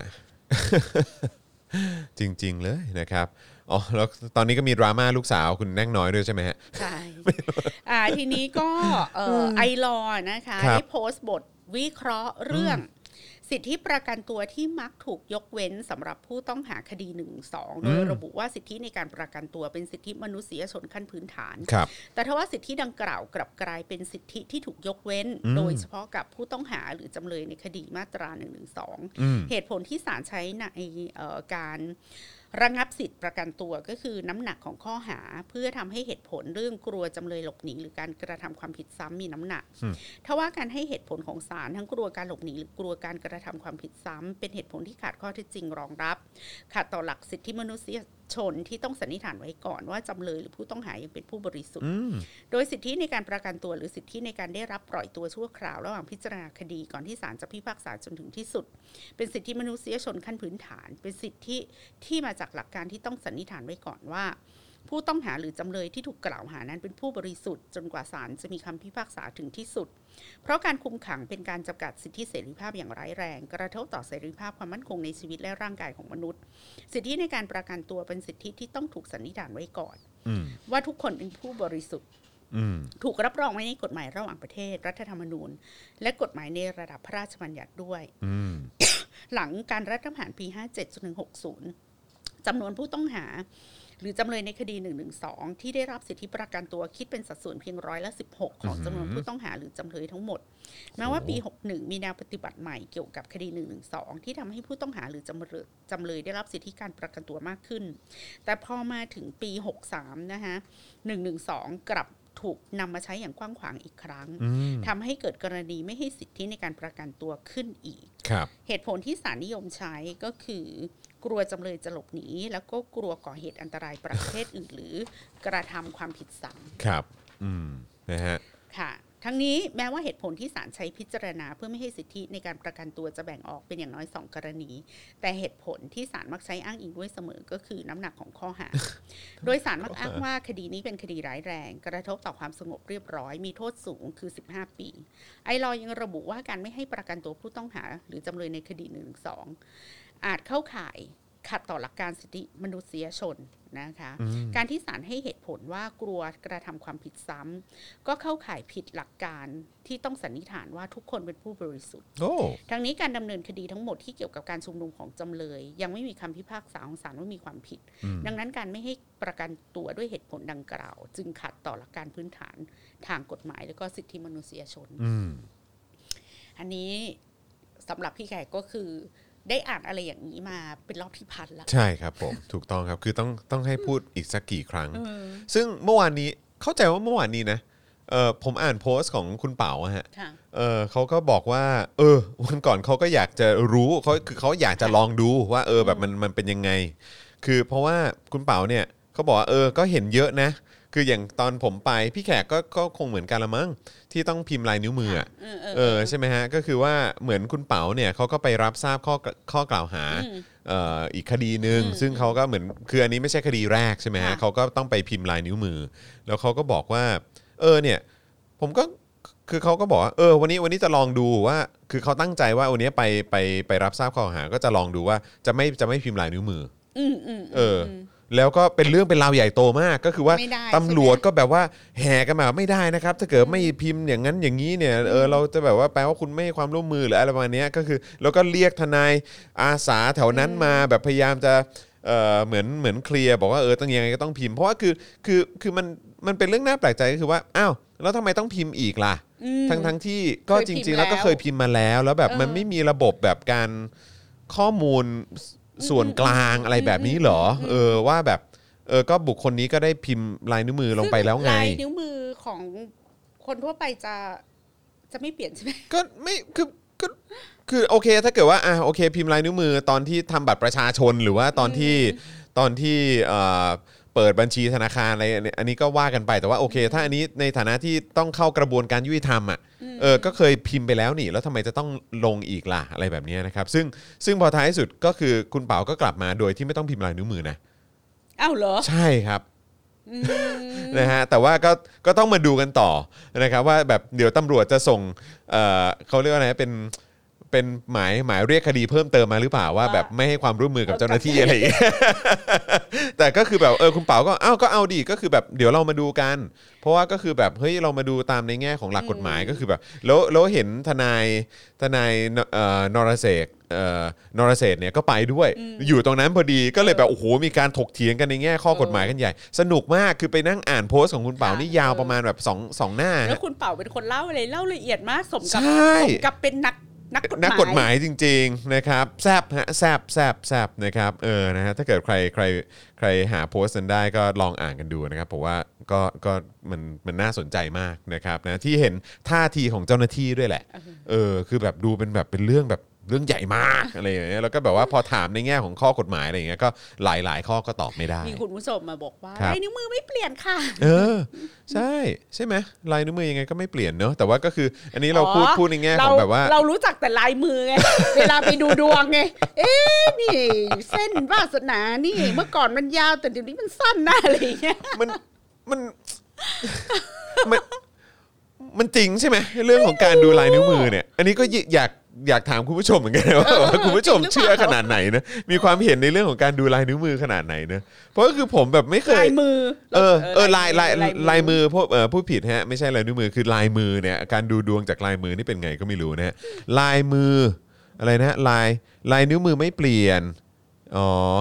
จริงๆเลยนะครับอ๋อแล้วตอนนี้ก็มีดราม่าลูกสาวคุณแน่งน้อยด้วยใช่ไหมฮะใช่ทีนี้ก็ไอลอนะคะได้โพสต์บทวิเคราะห์เรื่องสิทธิประกันตัวที่มักถูกยกเว้นสำหรับผู้ต้องหาคดี 1-2 โดยระบุว่าสิทธิในการประกันตัวเป็นสิทธิมนุษยชนขั้นพื้นฐานแต่ทว่าสิทธิดังกล่าวกลับกลายเป็นสิทธิที่ถูกยกเว้นโดยเฉพาะกับผู้ต้องหาหรือจำเลยในคดีมาตรา 112 เหตุผลที่ศาลใช้ในการระงับสิทธิประกันตัวก็คือน้ำหนักของข้อหาเพื่อทำให้เหตุผลเรื่องกลัวจำเลยหลบหนีหรือการกระทำความผิดซ้ำมีน้ำหนักถ้าว่าการให้เหตุผลของศาลทั้งกลัวการหลบหนีหรือกลัวการกระทำความผิดซ้ำเป็นเหตุผลที่ขาดข้อเท็จจริงรองรับขัดต่อหลักสิทธิมนุษยชนที่ต้องสันนิษฐานไว้ก่อนว่าจำเลยหรือผู้ต้องหายังเป็นผู้บริสุทธิ์โดยสิทธิในการประกันตัวหรือสิทธิในการได้รับปล่อยตัวชั่วคราวระหว่างพิจารณาคดีก่อนที่ศาลจะพิพากษาจนถึงที่สุดเป็นสิทธิมนุษยชนขั้นพื้นฐานเป็นสิทธิที่มาจากหลักการที่ต้องสันนิษฐานไว้ก่อนว่าผู้ต้องหาหรือจำเลยที่ถูกกล่าวหานั้นเป็นผู้บริสุทธิ์จนกว่าศาลจะมีคำพิพากษาถึงที่สุดเพราะการคุมขังเป็นการจำกัดสิทธิเสรีภาพอย่างร้ายแรงกระทบต่อเสรีภาพความมั่นคงในชีวิตและร่างกายของมนุษย์สิทธิในการประกันตัวเป็นสิทธิที่ต้องถูกสันนิษฐานไว้ก่อนว่าทุกคนเป็นผู้บริสุทธิ์ถูกรับรองไว้ในกฎหมายระหว่างประเทศรัฐธรรมนูญและกฎหมายในระดับพระราชบัญญัติด้วยหลังการรัฐประหารปี57จนถึง60จำนวนผู้ต้องหาหรือจำเลยในคดี112ที่ได้รับสิทธิประกันตัวคิดเป็นสัดส่วนเพียง16%ของจำนวนผู้ต้องหาหรือจำเลยทั้งหมดแม้ว่าปี61มีแนวปฏิบัติใหม่เกี่ยวกับคดี112ที่ทำให้ผู้ต้องหาหรือจำเลยได้รับสิทธิการประกันตัวมากขึ้นแต่พอมาถึงปี63นะคะ112กลับถูกนำมาใช้อย่างกว้างขวางอีกครั้งทำให้เกิดกรณีไม่ให้สิทธิในการประกันตัวขึ้นอีกเหตุผลที่ศาลนิยมใช้ก็คือกลัวจำเลยจะหลบหนีแล้วก็กลัวก่อเหตุอันตรายประเภทอื่นหรือกระทำความผิดซ้ำครับนะฮะค่ะทั้งนี้แม้ว่าเหตุผลที่ศาลใช้พิจารณาเพื่อไม่ให้สิทธิในการประกันตัวจะแบ่งออกเป็นอย่างน้อย2กรณีแต่เหตุผลที่ศาลมักใช้อ้างอิงด้วยเสมอก็คือน้ำหนักของข้อหา โดยศาลมักอ้างว่าคดีนี้เป็นคดีร้ายแรงกระทบต่อความสงบเรียบร้อยมีโทษสูงคือ15ปีไอลอยังระบุว่าการไม่ให้ประกันตัวผู้ต้องหาหรือจำเลยในคดี112อาจเข้าข่ายขัดต่อหลักการสิทธิมนุษยชนนะคะการที่ศาลให้เหตุผลว่ากลัวกระทำความผิดซ้ำก็เข้าข่ายผิดหลักการที่ต้องสันนิษฐานว่าทุกคนเป็นผู้บริสุทธิ์ทั้งนี้การดำเนินคดีทั้งหมดที่เกี่ยวกับการชุมนุมของจำเลยยังไม่มีคำพิพากษาของศาลว่ามีความผิดดังนั้นการไม่ให้ประกันตัวด้วยเหตุผลดังกล่าวจึงขัดต่อหลักการพื้นฐานทางกฎหมายและก็สิทธิมนุษยชนอันนี้สำหรับพี่แขกก็คือได้อ่านอะไรอย่างนี้มาเป็นรอบที่พันแล้วใช่ครับผมถูกต้องครับคือต้องให้พูดอีกสักกี่ครั้งซึ่งเมื่อวานนี้เข้าใจว่าเมื่อวานนี้นะผมอ่านโพสต์ของคุณเป๋าฮะเขาก็บอกว่าวันก่อนเขาก็อยากจะรู้เขาอยากจะลองดูว่าแบบมันเป็นยังไงคือเพราะว่าคุณเป๋าเนี่ยเขาบอกว่าก็เห็นเยอะนะคืออย่างตอนผมไปพี่แขกก็คงเหมือนกันละมั้งที่ต้องพิมพ์ลายนิ้วมือใช่ไหมฮะก็คือว่าเหมือนคุณเป๋าเนี่ยเขาก็ไปรับทราบข้อกล่าวหาอีกคดีหนึ่งซึ่งเขาก็เหมือนคืออันนี้ไม่ใช่คดีแรกใช่ไหมฮะเขาก็ต้องไปพิมพ์ลายนิ้วมือแล้วเขาก็บอกว่าเนี่ยผมก็คือเขาก็บอกว่าวันนี้จะลองดูว่าคือเขาตั้งใจว่าวันนี้ไปรับทราบข้อกล่าวหาก็จะลองดูว่าจะไม่พิมพ์ลายนิ้วมือแล้วก็เป็นเรื่องเป็นราวใหญ่โตมากก็คือว่าตำรวจก็แบบว่าแห่กันมาไม่ได้นะครับถ้าเกิดไม่พิมพ์อย่างนั้นอย่างนี้เนี่ยเราจะแบบว่าแปลว่าคุณไม่ให้ความร่วมมือหรืออะไรประมาณนี้ก็คือแล้วก็เรียกทนายอาสาแถวนั้นมาแบบพยายามจะเหมือนเคลียร์บอกว่าต้องยังไงก็ต้องพิมพ์เพราะว่าคือมันเป็นเรื่องน่าแปลกใจก็คือว่าอ้าวแล้วทำไมต้องพิมพ์อีกล่ะทั้งที่ก็จริงๆแล้วก็เคยพิมพ์มาแล้วแบบมันไม่มีระบบแบบการข้อมูลส่วนกลางอะไรแบบนี้เหรอว่าแบบก็บุคคลนี้ก็ได้พิมพ์ลายนิ้วมือลงไปแล้วไงลายนิ้วมือของคนทั่วไปจะไม่เปลี่ยนใช่ไหมก็ไม่คือโอเคถ้าเกิดว่าโอเคพิมพ์ลายนิ้วมือตอนที่ทำบัตรประชาชนหรือว่าตอนที่เปิดบัญชีธนาคารอะไรอันนี้ก็ว่ากันไปแต่ว่าโอเคถ้าอันนี้ในฐานะที่ต้องเข้ากระบวนการยุติธรรมก็เคยพิมพ์ไปแล้วนี่แล้วทำไมจะต้องลงอีกล่ะอะไรแบบนี้นะครับซึ่งพอท้ายสุดก็คือคุณเป๋าก็กลับมาโดยที่ไม่ต้องพิมพ์ลายนิ้วมือนะอ้าวเหรอใช่ครับนะฮะแต่ว่าก็ต้องมาดูกันต่อนะครับว่าแบบเดี๋ยวตำรวจจะส่งเขาเรียกว่าอะไรเป็นหมายเรียกคดีเพิ่มเติมมาหรือเปล่าว่าแบบไม่ให้ความร่วมมือกับเจ้าหน้าที่อะไรอย่างเงี้ยแต่ก็คือแบบคุณเป๋าก็เอาดีก็คือแบบเดี๋ยวเรามาดูกันเพราะว่าก็คือแบบเฮ้ยเรามาดูตามในแง่ของหลักกฎหมายก็คือแบบแล้วเห็นทนายนรเศรษฐ์เนี่ยก็ไปด้วยอยู่ตรงนั้นพอดีก็เลยแบบโอ้โหมีการถกเถียงกันในแง่ข้อกฎหมายกันใหญ่สนุกมากคือไปนั่งอ่านโพสต์ของคุณเป๋านี่ยาวประมาณแบบ2หน้าแล้วคุณเป๋าเป็นคนเล่าละเอียดมากสมกับเป็นนักกฎหมายจริงๆนะครับแซบฮะแซบนะครับนะฮะถ้าเกิดใครหาโพสต์นั้นได้ก็ลองอ่านกันดูนะครับผมว่าก็มันน่าสนใจมากนะครับนะที่เห็นท่าทีของเจ้าหน้าที่ด้วยแหละคือแบบดูเป็นแบบเป็นเรื่องใหญ่มากอะไรอย่างเงี้ยแล้วก็แบบว่าพอถามในแง่ของข้อกฎหมายอะไรอย่างเงี้ยก็หลายข้อก็ตอบไม่ได้มีคุณผู้ชมมาบอกว่าลายนิ้วมือไม่เปลี่ยนค่ะใช่ไหมลายนิ้วมือยังไงก็ไม่เปลี่ยนเนอะแต่ว่าก็คืออันนี้เราพูดในแง่ของแบบว่าเรารู้จักแต่ลายมือไง เวลาไปดูดวงไงนี่เส้นวาสนานี่เมื่อก่อนมันยาวแต่เดี๋ยวนี้มันสั้นนะอะไรอย่างเงี้ยมันจริงใช่ไหมเรื่องของการดูลายนิ้วมือเนี่ยอันนี้ก็อยากถามคุณผู้ชมเหมือนกันว่าคุณผู้ชมเชื่อขนาดไหนนะมีความเห็นในเรื่องของการดูลายนิ้วมือขนาดไหนนะเพราะก็คือผมแบบไม่เคยลายมือลายมือพูดผิดฮะไม่ใช่ลายนิ้วมือคือลายมือเนี่ยการดูดวงจากลายมือนี่เป็นไงก็ไม่รู้นะฮะลายมืออะไรนะลายนิ้วมือไม่เปลี่ยน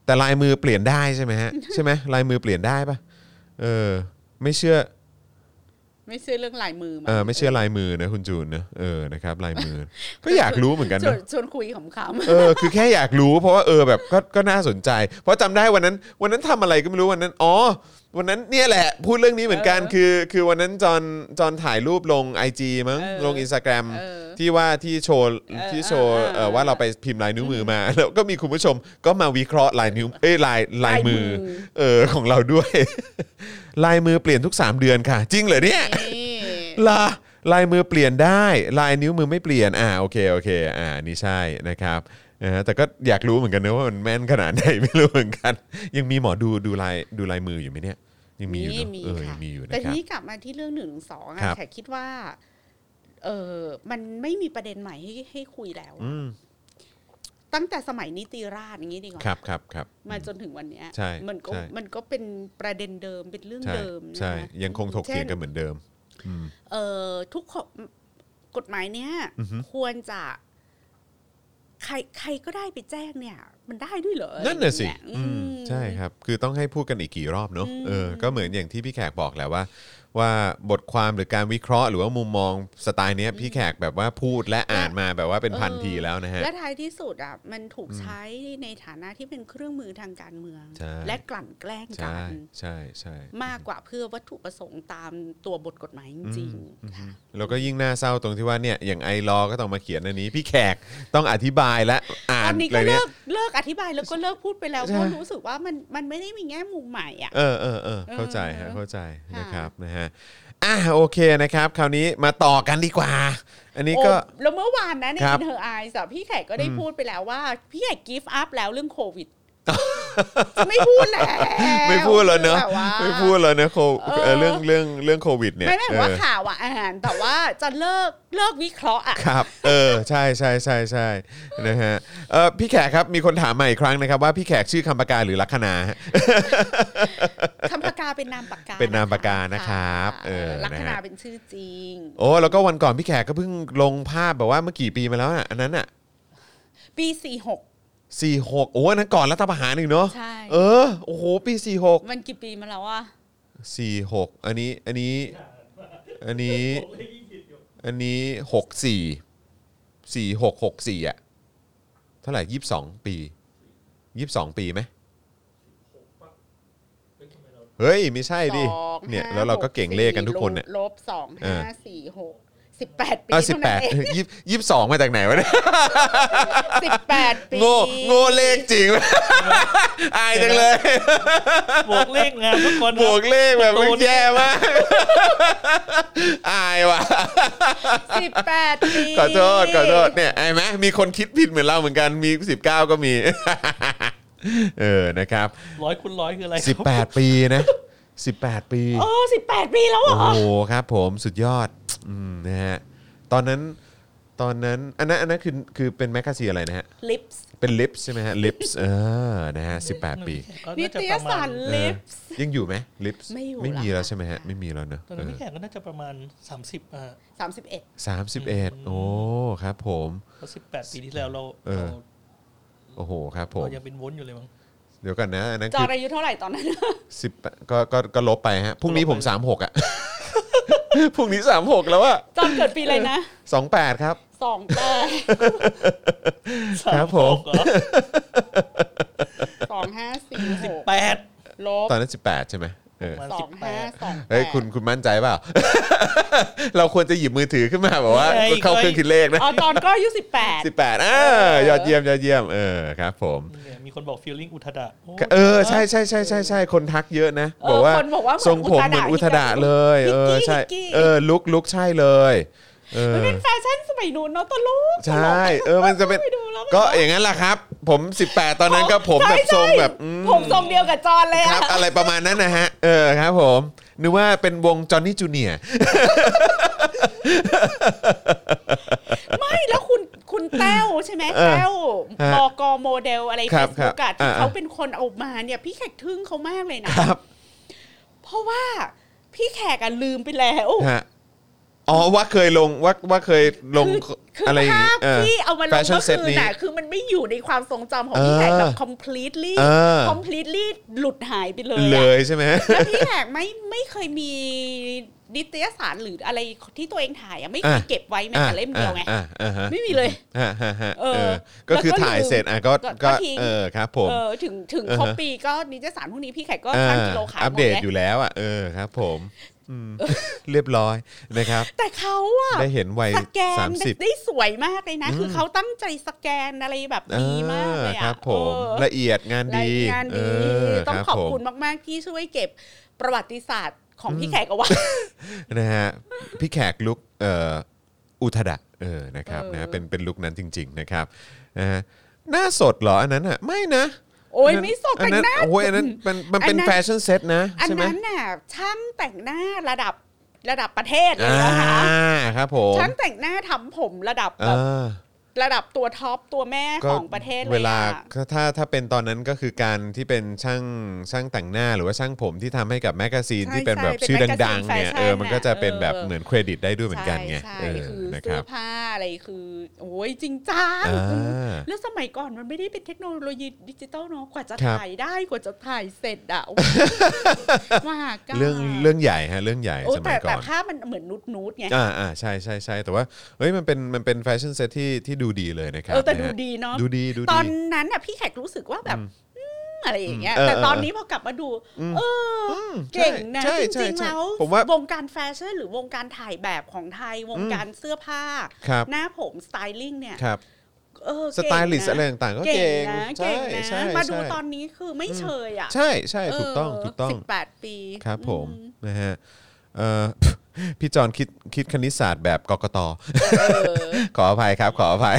แต่ลายมือเปลี่ยนได้ใช่ไหมฮะ ใช่ไหมลายมือเปลี่ยนได้ปะไม่เชื่อเรื่องลายมือไม่เชื่อลายมือนะคุณจูนนะนะครับลายมือ ก็อยากรู้เหมือนกันนะชวนคุยขำๆคือแค่อยากรู้เพราะว่าแบบก็น่าสนใจเพราะจำได้วันนั้นทำอะไรก็ไม่รู้วันนั้นวันนั้นเนี่ยแหละพูดเรื่องนี้เหมือนกันคือวันนั้นจอนถ่ายรูปลง IG มั้งลง Instagram ที่โชว์ว่าเราไปพิมพ์ลายนิ้วมือมาแล้วก็มีคุณผู้ชมก็มาวิเคราะห์ลายนิ้วลายมือของเราด้วย ลายมือเปลี่ยนทุก3เดือนค่ะจริงเหรอเนี่ยลายมือเปลี่ยนได้ลายนิ้วมือไม่เปลี่ยนโอเคนี่ใช่นะครับแต่ก็อยากรู้เหมือนกันนะว่ามันแม่นขนาดไหนไม่รู้เหมือนกันยังมีหมอดูลายมืออยู่ไหมเนี่ยยังมีอยู่เนอะยังมีอยู่นะครับแต่ทีนี้กลับมาที่เรื่อง112แขกคิดว่ามันไม่มีประเด็นใหม่ให้คุยแล้วตั้งแต่สมัยนิติราษฎร์อย่างนี้ดีกว่าครับมาจนถึงวันนี้มันก็เป็นประเด็นเดิมเป็นเรื่องเดิมใช่ยังคงถกเถียงกันเหมือนเดิมทุกกฎหมายเนี้ยควรจะใครก็ได้ไปแจ้งเนี่ยมันได้ด้วยเหรอนั่นน่ะสิใช่ครับคือต้องให้พูดกันอีกกี่รอบเนาะก็เหมือนอย่างที่พี่แขกบอกแหละว่าบทความหรือการวิเคราะห์หรือว่ามุมมองสไตล์นี้พี่แขกแบบว่าพูดและอ่านมาแบบว่าเป็นพันทีแล้วนะฮะและท้ายที่สุดอ่ะมันถูกใช้ในฐานะที่เป็นเครื่องมือทางการเมืองและกลั่นแกล้งกันใช่มากกว่าเพื่อวัตถุประสงค์ตามตัวบทกฎหมายจริงๆค่ะแล้วก็ยิ่งน่าเศร้าตรงที่ว่าเนี่ยอย่างไอลอก็ต้องมาเขียนอันนี้พี่แขกต้องอธิบายและอ่านตอนนี้ก็เลิกอธิบายแล้วก็เลิกพูดไปแล้วเพราะรู้สึกว่ามันไม่ได้มีแง่มุมใหม่อ่ะเข้าใจนะครับนะฮะโอเคนะครับคราวนี้มาต่อกันดีกว่าอันนี้ก็แล้วเมื่อวานนะใน In Her Eyes พี่แขกก็ได้พูดไปแล้วว่าพี่แขก give up แล้วเรื่องโควิดจะไม่พูดแล้วไม่พูดแล้วเนอะไม่พูดแล้วเนอะเรื่องโควิดเนี่ยไม่ว่าข่าวอ่านแต่ว่าจะเลิกวิเคราะห์อ่ะครับใช่นะฮะพี่แขกครับมีคนถามมาอีกครั้งนะครับว่าพี่แขกชื่อคำปากกาหรือลัคนาคำปากกาเป็นนามปากกาเป็นนามปากกานะครับลัคนาเป็นชื่อจริงแล้วก็วันก่อนพี่แขกก็เพิ่งลงภาพแบบว่าเมื่อกี่ปีมาแล้วอ่ะอันนั้นอ่ะปี46 อันนั้นก่อนรัฐประหารอีกเนาะใช่โอ้โหปี46 มันกี่ปีมาแล้วอ่ะ 46อันนี้64อ่ะเท่าไหร่22ปีไหมเฮ้ยไม่ใช่ดิเนี่ยแล้วเราก็เก่งเลขกันทุกคนเนี่ยลบ2 5 4 6 18 ปี 22มาจากไหนวะเนี่ย 18 ปีโง่เลขจริงอายจังเลยบวกเลขงานทุกคนบวกเลขแบบมันแย่มากอายว่ะ 18 ปีขอโทษเนี่ยไอ้ไหมมีคนคิดผิดเหมือนเราเหมือนกันมี19ก็มีนะครับ 100 คูณ 100คืออะไร 18 ปีนะ18 ปี 18 ปีแล้วเหรอโอ้โหครับผมสุดยอดนะฮะตอนนั้นอันนั้นคือเป็นแมกกาซีนอะไรนะฮะ Lips เป็น Lips ใช่ไหมฮะ Lips นะฮะ18 ปีนิตยสาร Lips ยังอยู่ไหม Lips ไม่มีแล้วใช่ไหมฮะไม่มีแล้วเนอะตอนนั้นพี่แขกก็น่าจะประมาณ 31 โอ้ครับผม 18 ปีที่แล้วเราโอ้โหครับผมเรายังเป็นวุ้นอยู่เลยมั้งเดี๋ยวกันนะอันนั้นจออายุเท่าไหร่ตอนนั้น 10ก็ลบไปฮะพรุ่งนี้ผม36อ่ะพรุ่งนี้36แล้วอะจอเกิดปีอะไรนะ 28ครับ 28 ครับผม 2546ลบตอนนั้น18ใช่ไหม 2528 เฮ้ยคุณมั่นใจเปล่าเราควรจะหยิบมือถือขึ้นมาบอกว่าเข้าเครื่องคิดเลขนะตอนก็อายุ18 ยอดเยี่ยมครับผมมีคนบอก feeling อุทดะใช่คนทักเยอะนะบอกว่าทรงผมเหมือนอุทดะเลยใช่ลุกใช่เลยมันเป็นแฟชั่นสมัยนู้นเนาะตลกใช่มันจะเป็นก็อย่างนั้นแหละครับผม18ตอนนั้นก็ผมแบบทรงแบบผมทรงเดียวกับจอนเลยครับอะไรประมาณนั้นนะฮะครับผมนึกว่าเป็นวงจอห์นนี่จูเนียร์ไม่แล้วคุณแต้วใช่ไหมแต้วบก.โมเดลอะไร Facebook ที่เขาเป็นคนเอามาเนี่ยพี่แขกทึ่งเขามากเลยนะเพราะว่าพี่แขกลืมไปแล้วว่าเคยลงว่าเคยลงคืออะไรอย่างภางี้พที่เอามาลง Fashion เมื่อ set คืนนี้น่ะคือมันไม่อยู่ในความทรงจำของพี่แขกแบบ completely เออ completely หลุดหายไปเลยเลอะยใช่ไหมแล้วพี่แขกไม่เคยมีนิตยสารหรืออะไรที่ตัวเองถ่ายอะไม่เคยเก็บไว้แม้แต่เล่มเดียวไงไม่มีเลยก็คือถ่ายเสร็จก็ทิ้งครับผมถึงครบปีก็นิตยสารพวกนี้พี่แขกก็ชั่งกิโลขายหมดอัปเดตไงอยู่แล้วครับผมเรียบร้อยนะครับแต่เขาอะได้เห็นวัยสแกน 30 ได้สวยมากเลยนะคือเขาตั้งใจสแกนอะไรแบบดีมากเลยครัอะบผมละเอียดงานดีงานดีต้องขอบคุณมากๆที่ช่วยเก็บประวัติศาสตร์ของพี่แขกเอาไว้นะฮะพี่แขกลุกอุทดะนะครับนะเป็นลุกนั้นจริงๆนะครับนะฮะหน้าสดเหรออันนั้นอ่ะไม่นะโอ้ยไม่สดแต่งหน้าโอ้ยอันนั้นมันเป็นแฟชั่นเซ็ตนะอันใช่ไหมนั้นน่ะช่างแต่งหน้าระดับประเทศเลยนะคะครับผมช่างแต่งหน้าทำผมระดับแบบระดับตัวท็อปตัวแม่ของประเทศเลยเวลาถ้าเป็นตอนนั้นก็คือการที่เป็นช่างแต่งหน้าหรือว่าช่างผมที่ทำให้กับแมกกาซีนที่เป็นแบบชื่อดังๆเนี่ยมันก็จะเป็นแบบเหมือนเครดิตได้ด้วยเหมือนกันไงคือเสื้อผ้าอะไรคือโอ้ยจริงจังแล้วสมัยก่อนมันไม่ได้เป็นเทคโนโลยีดิจิตอลเนาะกว่าจะถ่ายได้กว่าจะถ่ายเสร็จอะมหากาพย์เรื่องใหญ่ฮะเรื่องใหญ่สมัยก่อนแต่ภาพมันเหมือนนูดไงใช่แต่ว่าเฮ้ยมันเป็นแฟชั่นเซ็ตที่ดูดีเลยนะครับแต่ดูดีเนาะดูดีตอนนั้นน่ะพี่แขกรู้สึกว่าแบบอะไรอย่างเงี้ยแต่ตอนนี้พอกลับมาดูเก่งนะจริงๆแล้ววงการแฟชั่นหรือวงการถ่ายแบบของไทยวงการเสื้อผ้าหน้าผมสไตลิ่งเนี่ยสไตลิสต์อะไรต่างๆก็เก่งใช่มาดูตอนนี้คือไม่เชยอ่ะใช่ถูกต้อง 18 ปีครับผมนะฮะพี่จอนคิดคณิตศาสตร์แบบกกต.ขออภัยครับขออภัย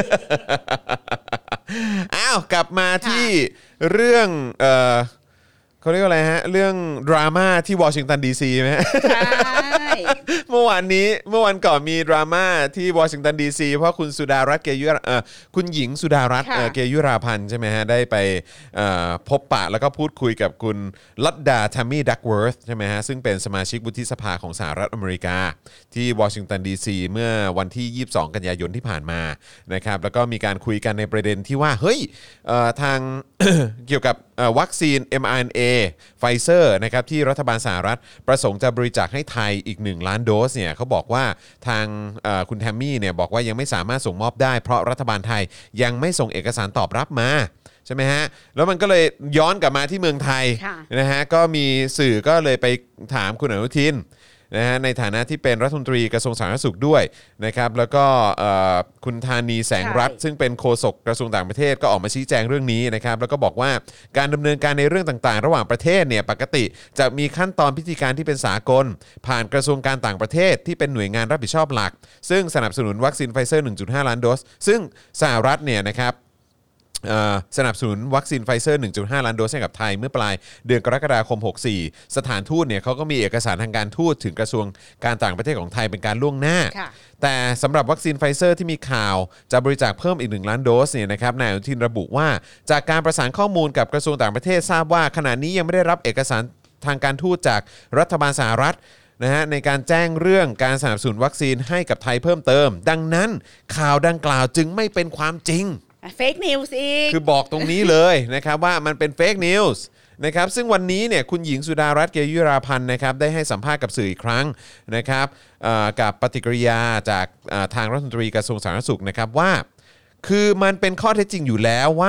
อ้าวกลับมาที่เรื่องเขาเรียกอะไรฮะเรื่องดราม่าที่วอชิงตันดีซีไหมใช่เมื่อวันก่อนมีดราม่าที่วอชิงตันดีซีเพราะคุณสุดารัตน์คุณหญิงสุดารัตน์เกยุราพันธ์ใช่ไหมฮะได้ไปพบปะแล้วก็พูดคุยกับคุณลัดดาทัมมี่ดักเวิร์ธใช่ไหมฮะซึ่งเป็นสมาชิกวุฒิสภาของสหรัฐอเมริกาที่วอชิงตันดีซีเมื่อวันที่22กันยายนที่ผ่านมานะครับแล้วก็มีการคุยกันในประเด็นที่ว่าเฮ้ยทาง เกี่ยวกับวัคซีน mRNA ไฟเซอร์นะครับที่รัฐบาลสหรัฐประสงค์จะบริจาคให้ไทยอีก1ล้านโดสเนี่ยเขาบอกว่าทางคุณแทมมี่เนี่ยบอกว่ายังไม่สามารถส่งมอบได้เพราะรัฐบาลไทยยังไม่ส่งเอกสารตอบรับมาใช่ไหมฮะแล้วมันก็เลยย้อนกลับมาที่เมืองไทยนะฮะก็มีสื่อก็เลยไปถามคุณอนุทินนะฮะในฐานะที่เป็นรัฐมนตรีกระทรวงสาธารณสุขด้วยนะครับแล้วก็คุณธานีแสงรัตน์ซึ่งเป็นโฆษกกระทรวงต่างประเทศก็ออกมาชี้แจงเรื่องนี้นะครับแล้วก็บอกว่าการดำเนินการในเรื่องต่างๆระหว่างประเทศเนี่ยปกติจะมีขั้นตอนพิธีการที่เป็นสากลผ่านกระทรวงการต่างประเทศที่เป็นหน่วยงานรับผิดชอบหลักซึ่งสนับสนุนวัคซีนไฟเซอร์ 1.5 ล้านโดสซึ่งสหรัฐเนี่ยนะครับสนับสนุนวัคซีนไฟเซอร์ 1.5 ล้านโดสให้กับไทยเมื่อปลายเดือนกรกฎาคม 64 สถานทูตเนี่ยเขาก็มีเอกสารทางการทูตถึงกระทรวงการต่างประเทศของไทยเป็นการล่วงหน้าแต่สำหรับวัคซีนไฟเซอร์ที่มีข่าวจะบริจาคเพิ่มอีก1ล้านโดสเนี่ยนะครับนายอนุทินระบุว่าจากการประสานข้อมูลกับกระทรวงต่างประเทศทราบว่าขณะนี้ยังไม่ได้รับเอกสารทางการทูตจากรัฐบาลสหรัฐนะฮะในการแจ้งเรื่องการสนับสนุนวัคซีนให้กับไทยเพิ่มเติมดังนั้นข่าวดังกล่าวจึงไม่เป็นความจริงเฟกนิวส์อีกคือบอกตรงนี้เลยนะครับว่ามันเป็นเฟกนิวส์นะครับซึ่งวันนี้เนี่ยคุณหญิงสุดารัตน์เกยุราพันธ์นะครับได้ให้สัมภาษณ์กับสื่ออีกครั้งนะครับกับปฏิกิริยาจากทางรัฐมนตรีกระทรวงสาธารณสุขนะครับว่าคือมันเป็นข้อเท็จจริงอยู่แล้วว่า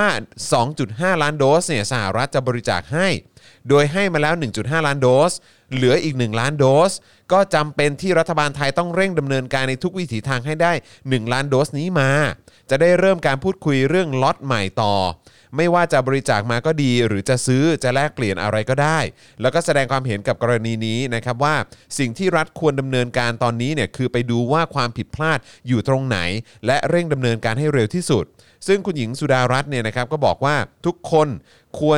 2.5 ล้านโดสเนี่ยสหรัฐจะบริจาคให้โดยให้มาแล้ว 1.5 ล้านโดสเหลืออีก1ล้านโดสก็จำเป็นที่รัฐบาลไทยต้องเร่งดำเนินการในทุกวิถีทางให้ได้1ล้านโดสนี้มาจะได้เริ่มการพูดคุยเรื่องล็อตใหม่ต่อไม่ว่าจะบริจาคมาก็ดีหรือจะซื้อจะแลกเปลี่ยนอะไรก็ได้แล้วก็แสดงความเห็นกับกรณีนี้นะครับว่าสิ่งที่รัฐควรดำเนินการตอนนี้เนี่ยคือไปดูว่าความผิดพลาดอยู่ตรงไหนและเร่งดำเนินการให้เร็วที่สุดซึ่งคุณหญิงสุดารัตน์เนี่ยนะครับก็บอกว่าทุกคนควรจะ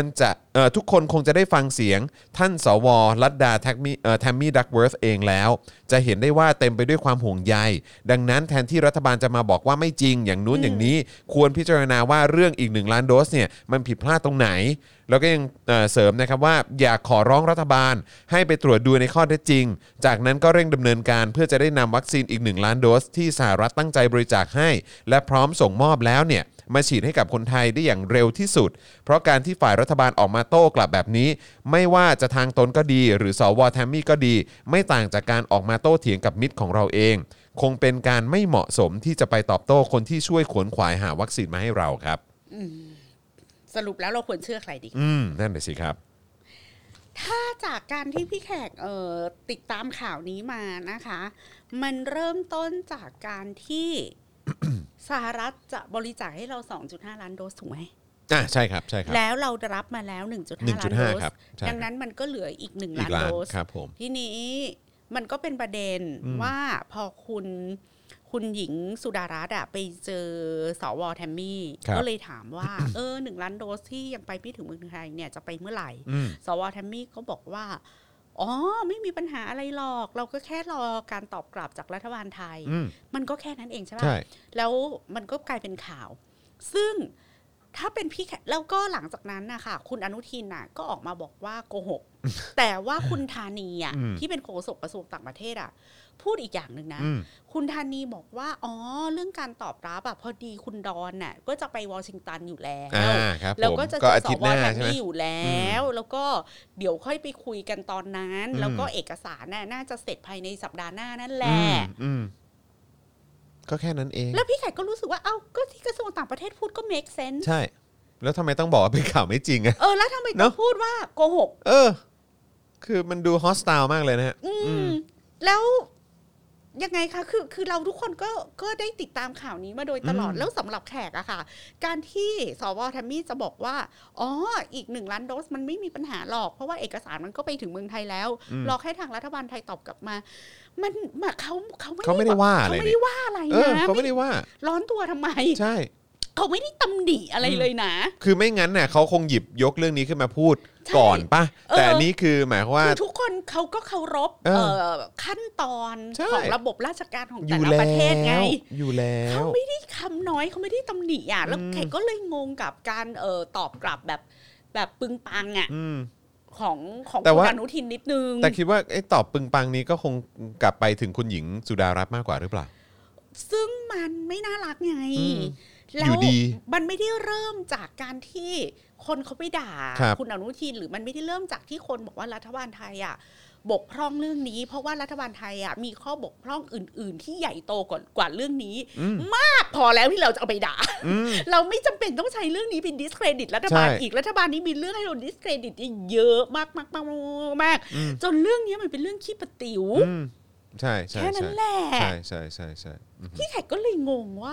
ทุกคนคงจะได้ฟังเสียงท่านสวลัดดาแทมมี่ดักเวิร์ธเองแล้วจะเห็นได้ว่าเต็มไปด้วยความห่วงใยดังนั้นแทนที่รัฐบาลจะมาบอกว่าไม่จริงอย่างนู้นอย่างนี้ควรพิจารณาว่าเรื่องอีก1 ล้านโดสเนี่ยมันผิดพลาดตรงไหนแล้วก็ยังเสริมนะครับว่าอยากขอร้องรัฐบาลให้ไปตรวจดูในข้อเท็จจริงจากนั้นก็เร่งดำเนินการเพื่อจะได้นำวัคซีนอีก1 ล้านโดสที่สหรัฐตั้งใจบริจาคให้และพร้อมส่งมอบแล้วเนี่ยมาฉีดให้กับคนไทยได้อย่างเร็วที่สุดเพราะการที่ฝ่ายรัฐบาลออกมาโต้กลับแบบนี้ไม่ว่าจะทางตนก็ดีหรือสว.แทมมี่ก็ดีไม่ต่างจากการออกมาโต้เถียงกับมิตรของเราเองคงเป็นการไม่เหมาะสมที่จะไปตอบโต้คนที่ช่วยขวนขวายหาวัคซีนมาให้เราครับสรุปแล้วเราควรเชื่อใครดีนั่นแหละสิครับถ้าจากการที่พี่แขกติดตามข่าวนี้มานะคะมันเริ่มต้นจากการที่ สหรัฐจะบริจาคให้เรา 2.5 ล้านโดสถูกไหมใช่ครับใช่ครับแล้วเรารับมาแล้ว 1.5 ล้านโดสดังนั้นมันก็เหลืออีก1 ล้านโดสทีนี้มันก็เป็นประเด็นว่าพอคุณหญิงสุดารัตน์ไปเจอสว.แทมมี่ก็เลยถามว่า1 ล้านโดสที่ยังไปไม่ถึงเมืองไทยเนี่ยจะไปเมื่อไหร่สว.แทมมี่ก็บอกว่าไม่มีปัญหาอะไรหรอกเราก็แค่รอการตอบกลับจากรัฐบาลไทยมันก็แค่นั้นเองใช่ไหมแล้วมันก็กลายเป็นข่าวซึ่งถ้าเป็นพี่แล้วก็หลังจากนั้นนะคะคุณอนุทินน่ะก็ออกมาบอกว่าโกหก แต่ว่าคุณธานีอ่ะที่เป็นโฆษกกระทรวงต่างประเทศอ่ะพูดอีกอย่างหนึ่งนะคุณธานีบอกว่าเรื่องการตอบรับพอดีคุณดอนน่ะก็จะไปวอชิงตันอยู่แล้วแล้วก็จะเจอสว.แทมมี่อยู่แล้วแล้วก็เดี๋ยวค่อยไปคุยกันตอนนั้นแล้วก็เอกสารน่าจะเสร็จภายในสัปดาห์หน้านั่นแหละก็แค่นั้นเองแล้วพี่ไข่ก็รู้สึกว่าก็ที่กระทรวงต่างประเทศพูดก็ make sense ใช่แล้วทำไมต้องบอกว่าเป็นข่าวไม่จริงแล้วทำไมต้องพูดว่าโกหกคือมันดู hostile มากเลยนะฮะแล้วยังไงคะคือเราทุกคนก็ได้ติดตามข่าวนี้มาโดยตลอดแล้วสำหรับแขกอะค่ะการที่สว.แทมมี่จะบอกว่าอีก1 ล้านโดสมันไม่มีปัญหาหรอกเพราะว่าเอกสารมันก็ไปถึงเมืองไทยแล้วรอแค่ทางรัฐบาลไทยตอบกลับมามันเขาไม่ได้ว่าอะไรเขาไม่ได้ว่าอะไรนะเขาไม่ได้ว่าร้อนตัวทำไมใช่เขาไม่ได้ตำหนิอะไรเลยนะคือไม่งั้นน่ะเขาคงหยิบยกเรื่องนี้ขึ้นมาพูดก่อนป่ะแต่นี่คือหมายความว่าทุกคนเขาก็เคารพขั้นตอนของระบบราชการของแต่ละประเทศไงอยู่แล้วเขาไม่ได้คำน้อยเขาไม่ได้ตำหนิแล้วแขกก็เลยงงกับการตอบกลับแบบปึงปังของคุณอนุทินนิดนึงแต่คิดว่าไอ้ตอบปึงปังนี้ก็คงกลับไปถึงคุณหญิงสุดารัตน์มากกว่าหรือเปล่าซึ่งมันไม่น่ารักไงแล้วมันไม่ได้เริ่มจากการที่คนเขาไปด่าคุณอนุทินหรือมันไม่ได้เริ่มจากที่คนบอกว่ารัฐบาลไทยบกพร่องเรื่องนี้เพราะว่ารัฐบาลไทยมีข้อบกพร่องอื่นๆที่ใหญ่โตกว่าเรื่องนี้มากพอแล้วที่เราจะเอาไปด่าเราไม่จำเป็นต้องใช้เรื่องนี้เป็นดิสเครดิตรัฐบาลอีกรัฐบาลนี้มีเรื่องให้เราดิสเครดิตเยอะมากจนเรื่องนี้มันเป็นเรื่องขี้ปะติ๋วใช่แค่นั้นแหละใช่ที่แขกก็เลยงงว่า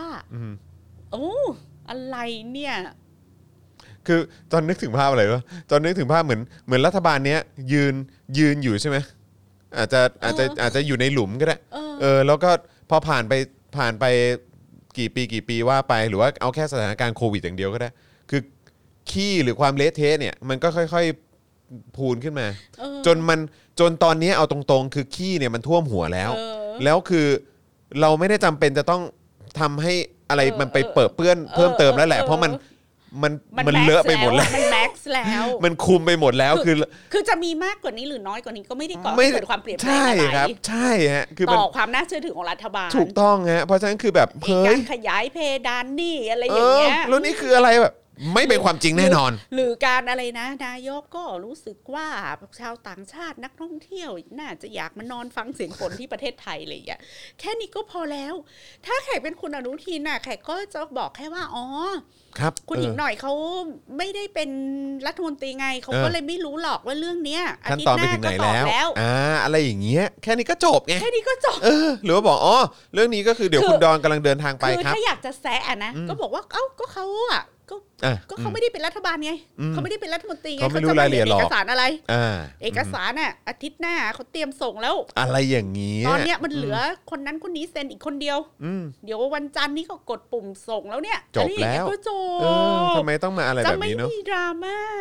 อะไรเนี่ยคือตอนนึกถึงภาพอะไรวะตอนนึกถึงภาพเหมือนรัฐบาลเนี้ยยืนอยู่ใช่ไหมอาจจะอยู่ในหลุมก็ได้แล้วก็พอผ่านไปกี่ปีว่าไปหรือว่าเอาแค่สถานการณ์โควิดอย่างเดียวก็ได้คือขี้หรือความเละเทะเนี่ยมันก็ค่อยๆพูนขึ้นมาจนตอนนี้เอาตรงๆคือขี้เนี่ยมันท่วมหัวแล้วคือเราไม่ได้จำเป็นจะต้องทำให้อะไรมันไปเปื้อนเพิ่มเติมแล้วแหละเพราะมันเลอะไปหมดแล้วมันแม็กซ์แล้วมันคุมไปหมดแล้วคือจะมีมากกว่านี้หรือน้อยกว่านี้ก็ไม่ได้ก่อให้เกิดความเปลี่ยนแปลงอะไรใช่ครับใช่ฮะคือต่อความน่าเชื่อถือของรัฐบาลถูกต้องฮะเพราะฉะนั้นคือแบบการขยายเพดานหนี้อะไรอย่างเงี้ยแล้วนี่คืออะไรแบบไม่เป็นความจริงแน่นอนหรือการอะไรนะนายกก็รู้สึกว่าชาวต่างชาตินักท่องเที่ยวน่าจะอยากมานอนฟังเสียงฝนที่ประเทศไทยอะไรอย่างเงี้ยแค่นี้ก็พอแล้วถ้าแขกเป็นคุณอนุทินแขกก็จะบอกแค่ว่าครับคุณหญิงหน่อยเขาไม่ได้เป็นรัฐมนตรีไงเขาก็เลยไม่รู้หรอกว่าเรื่องเนี้ยขั้นตอนไปถึงไหนแล้วอะไรอย่างเงี้ยแค่นี้ก็จบไงแค่นี้ก็จบหรือว่าบอกเรื่องนี้ก็คือเดี๋ยวคุณดอนกำลังเดินทางไปครับคือถ้าอยากจะแซะนะก็บอกว่าก็เขาก็เขาไม่ได้เป็นรัฐบาลไงเขาไม่ได้เป็นรัฐมนตรีไงเขาจะมาเรียนเอกสารอะไรเอกสารอาทิตย์หน้าเขาเตรียมส่งแล้วอะไรอย่างนี้ตอนเนี้ยมันเหลือคนนั้นคนนี้เซ็นอีกคนเดียวเดี๋ยววันจันทร์นี้ก็กดปุ่มส่งแล้วเนี่ยจบแล้วก็จบทำไมต้องมาอะไรแบบนี้เนาะจะไม่มีดราม่า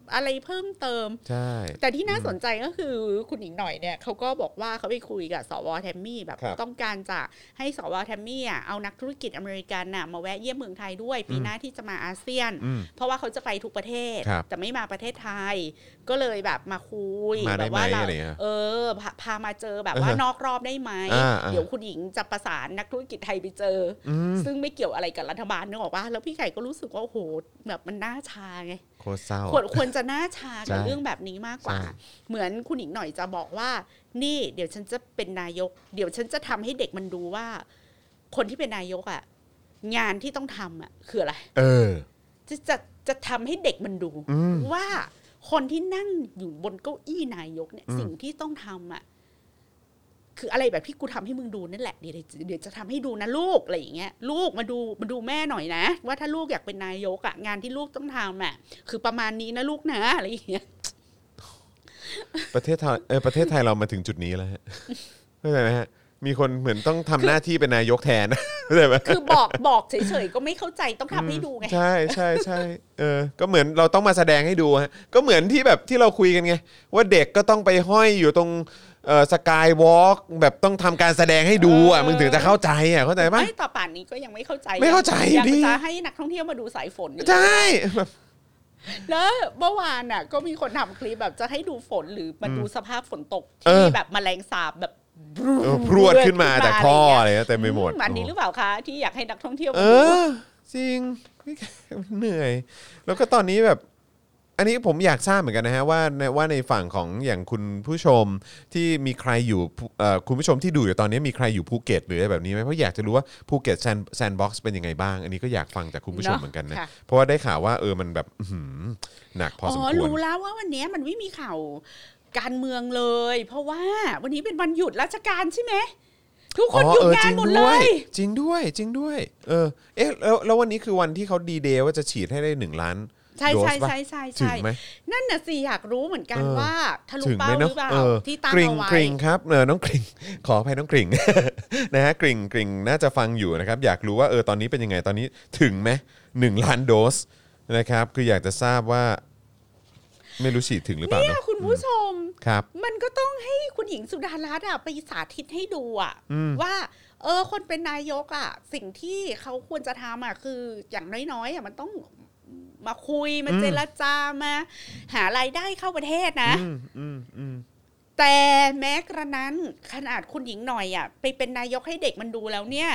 อะไรเพิ่มเติมใช่แต่ที่น่าสนใจก็คือคุณหญิงหน่อยเนี่ยเขาก็บอกว่าเขาไปคุยกับสว.แทมมี่แบบต้องการจะให้สว.แทมมี่เอานักธุรกิจอเมริกันน่ะมาแวะเยี่ยมเมืองไทยด้วยปีหน้าที่จะมาอาเซียนเพราะว่าเขาจะไปทุกประเทศแต่ไม่มาประเทศไทยก็เลยแบบมาคุยแบบว่าพามาเจอแบบว่านอกรอบได้ไหมเดี๋ยวคุณหญิงจะประสานนักธุรกิจไทยไปเจอซึ่งไม่เกี่ยวอะไรกับรัฐบาลนึกออกป่ะแล้วพี่ไก่ก็รู้สึกว่าโอ้โหแบบมันน่าชาไงโคตรเศร้าควรจะน่าชากับเรื่องแบบนี้มากกว่าเหมือนคุณหญิงหน่อยจะบอกว่านี่เดี๋ยวฉันจะเป็นนายกเดี๋ยวฉันจะทำให้เด็กมันดูว่าคนที่เป็นนายกอ่ะงานที่ต้องทำอ่ะคืออะไรจะทำให้เด็กมันดูว่าคนที่นั่งอยู่บนเก้าอี้นายกเนี่ยสิ่งที่ต้องทำอ่ะคืออะไรแบบที่กูทำให้มึงดูนั่นแหละเดี๋ยวจะทำให้ดูนะลูกอะไรอย่างเงี้ยลูกมาดูแม่หน่อยนะว่าถ้าลูกอยากเป็นนายกอ่ะงานที่ลูกต้องทำอ่ะคือประมาณนี้นะลูกนะอะไรอย่างเงี้ยประเทศไทยเรามาถึงจุดนี้แล้วฮะเข้าใจไหมฮะมีคนเหมือนต้องทำหน้าที่เป็นนายกแทนเข้าใจไหมคือบอกเฉยๆก็ไม่เข้าใจต้องทำให้ดูไงใช่ใช่ใช่ก็เหมือนเราต้องมาแสดงให้ดูฮะก็เหมือนที่แบบที่เราคุยกันไงว่าเด็กก็ต้องไปห้อยอยู่ตรงสกายวอล์กแบบต้องทำการแสดงให้ดูอ่ะมึงถึงจะเข้าใจอ่ะเข้าใจไหมไม่ต่อป่านนี้ก็ยังไม่เข้าใจอยากจะให้นักท่องเที่ยวมาดูสายฝนใช่แล้วเมื่อวานน่ะก็มีคนทำคลิปแบบจะให้ดูฝนหรือมาดูสภาพฝนตกที่แบบแมลงสาบแบบพรวดขึ้นมาจากท่ออะไรเต็มไปหมดอันนี้หรือเปล่าคะที่อยากให้นักท่องเที่ยวจริงเหนื่อยแล้วก็ตอนนี้แบบอันนี้ผมอยากทราบเหมือนกันนะฮะว่าในฝั่งของอย่างคุณผู้ชมที่มีใครอยู่คุณผู้ชมที่ดูอยู่ตอนนี้มีใครอยู่ภูเก็ตหรืออะไรแบบนี้ไหมเพราะอยากจะรู้ว่าภูเก็ตแซนด์บ็อกซ์เป็นยังไงบ้างอันนี้ก็อยากฟังจากคุณผู้ชมเหมือนกันนะเพราะว่าได้ข่าวว่ามันแบบหนักพอสมควรรู้แล้วว่าวันนี้มันไม่มีข่าวการเมืองเลยเพราะว่าวันนี้เป็นวันหยุดราชการใช่ไหมทุกคนหยุดงานหมดเลยจริงด้วยแล้ววันนี้คือวันที่เขาดีเดย์ว่าจะฉีดให้ได้1 ล้านใช่ถึงไหมนั่นน่ะสิอยากรู้เหมือนกันว่าทะลุเป้าหรือเปล่าที่ตั้งเอาไว้กริ่งครับน้องกริ่งขออภัยน้องกริ่งนะฮะกริ่งน่าจะฟังอยู่นะครับอยากรู้ว่าตอนนี้เป็นยังไงตอนนี้ถึงไหม1 ล้านโดสนะครับคืออยากจะทราบว่าไม่รู้ฉีดถึงหรือเปล่าเนี่ยคุณผู้ชมครับมันก็ต้องให้คุณหญิงสุดารัตน์ไปสาธิตให้ดูว่าคนเป็นนายกสิ่งที่เขาควรจะทำคืออย่างน้อยๆมันต้องมาคุยมาเจรจามาหารายได้เข้าประเทศนะแต่แม้กระนั้นขนาดคุณหญิงหน่อยไปเป็นนายกให้เด็กมันดูแล้วเนี่ย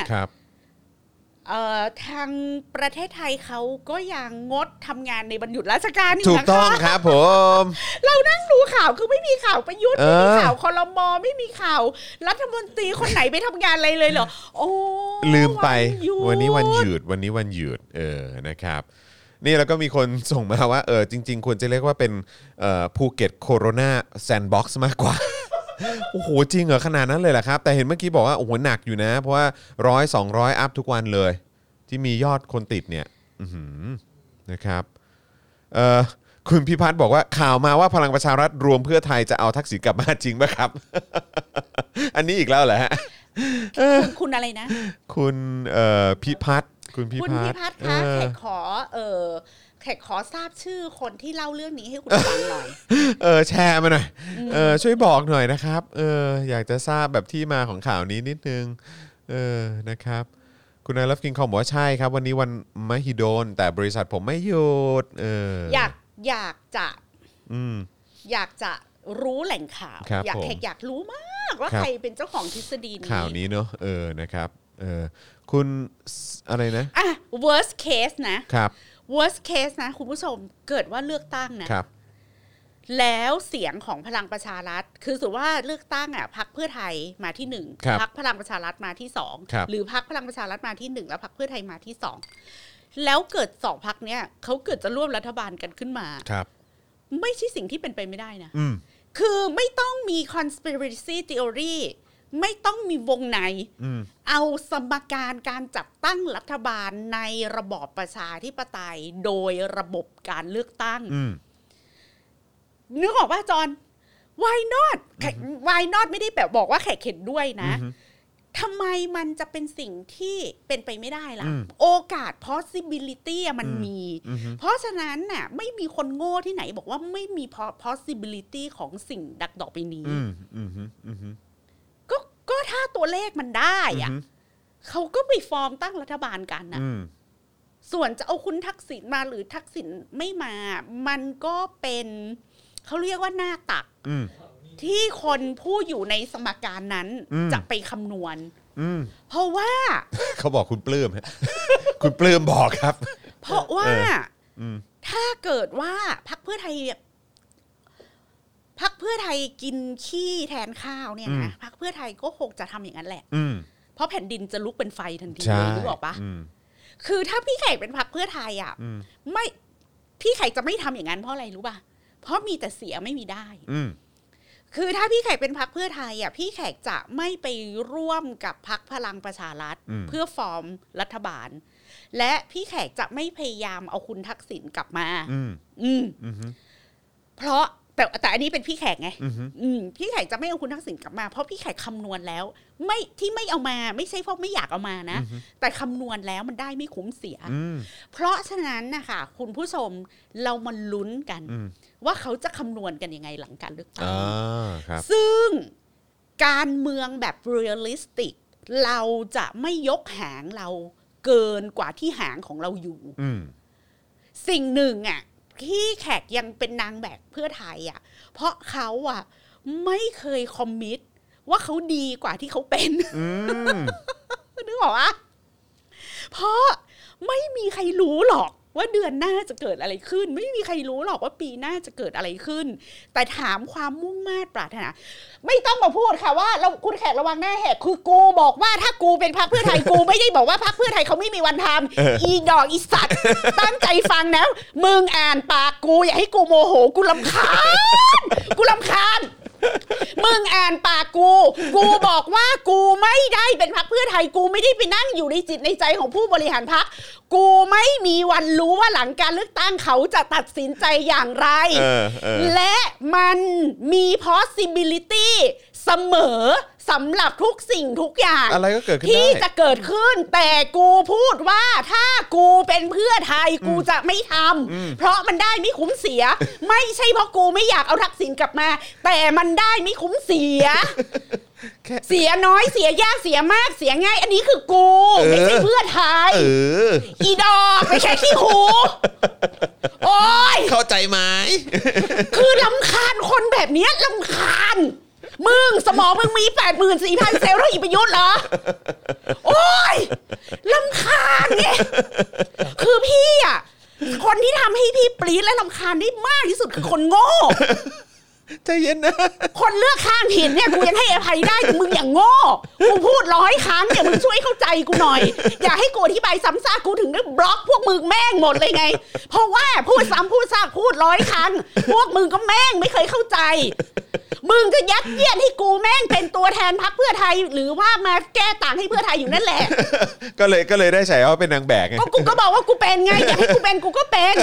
ทางประเทศไทยเขาก็ยังงดทำงานในวันหยุดราชการอยู่นะคะถูกต้องครับผมเรานั่งดูข่าวคือไม่มีข่าวประยุทธ์ไม่มีข่าวครม.ไม่มีข่าวรัฐมนตรีคนไหนไปทำงานอะไรเลยเหรอโอ้ลืมไปวันนี้วันหยุดนะครับนี่แล้วก็มีคนส่งมาว่าจริงๆควรจะเรียกว่าเป็นภูเก็ตโคโรนาแซนด์บ็อกซ์มากกว่า โอ้โหจริงเหรอขนาดนั้นเลยเหรอครับแต่เห็นเมื่อกี้บอกว่าโอ้โหหนักอยู่นะเพราะว่า100-200อัพทุกวันเลยที่มียอดคนติดเนี่ยนะครับคุณพิพัฒน์บอกว่าข่าวมาว่าพลังประชารัฐรวมเพื่อไทยจะเอาทักษิณกลับมาจริงป่ะครับ อันนี้อีกแล้วเหรอฮะคุณอะไรนะคุณพิพัฒน์คุณพิพัฒน์คะแขกขอทราบชื่อคนที่เล่าเรื่องนี้ให้คุณฟังหน่อยแชร์มาหน่อยช่วยบอกหน่อยนะครับอยากจะทราบแบบที่มาของข่าวนี้นิดนึงนะครับคุณนายรับกินคอมบอกว่าใช่ครับวันนี้วันมหิดลแต่บริษัทผมไม่หยุดอยากจะรู้แหล่งข่าวอยากรู้มากว่าใครเป็นเจ้าของทฤษฎีนี้ข่าวนี้เนอะนะครับคุณอะไรนะ worst case นะครับ worst case นะคุณผู้ชมเกิดว่าเลือกตั้งนะครับแล้วเสียงของพลังประชารัฐคือสมมุติว่าเลือกตั้งพรรคเพื่อไทยมาที่1พรรคพลังประชารัฐมาที่2หรือพรรคพลังประชารัฐมาที่1แล้วพรรคเพื่อไทยมาที่2แล้วเกิด2พรรคเนี้ยเขาเกิดจะร่วมรัฐบาลกันขึ้นมาไม่ใช่สิ่งที่เป็นไปไม่ได้นะคือไม่ต้องมี conspiracy theory ไม่ต้องมีวงในเอาสมการการจัดตั้งรัฐบาลในระบอบประชาธิปไตยโดยระบบการเลือกตั้งนึกออกป่ะจอน why not ไม่ได้แบบบอกว่าแขกเห็นด้วยนะทำไมมันจะเป็นสิ่งที่เป็นไปไม่ได้ล่ะโอกาส possibility มันมีเพราะฉะนั้นน่ะไม่มีคนโง่ที่ไหนบอกว่าไม่มี possibility ของสิ่งดักดอกไปนี้ก็ถ้าตัวเลขมันได้อ่ะเขาก็ไปฟอร์มตั้งรัฐบาลกันน่ะส่วนจะเอาคุณทักษิณมาหรือทักษิณไม่มามันก็เป็นเขาเรียกว่าหน้าตักที่คนผู้อยู่ในสมการนั้นจะไปคำนวณเพราะว่าเขาบอกคุณปลื้ม คุณปลื้มบอกครับเพราะว่าถ้าเกิดว่าพรรคเพื่อไทยกินขี้แทนข้าวเนี่ยนะพรรคเพื่อไทยก็คงจะทำอย่างนั้นแหละเพราะแผ่นดินจะลุกเป็นไฟทันทีเลยรู้บอกปะคือถ้าพี่ไข่เป็นพรรคเพื่อไทยอ่ะไม่พี่ไข่จะไม่ทำอย่างนั้นเพราะอะไรรู้ป่ะเพราะมีแต่เสียไม่มีได้คือถ้าพี่แขกเป็นพรรคเพื่อไทยอ่ะพี่แขกจะไม่ไปร่วมกับพรรคพลังประชารัฐเพื่อฟอร์มรัฐบาลและพี่แขกจะไม่พยายามเอาคุณทักษิณกลับมาเพราะแต่อันนี้เป็นพี่แขกไงพี่แขกจะไม่เอาคุณทักษิณกลับมาเพราะพี่แขกคำนวณแล้วไม่เอามาไม่ใช่เพราะไม่อยากเอามานะแต่คำนวณแล้วมันได้ไม่คุ้มเสียเพราะฉะนั้นนะคะคุณผู้ชมเรามาลุ้นกันว่าเขาจะคำนวณกันยังไงหลังการเลือกตั้งซึ่งการเมืองแบบเรียลลิสติกเราจะไม่ยกหางเราเกินกว่าที่หางของเราอยู่สิ่งหนึ่งอ่ะที่แขกยังเป็นนางแบบเพื่อไทยอ่ะเพราะเขาอ่ะไม่เคยคอมมิตว่าเขาดีกว่าที่เขาเป็นนึกออกปะเพราะไม่มีใครรู้หรอกว่าเดือนหน้าจะเกิดอะไรขึ้นไม่มีใครรู้หรอกว่าปีหน้าจะเกิดอะไรขึ้นแต่ถามความมุ่งมา่ปรารถนาไม่ต้องมาพูดค่ะว่าเราคุณแขกระวังหน้าแหกคือกูบอกว่าถ้ากูเป็นพรรคเพื่อไทยกูไม่ได้บอกว่าพรรคเพื่อไทยเขาไม่มีวันทำอีดอกอีสัตว์ตั้งใจฟังนะมึงอ่านปากกูอย่าให้กูโมโหกูรำคาญมึงอ่านปากกูบอกว่ากูไม่ได้เป็นพรรคเพื่อไทยกูไม่ได้ไปนั่งอยู่ในจิตในใจของผู้บริหารพรรคกูไม่มีวันรู้ว่าหลังการเลือกตั้งเขาจะตัดสินใจอย่างไรและมันมี possibility เสมอสำหรับทุกสิ่งทุกอย่างอะไรก็เกิดขึ้นที่จะเกิดขึ้นแต่กูพูดว่าถ้ากูเป็นเพื่อไทยกูจะไม่ทำเพราะมันได้ไม่คุ้มเสียไม่ใช่เพราะกูไม่อยากเอาทักษิณกลับมาแต่มันได้ไม่คุ้มเสียเสียน้อยเสียยากเสียมากเสียง่ายอันนี้คือกูไม่ใช่เพื่อไทยอีดอกไม่ใช่ขี้หูโอ๊ยเข้าใจไหมคือรำคาญคนแบบนี้รำคาญมึงสมองมึงมี 84,000 เซลล์เท่าอีประยุทธ์เหรอโอ๊ยรำคาญไงคือพี่อ่ะคนที่ทำให้พี่ปรี๊ดและรำคาญได้มากที่สุดคือคนโง่ใจเย็นนะคนเลือกข้างผิดเนี่ยกูยังให้อภัยได้แต่มึงอย่างโง่กูพูด100 ครั้งเนี่ยมึงช่วยเข้าใจกูหน่อยอย่าให้กูอธิบายซ้ำซากกูถึงได้บล็อกพวกมึงแม่งหมดเลยไงเพราะว่าพูดซ้ำพูดซากพูด100 ครั้งพวกมึงก็แม่งไม่เคยเข้าใจมึงจะยัดเยียดให้กูแม่งเป็นตัวแทนพรรคเพื่อไทยหรือว่ามาแก้ต่างให้เพื่อไทยอยู่นั่นแหละก็เลยได้ใช้ว่าเป็นนางแบกไงก็กูก็บอกว่ากูเป็นไงอยากให้กูเป็นกูก็เป็น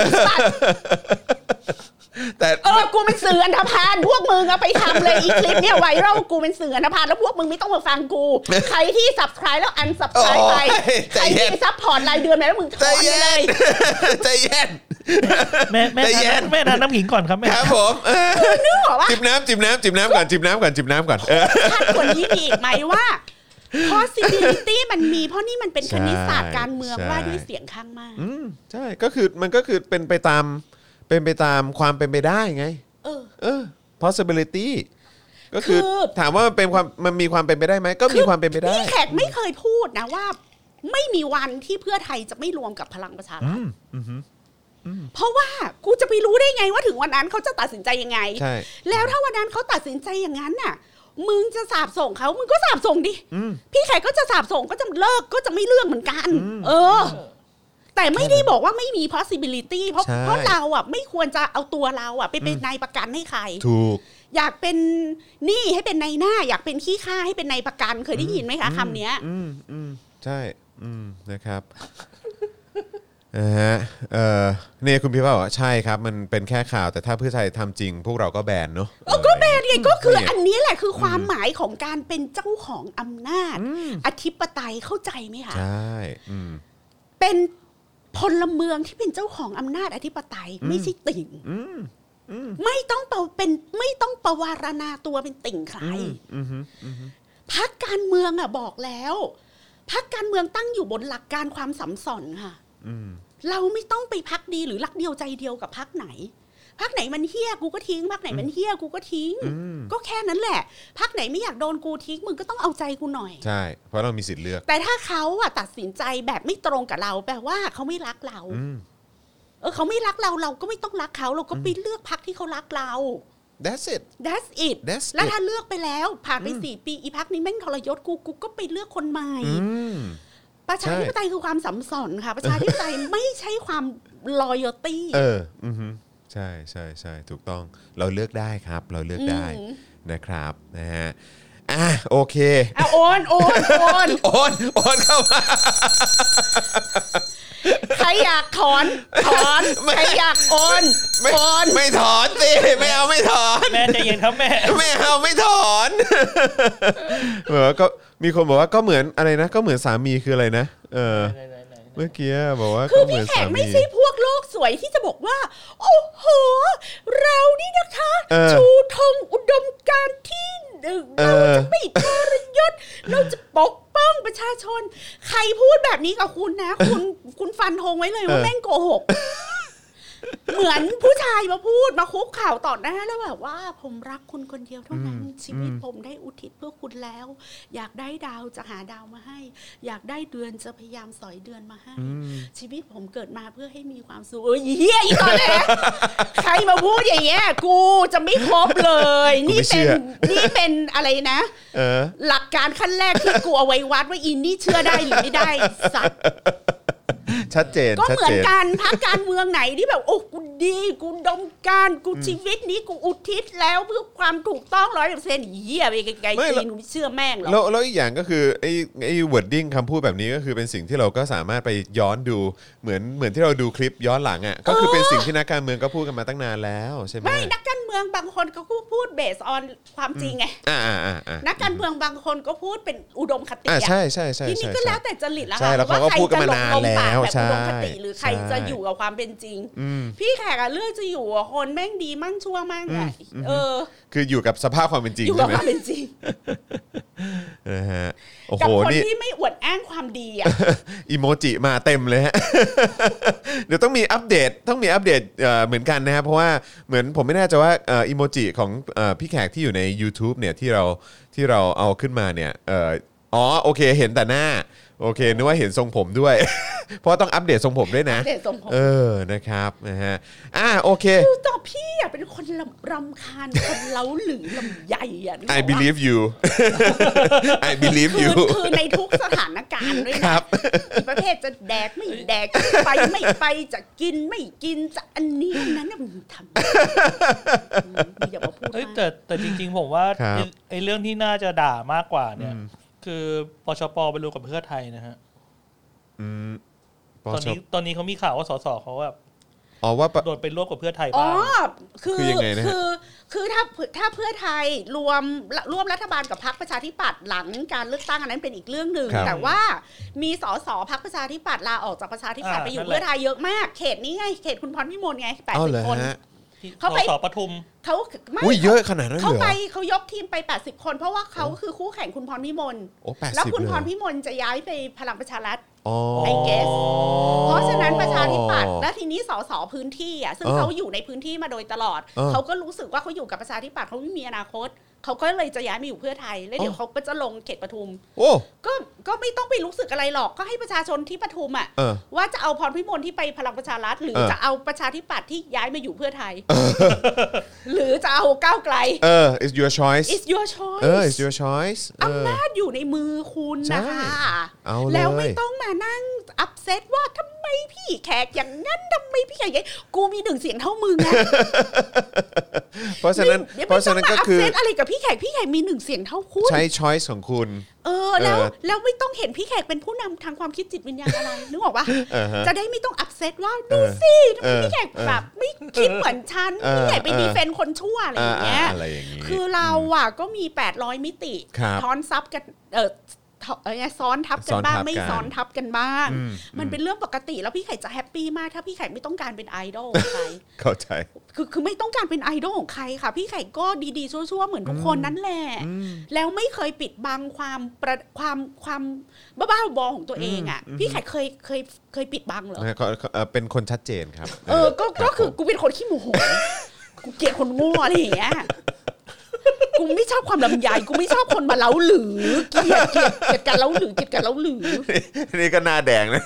แต่กูเป็นสื่ออันธพาลพวกมึงเอาไปทำเลยอีคลิปเนี่ยไวรัลกูเป็นสื่ออันธพาลแล้วพวกมึงไม่ต้องมาฟังกูใครที่ Subscribe แล้ว Unsubscribe ไปใครที่ซัพพอร์ตรายเดือนไปแล้วมึงถอนไปเลยใจเย็นแม่ทานน้ำขิงก่อนครับแม่ครับผมนึกออกว่าจิบน้ำก่อนคาดควรนี้อีกไหมว่า possibility มันมีเพราะนี่มันเป็นคณิตศาสตร์การเมืองว่าด้วยเสียงข้างมากใช่ก็คือมันก็คือเป็นไปตามความเป็นไปได้ไงpossibility ก็คือถามว่ามันมีความเป็นไปได้ไหมก็มีความเป็นไปได้พี่แขกไม่เคยพูดนะว่าไม่มีวันที่เพื่อไทยจะไม่รวมกับพลังประชารัฐเพราะว่ากูจะไปรู้ได้ไงว่าถึงวันนั้นเขาจะตัดสินใจยังไงแล้วถ้าวันนั้นเขาตัดสินใจอย่างนั้นน่ะมึงจะสาบส่งเขามึงก็สาบส่งดิพี่แขกก็จะสาบส่งก็จะเลิกก็จะไม่เลือกเหมือนกันแต่ไม่ได้บอกว่าไม่มี possibility เพราะเราอ่ะไม่ควรจะเอาตัวเราอ่ะไปเป็นนายประกันให้ใครถูกอยากเป็นหนี้ให้เป็นนายหน้าอยากเป็นขี้ข้าให้เป็นนายประกันเคยได้ยินไหมคะคำนี้ใช่นะครับฮะเนี่ยคุณพี่ว่าบอกว่าใช่ครับมันเป็นแค่ข่าวแต่ถ้าเพื่อไทยทำจริงพวกเราก็แบนเนาะก็แบนไงก็คืออันนี้แหละคือความหมายของการเป็นเจ้าของอำนาจอธิปไตยเข้าใจไหมคะใช่เป็นพลเมืองที่เป็นเจ้าของอำนาจอธิปไตยไม่ใช่ติ่งไม่ต้องประวารณาตัวเป็นติ่งใครพรรคการเมืองบอกแล้วพรรคการเมืองตั้งอยู่บนหลักการความสัมสอนค่ะเราไม่ต้องไปพรรคดีหรือรักเดียวใจเดียวกับพรรคไหนพรรคไหนมันเหี้ยกูก็ทิ้งพรรคไหนมันเหี้ยกูก็ทิ้งก็แค่นั้นแหละพรรคไหนไม่อยากโดนกูทิ้งมึงก็ต้องเอาใจกูหน่อยใช่เพราะเรามีสิทธิ์เลือกแต่ถ้าเขาตัดสินใจแบบไม่ตรงกับเราแปลว่าเขาไม่รักเราเขาไม่รักเราเราก็ไม่ต้องรักเขาเราก็ไปเลือกพรรคที่เขารักเรา That's it แล้วถ้าเลือกไปแล้วผ่านไป4 ปีอีพรรคนี้แม่งทรยศกูก็ไปเลือกคนใหม่ประชาธิปไตยคือความสัมสอนค่ะประชาธิปไตยไม่ใช่ความ loyalty ใช่ใช่ใช่ถูกต้องเราเลือกได้ครับเราเลือกได้นะครับนะฮะโอเคโอนเข้ามาใครอยากถอนใครอยากโอนไม่ถอนสิไม่เอาไม่ถอนแม่ใจเย็นครับแม่ไม่เอาไม่ถอนก็มีคนบอกว่าก็เหมือนอะไรนะก็เหมือนสามีคืออะไรนะเมื่อกี้บอกว่าคือพี่แขกไม่ใช่พวกโลกสวยที่จะบอกว่าโอ้โหเรานี่นะคะชูธงอุดมการณ์ที่เราจะไม่ทรยศเราจะปกป้องประชาชนใครพูดแบบนี้กับคุณนะคุณฟันธงไว้เลยว่าแม่งโกหกเหมือนผู้ชายมาพูดมาคุกข่าวต่อหน้าแล้วแบบว่าผมรักคุณคนเดียวเท่านั้นชีวิตผมได้อุทิศเพื่อคุณแล้วอยากได้ดาวจะหาดาวมาให้อยากได้เดือนจะพยายามสอยเดือนมาให้ชีวิตผมเกิดมาเพื่อให้มีความสุขเฮียอีตอนแรกใครมาพูดอย่างเงี้ยกูจะไม่คบเลยนี่เป็นอะไรนะหลักการขั้นแรกที่กูเอาไว้วัดว่าอินนี่เชื่อได้หรือไม่ได้สัตว์ชัดเจนก็เหมือนกันพรรคการเมืองไหนที่แบบโอ้กูดีกูดมการกูชีวิตนี้กูอุทิศแล้วเพื่อความถูกต้อง 100% เหี้ยไปไกลๆตีนหนูไม่เชื่อแม่งหรอกแล้วอีกอย่างก็คือไอ้ wording คำพูดแบบนี้ก็คือเป็นสิ่งที่เราก็สามารถไปย้อนดูเหมือนที่เราดูคลิปย้อนหลังอ่ะก็คือเป็นสิ่งที่นักการเมืองก็พูดกันมาตั้งนานแล้วใช่ไหมไม่นักการเมืองบางคนก็พูดเบสออนความจริงไงนักการเมืองบางคนก็พูดเป็นอุดมคติใช่ๆๆทีนี้ก็แล้วแต่จริตแล้วค่ะว่าใครจะลงปากแบบอุดมคติหรือใครจะอยู่กับความเป็นจริงพี่แขกเลือกจะอยู่กับคนแม่งดีมั่งชั่วมั่งไงคืออยู่กับสภาพความเป็นจริงอยู่กับความเป็นจริงนะฮะโอ้โหกับคนที่ไม่อวดอ้างความดีอ่ะอีโมจิมาเต็มเลยฮะเดี๋ยวต้องมีอัปเดตเหมือนกันนะครับเพราะว่าเหมือนผมไม่แน่ใจว่าอีโมจิของพี่แขกที่อยู่ใน YouTube เนี่ยที่เราเอาขึ้นมาเนี่ยโอเคเห็นแต่หน้าโอเคนึกว่าเห็นทรงผมด้วยเพราะต้องอัปเดตทรงผมด้วยนะนะครับนะฮะโอเคคือต่อพี่เป็นคนรำคาญคนเล้าหรือลำใหญ่อ่ะ I believe you I believe you คือในทุกสถานการณ์ด้วยนะประเทศจะแดกไม่แดกไปไม่ไปจะกินไม่กินจะอันนี้นั้นน่ะมึงทำอย่ามาพูดแต่จริงๆผมว่าไอ้เรื่องที่น่าจะด่ามากกว่าเนี่ยคือปชป.ไปรวมกับเพื่อไทยนะฮะตอนนี้เขามีข่าวว่าสสเขาแบบว่าโดนไปร่วมกับเพื่อไทยบ้างคือยังไงนะคือถ้าเพื่อไทยร่วมรัฐบาลกับพรรคประชาธิปัตย์หลังการเลือกตั้งอันนั้นเป็นอีกเรื่องนึงแต่ว่ามีสสพรรคประชาธิปัตย์ลาออกจากประชาธิปัตย์ไปอยู่เพื่อไทยเยอะมากเขตนี้ไงเขตคุณพรพิมลไง80 คนเขาไปปทุมเขาเยอะขนาดนั้นเลยเหรอเขายกทีมไป80 คนเพราะว่าเขาคือคู่แข่งคุณพรพิมลแล้วคุณพรพิมลจะย้ายไปพลังประชารัฐไอเกสเพราะฉะนั้นประชาธิปัตย์และทีนี้สสพื้นที่ซึ่งเขาอยู่ในพื้นที่มาโดยตลอดเขาก็รู้สึกว่าเขาอยู่กับประชาธิปัตย์เขาไม่มีอนาคตเขาก็เลยจะย้ายมาอยู่เพื่อไทยแล้วเดี๋ยวเขาก็จะลงเขตปทุมก็ไม่ต้องไปรู้สึกอะไรหรอกก็ให้ประชาชนที่ปทุมว่าจะเอาพรพิมลที่ไปพลังประชารัฐหรือจะเอาประชาธิปัตย์ที่ย้ายมาอยู่เพื่อไทยหรือจะเอาก้าวไกล it's your choice it's your choice it's your choice อำนาจอยู่ในมือคุณนะคะแล้วไม่ต้องมานั่งอัพเซตว่าทำไมพี่แขกอย่างนั้นทำไมพี่แขกอย่างนี้กูมี1 เสียงเท่ามึงนะเพราะฉะนั้นก็คือไม่ต้องมาอัพเซตอะไรกับพี่แขกมี1เสียงเท่าคุณใช้ช้อยส์ของคุณแล้วไม่ต้องเห็นพี่แขกเป็นผู้นำทางความคิดจิตวิญญาณอะไรนึกออกปะจะได้ไม่ต้องอัพเซตว่าดูสิพี่แขกแบบไม่คิดเหมือนฉันพี่แขกไปดีเฟนคนชั่วอะไรอย่างเงี้ยคือเราอ่ะก็มี800มิติซ้อนซับกันซ้อนทับกันบ้างไม่ซ้อนทับกันบ้างมันเป็นเรื่องปกติแล้วพี่ไข่จะแฮปปี้มากถ้าพี่ไข่ไม่ต้องการเป็นไอดอลของใครเข้าใจคือไม่ต้องการเป็นไอดอลของใครค่ะพี่ไข่ก็ดีๆชั่วๆเหมือนทุกคนนั่นแหละแล้วไม่เคยปิดบังความบ้าๆบอของตัวเองอ่ะพี่ไข่เคยปิดบังเหรอเป็นคนชัดเจนครับก็คือกูเป็นคนขี้โมโหกูเกลียดคนโง่อะไรอย่างเงี้ยกูไม่ชอบความลำใหญ่กูไม่ชอบคนมาเล้าหรือเกลียดการเล้าหรือนี่ก็หน้าแดงนะ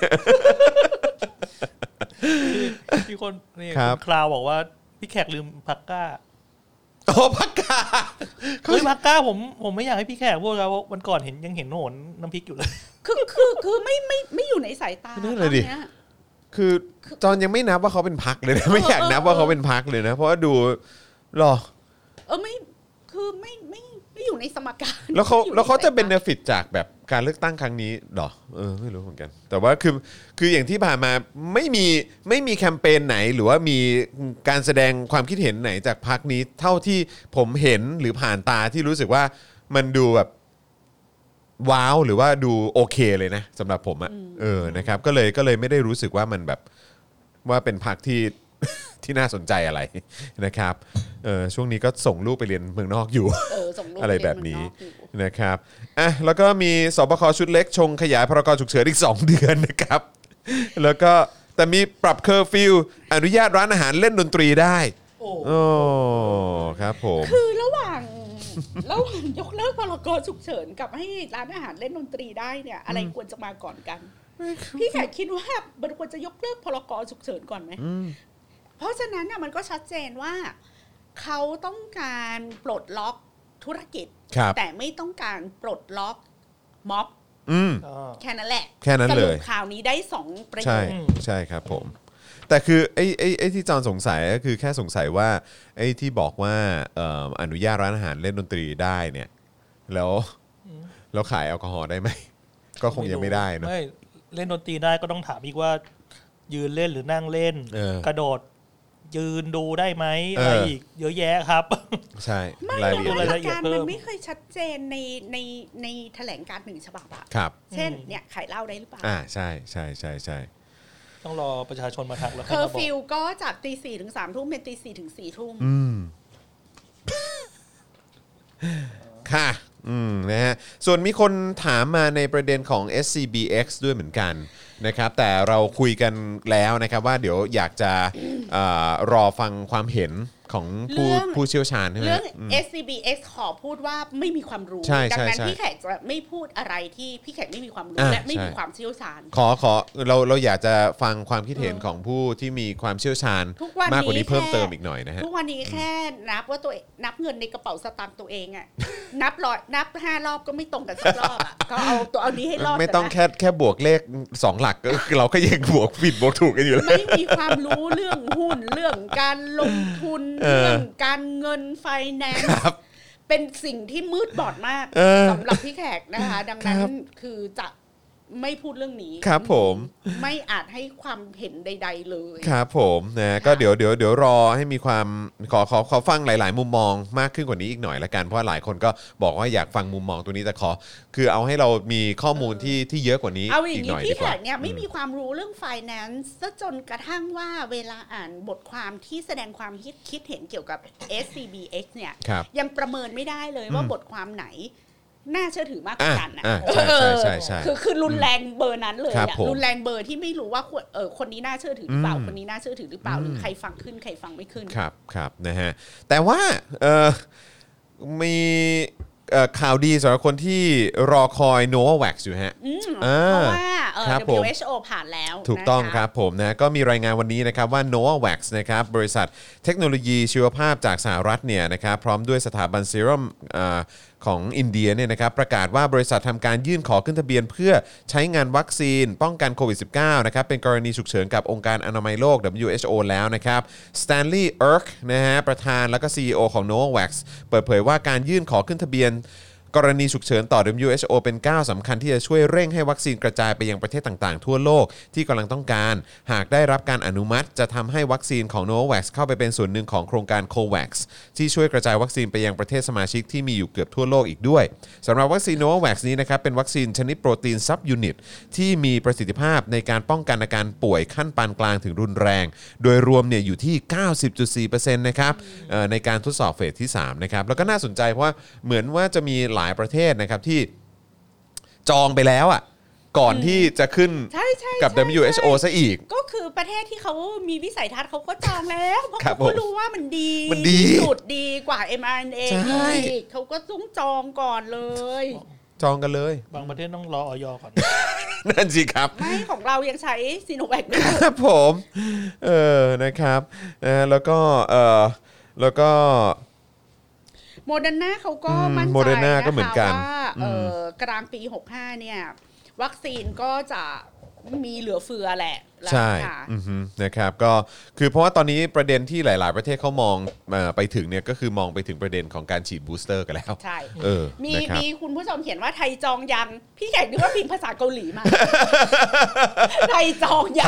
มีคนนี่คราวบอกว่าพี่แขกลืมผักก้าผักกาผักก้าผมไม่อยากให้พี่แขกพูดแล้ววันก่อนยังเห็นโหนน้ำพริกอยู่เลยคือไม่อยู่ในสายตานั่นเลยดิคือจอนยังไม่นับว่าเขาเป็นพรรคเลยนะไม่อยากนับว่าเขาเป็นพรรคเลยนะเพราะว่าดูหรอไม่คือไม่อยู่ในสมการแล้วเขาจะเบเนฟิตจากแบบการเลือกตั้งครั้งนี้หรอไม่รู้เหมือนกันแต่ว่าคืออย่างที่ผ่านมาไม่มีแคมเปญไหนหรือว่ามีการแสดงความคิดเห็นไหนจากพรรคนี้เท่าที่ผมเห็นหรือผ่านตาที่รู้สึกว่ามันดูแบบว้าวหรือว่าดูโอเคเลยนะสำหรับผมนะครับก็เลยไม่ได้รู้สึกว่ามันแบบว่าเป็นพรรคที่น่าสนใจอะไรนะครับช่วงนี้ก็ส่งลูกไปเรียนเมืองนอกอยู่อะไรแบบนี้นะครับแล้วก็มีสบคชุดเล็กชงขยายพรกฉุกเฉินอีก2 เดือนนะครับแล้วก็แต่มีปรับเคอร์ฟิวอนุญาตร้านอาหารเล่นดนตรีได้โอ้ครับผมคือระหว่างยกเลิกพรกฉุกเฉินกับให้ร้านอาหารเล่นดนตรีได้เนี่ยอะไรควรจะมาก่อนกันพี่แขกคิดว่ามันควรจะยกเลิกพรกฉุกเฉินก่อนไหมเพราะฉะนั้นมันก็ชัดเจนว่าเขาต้องการปลดล็อกธุรกิจแต่ไม่ต้องการปลดล็อกม็อบแค่นั้นแหละแค่นั้นเลยข่าวนี้ได้2ประโยคใช่ครับผมแต่คือไอ้ที่จอนสงสัยก็คือแค่สงสัยว่าไอ้ที่บอกว่าอนุญาตร้านอาหารเล่นดนตรีได้เนี่ยแล้วขายแอลกอฮอล์ได้ไหมก็คงยังไม่ได้เนอะไม่เล่นดนตรีได้ก็ต้องถามอีกว่ายืนเล่นหรือนั่งเล่นกระโดดยืนดูได้ไหมอะไรอีกเยอะแยะครับใช่รายละเอียดมันไม่เคยชัดเจนในแถลงการณ์1ฉบับอะเช่นเนี่ยขายเหล้าได้หรือเปล่าใช่ต้องรอประชาชนมาทักแล้วเคอร์ฟิวก็จาก 4:00 ถึง 3:00 นเป็น 4:00 ถึง 4:00 นค่ะนะฮะส่วนมีคนถามมาในประเด็นของ SCBX ด้วยเหมือนกันนะครับแต่เราคุยกันแล้วนะครับว่าเดี๋ยวอยากจะรอฟังความเห็นของผู้เชี่ยวชาญใช่ไหมเรื่อง SCBX ขอพูดว่าไม่มีความรู้ดังนั้นพี่แขกจะไม่พูดอะไรที่พี่แขกไม่มีความรู้และไม่มีความเชี่ยวชาญขอเราอยากจะฟังความคิดเห็นของผู้ที่มีความเชี่ยวชาญมากกว่านี้เพิ่มเติมอีกหน่อยนะฮะทุกวันนี้แค่นับว่าตัวนับเงินในกระเป๋าสตางค์ตัวเองอ่ะนับ5 รอบก็ไม่ตรงกันสักรอบอ่ะก็เอานี้ให้รอดไม่ต้องแค่บวกเลข2 หลักเราก็ยังบวกผิดบวกถูกกันอยู่แล้วไม่มีความรู้เรื่องหุ้นเรื่องการลงทุนเรื่องการเงินไฟแนนซ์เป็นสิ่งที่มืดบอดมากสำหรับพี่แขกนะคะดังนั้นคือจะไม่พูดเรื่องนี้ครับผมไม่อาจให้ความเห็นใดๆเลยครับผมนะก็เดี๋ยวรอให้มีความขอฟังหลายๆมุมมองมากขึ้นกว่านี้อีกหน่อยละกันเพราะหลายคนก็บอกว่าอยากฟังมุมมองตัวนี้แต่คือเอาให้เรามีข้อมูลที่เยอะกว่านี้อีกหน่อยดีกว่าพี่แขกเนี่ยไม่มีความรู้เรื่อง finance ซะจนกระทั่งว่าเวลาอ่านบทความที่แสดงความคิดเห็นเกี่ยวกับ SCBX เนี่ยยังประเมินไม่ได้เลยว่าบทความไหนน่าเชื่อถือมากกว่ากันนะใช่คือรุนแรงเบอร์นั้นเลยอ่ะรุนแรงเบอร์ที่ไม่รู้ว่าคนนี้น่าเชื่อถือหรือเปล่าคนนี้น่าเชื่อถือหรือเปล่าหรือใครฟังขึ้นใครฟังไม่ขึ้นครับนะฮะแต่ว่ามีข่าวดีสำหรับคนที่รอคอย Novavax อยู่ฮะเพราะว่าครับผม WHO ผ่านแล้วถูกต้องนะคะครับผมนะก็มีรายงานวันนี้นะครับว่า Novavax นะครับบริษัทเทคโนโลยีชีวภาพจากสหรัฐเนี่ยนะครับพร้อมด้วยสถาบันซีรัมของอินเดียเนี่ยนะครับประกาศว่าบริษัททำการยื่นขอขึ้นทะเบียนเพื่อใช้งานวัคซีนป้องกันโควิด -19 นะครับเป็นกรณีฉุกเฉินกับองค์การอนามัยโลก WHO แล้วนะครับสแตนลีย์เอิร์กนะฮะประธานแล้วก็ CEO ของ Novavax เปิดเผยว่าการยื่นขอขึ้นทะเบียนกรณีฉุกเฉินต่อ WHO เป็นก้าวสำคัญที่จะช่วยเร่งให้วัคซีนกระจายไปยังประเทศต่างๆทั่วโลกที่กำลังต้องการหากได้รับการอนุมัติจะทำให้วัคซีนของ Novavax เข้าไปเป็นส่วนหนึ่งของโครงการ COVAX ที่ช่วยกระจายวัคซีนไปยังประเทศสมาชิกที่มีอยู่เกือบทั่วโลกอีกด้วยสำหรับวัคซีน Novavax นี้นะครับเป็นวัคซีนชนิดโปรตีนซับยูนิตที่มีประสิทธิภาพในการป้องกันอาการป่วยขั้นปานกลางถึงรุนแรงโดยรวมเนี่ยอยู่ที่ 90.4% นะครับในการทดสอบเฟสที่3นะครับแล้วก็น่าสนใจเพราะว่าเหมือนว่าจะมีหลายประเทศนะครับที่จองไปแล้วอ่ะก่อนที่จะขึ้นกับ WHO ซะอีกก็คือประเทศที่เขามีวิสัยทัศน์เขาก็จองแล้วเพราะเขารู้ว่ามันดีสุดดีกว่า mRNA อีกเขาก็ต้องจองก่อนเลยจองกันเลยบางประเทศต้องรออย.ก่อนนั่นสิครับไม่ของเรายังใช้ซีโนแวคอยู่ครับผมนะครับแล้วก็โมเดอร์นาเขาก็มั่นใจนะคะว่ากลางปี65เนี่ยวัคซีนก็จะมีเหลือเฟือแหละใช่นะครับก็คือเพราะว่าตอนนี้ประเด็นที่หลายๆประเทศเขามองไปถึงเนี่ยก็คือมองไปถึงประเด็นของการฉีดบูสเตอร์กันแล้วใช่มีคุณผู้ชมเขียนว่าไทยจองยังพี่แขกนึกว่าพิมพ์ภาษาเกาหลีมาไทยจองยัง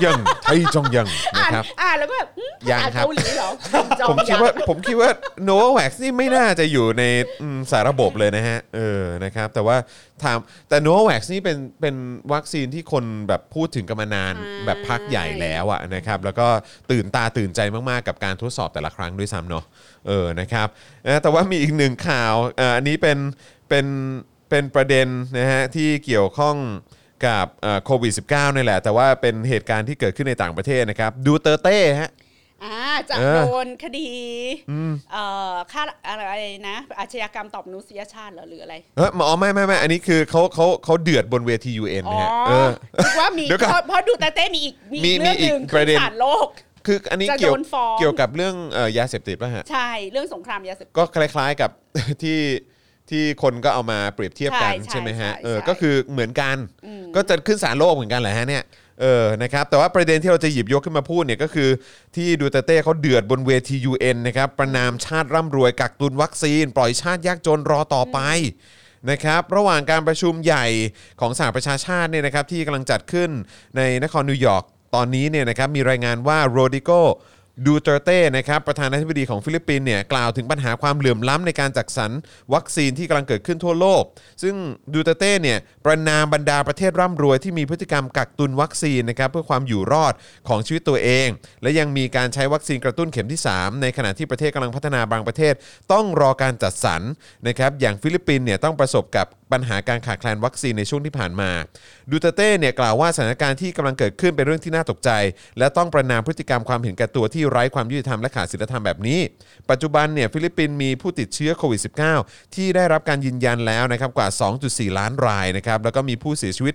นะครับแล้วก็แบบภาษาเกาหลีเหรอผมคิดว่า Novavax นี่ไม่น่าจะอยู่ในสารระบบเลยนะฮะนะครับแต่ Novavax นี่เป็นวัคซีนที่คนแบบพูดถึงกันมานานแบบพักใหญ่แล้วอะนะครับแล้วก็ตื่นตาตื่นใจมากๆกับการทดสอบแต่ละครั้งด้วยซ้ำเนาะนะครับแต่ว่ามีอีกหนึ่งข่าวอันนี้เป็นประเด็นนะฮะที่เกี่ยวข้องกับโควิด -19 นี่แหละแต่ว่าเป็นเหตุการณ์ที่เกิดขึ้นในต่างประเทศนะครับดูเตอร์เต้ฮะจะโดนคดีค่าอะไรนะอาชญากรรมต่อมนุษยชาติหรืออะไรไม่อันนี้คือเขาเดือดบนเวที UN นะฮะว่ามีเพราะดูเตอร์เต้มีอีกเรื่องนึงคือศาลโลกคืออันนี้เกี่ยวกับเรื่องยาเสพติดป่ะฮะใช่เรื่องสงครามยาเสพติดก็คล้ายๆกับที่คนก็เอามาเปรียบเทียบกันใช่ไหมฮะก็คือเหมือนกันก็จะขึ้นศาลโลกเหมือนกันแหละฮะเนี่ยนะครับแต่ว่าประเด็นที่เราจะหยิบยกขึ้นมาพูดเนี่ยก็คือที่ดูเตอร์เต้เขาเดือดบนเวที UN นะครับประณามชาติร่ำรวยกักตุนวัคซีนปล่อยชาติยากจนรอต่อไปนะครับระหว่างการประชุมใหญ่ของสหประชาชาติเนี่ยนะครับที่กำลังจัดขึ้นในนครนิวยอร์กตอนนี้เนี่ยนะครับมีรายงานว่าโรดิโกดูเตอร์เต้นะครับประธานาธิบดีของฟิลิปปินส์เนี่ยกล่าวถึงปัญหาความเหลื่อมล้ำในการจัดสรรวัคซีนที่กำลังเกิดขึ้นทั่วโลกซึ่งดูเตอร์เต้เนี่ยประณามบรรดาประเทศร่ำรวยที่มีพฤติกรรมกักตุนวัคซีนนะครับเพื่อความอยู่รอดของชีวิตตัวเองและยังมีการใช้วัคซีนกระตุ้นเข็มที่3ในขณะที่ประเทศกำลังพัฒนาบางประเทศต้องรอการจัดสรรนะครับอย่างฟิลิปปินส์เนี่ยต้องประสบกับปัญหาการขาดแคลนวัคซีนในช่วงที่ผ่านมาดูเตอร์เต้เนี่ยกล่าวว่าสถานการณ์ที่กำลังเกิดขึ้นเป็นเรื่องที่น่าตกใจและต้องประณามพฤติกรรมความเห็นแก่ตัวที่ไร้ความยุติธรรมและขาดศีลธรรมแบบนี้ปัจจุบันเนี่ยฟิลิปปินส์มีผู้ติดเชื้อโควิด -19 ที่ได้รับการยืนยันแล้วนะครับกว่า 2.4 ล้านรายนะครับแล้วก็มีผู้เสียชีวิต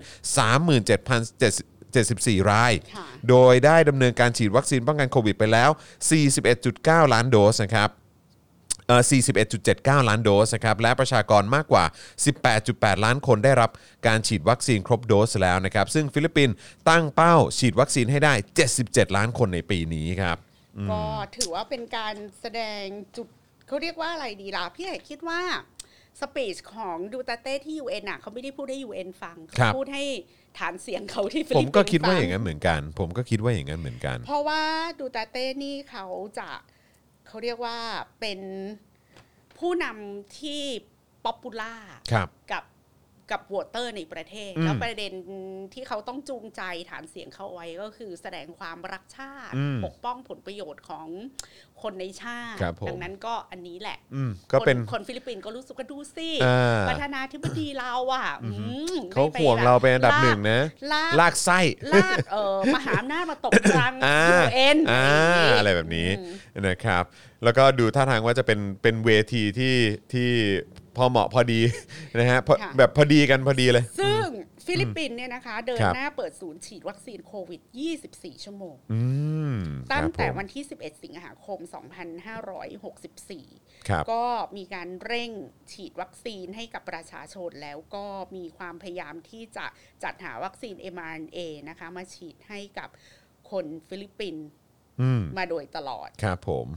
37,074 รายโดยได้ดำเนินการฉีดวัคซีนป้องกันโควิดไปแล้ว 41.9 ล้านโดสนะครับ41.79 ล้านโดสนะครับและประชากรมากกว่า 18.8 ล้านคนได้รับการฉีดวัคซีนครบโดสแล้วนะครับซึ่งฟิลิปปินส์ตั้งเป้าฉีดวัคซีนให้ได้77ล้านคนในปีนี้ครับก็ถือว่าเป็นการแสดงจุดเขาเรียกว่าอะไรดีล่ะพี่เอกคิดว่าสปีชของดูเตอร์เต้ที่ UN น่ะเขาไม่ได้พูดให้ UN ฟังเขาพูดให้ฐานเสียงเขาที่ฟิลิปปินส์ผมก็คิดว่าอย่างนั้นเหมือนกันเพราะว่าดูเตอร์เต้นี่เขาเรียกว่าเป็นผู้นำที่ป๊อปปูล่ากับโหวตเตอร์ในประเทศแล้วประเด็นที่เขาต้องจูงใจฐานเสียงเขาไว้ก็คือแสดงความรักชาติปกป้องผลประโยชน์ของคนในชาติดังนั้นก็อันนี้แหละก็เป็นคนฟิลิปปินส์ก็รู้สึกว่าดูสิประธานาธิบดีเราเขาห่วงเราเป็นอันดับหนึ่งนะลากไส้มหาอำนาจมาตกรัง UN อะไรแบบนี้นะครับแล้วก็ดูท่าทางว่าจะเป็นเวทีที่พอเหมาะพอดี นะฮะค่ะแบบพอดีกันพอดีเลยซึ่งฟิลิปปินส์เนี่ยนะคะเดินครับหน้าเปิดศูนย์ฉีดวัคซีนโควิด 24 ชั่วโมงมตั้งแต่ครับผมวันที่ 11 สิงหาคม 2564 ครับก็มีการเร่งฉีดวัคซีนให้กับประชาชนแล้วก็มีความพยายามที่จะจัดหาวัคซีน mRNA นะคะมาฉีดให้กับคนฟิลิปปินส์มาโดยตลอดครับผม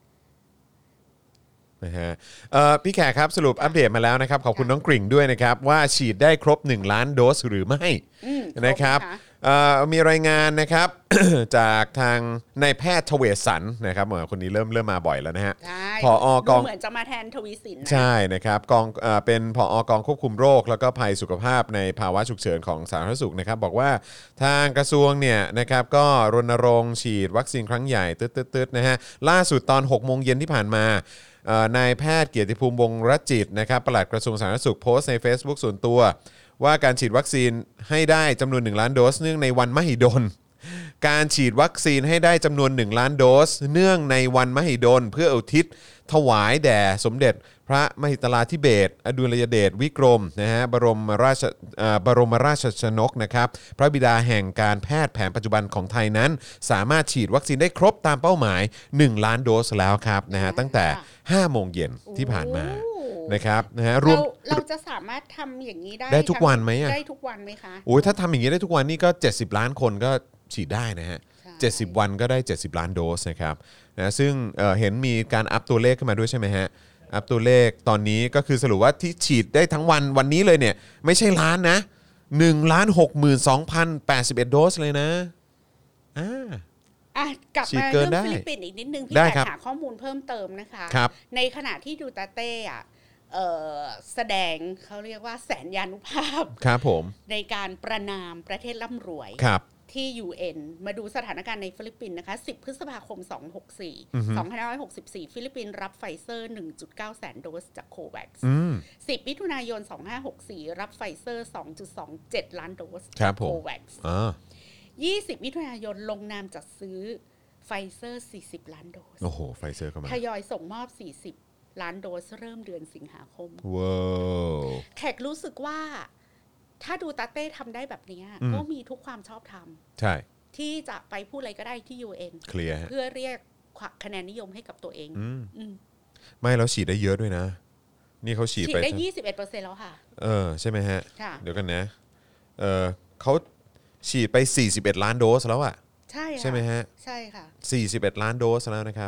นะฮะพี่แขกครับสรุปอัปเดตมาแล้วนะครับขอบคุณน้องกริ่งด้วยนะครับว่าฉีดได้ครบ1ล้านโดสหรือไม่นะครับครบไหมคะมีรายงานนะครับ จากทางนายแพทย์ทเวศสันนะครับคนนี้เริ่มมาบ่อยแล้วนะฮะใช่ผอกองดูเหมือนจะมาแทนทวีสินนะใช่นะครับกองเป็นผอกองควบคุมโรคแล้วก็ภัยสุขภาพในภาวะฉุกเฉินของสาธารณสุขนะครับบอกว่าทางกระทรวงเนี่ยนะครับก็รณรงค์ฉีดวัคซีนครั้งใหญ่ตึ๊ดๆนะฮะล่าสุดตอน 6 โมงเย็นที่ผ่านมานายแพทย์เกียรติภูมิวงศ์รจิตนะครับปลัดกระทรวงสาธารณสุขโพสต์ใน Facebook ส่วนตัวว่าการฉีดวัคซีนให้ได้จำนวน1ล้านโดสเนื่องในวันมหิดลการฉีดวัคซีนให้ได้จำนวน1ล้านโดสเนื่องในวันมหิดลเพื่ออุทิศถวายแด่สมเด็จพระมหิตลาธิเบศรอดุลยเดชวิกรมนะฮะบรมราชชนกนะครับพระบิดาแห่งการแพทย์แผนปัจจุบันของไทยนั้นสามารถฉีดวัคซีนได้ครบตามเป้าหมาย1ล้านโดสแล้วครับนะฮะตั้งแต่5โมงเย็นที่ผ่านมานะครับนะฮะรวมเราจะสามารถทำอย่างนี้ได้ได้ทุกวันไหมอะได้ทุกวันไหมคะโอ้ยถ้าทำอย่างนี้ได้ทุกวันนี่ก็70ล้านคนก็ฉีดได้นะฮะใช่ 70 วันก็ได้70ล้านโดสนะครับนะซึ่งเห็นมีการอัพตัวเลขขึ้นมาด้วยใช่ไหมฮะอัพตัวเลขตอนนี้ก็คือสรุปว่าที่ฉีดได้ทั้งวันนี้เลยเนี่ยไม่ใช่ล้านนะ1,62,081 โดสเลยนะกลับฉีดมาเกิเรื่อน งได้ฟิลิปปินส์อีกนิดนึงพี่ได้แขครับกหาข้อมูลเพิ่มเติมนะคะครับในขณะที่ดูตาเต้แสดงเขาเรียกว่าแสนยานุภาพครับผมในการประนามประเทศร่ำรวยครับที่ UN มาดูสถานการณ์ในฟิลิปปินส์นะคะ 10 พฤษภาคม 2564 ฟิลิปปินส์รับไฟเซอร์ 1.9 แสนโดสจากโควัคซ์ 10 มิถุนายน 2564 รับไฟเซอร์ 2.27 ล้านโดสครัจาบกผมโควัคซ์ 20 มิถุนายนลงนามจัดซื้อไฟเซอร์ 40 ล้านโดสโอ้โหไฟเซอร์เข้ามาทยอยส่งมอบ 40 ล้านโดสเริ่มเดือนสิงหาคมว้าวแขกรู้สึกว่าถ้าดูตาเต้ทำได้แบบนี้ก็มีทุกความชอบธรรมใช่ที่จะไปพูดอะไรก็ได้ที่ UN เคลียร์ฮะเพื่อเรียกคะแนนนิยมให้กับตัวเองไม่แล้วฉีดได้เยอะด้วยนะ นี่เขาฉีดฉีดไปได้ 21% แล้วค่ะใช่ไหมฮะค่ะเดี๋ยวกันนะเขาฉีดไป41ล้านโดสแล้วอะใช่ค่ะใช่ไหมฮะใช่ค่ะ 41ล้านโดสแล้วนะครับ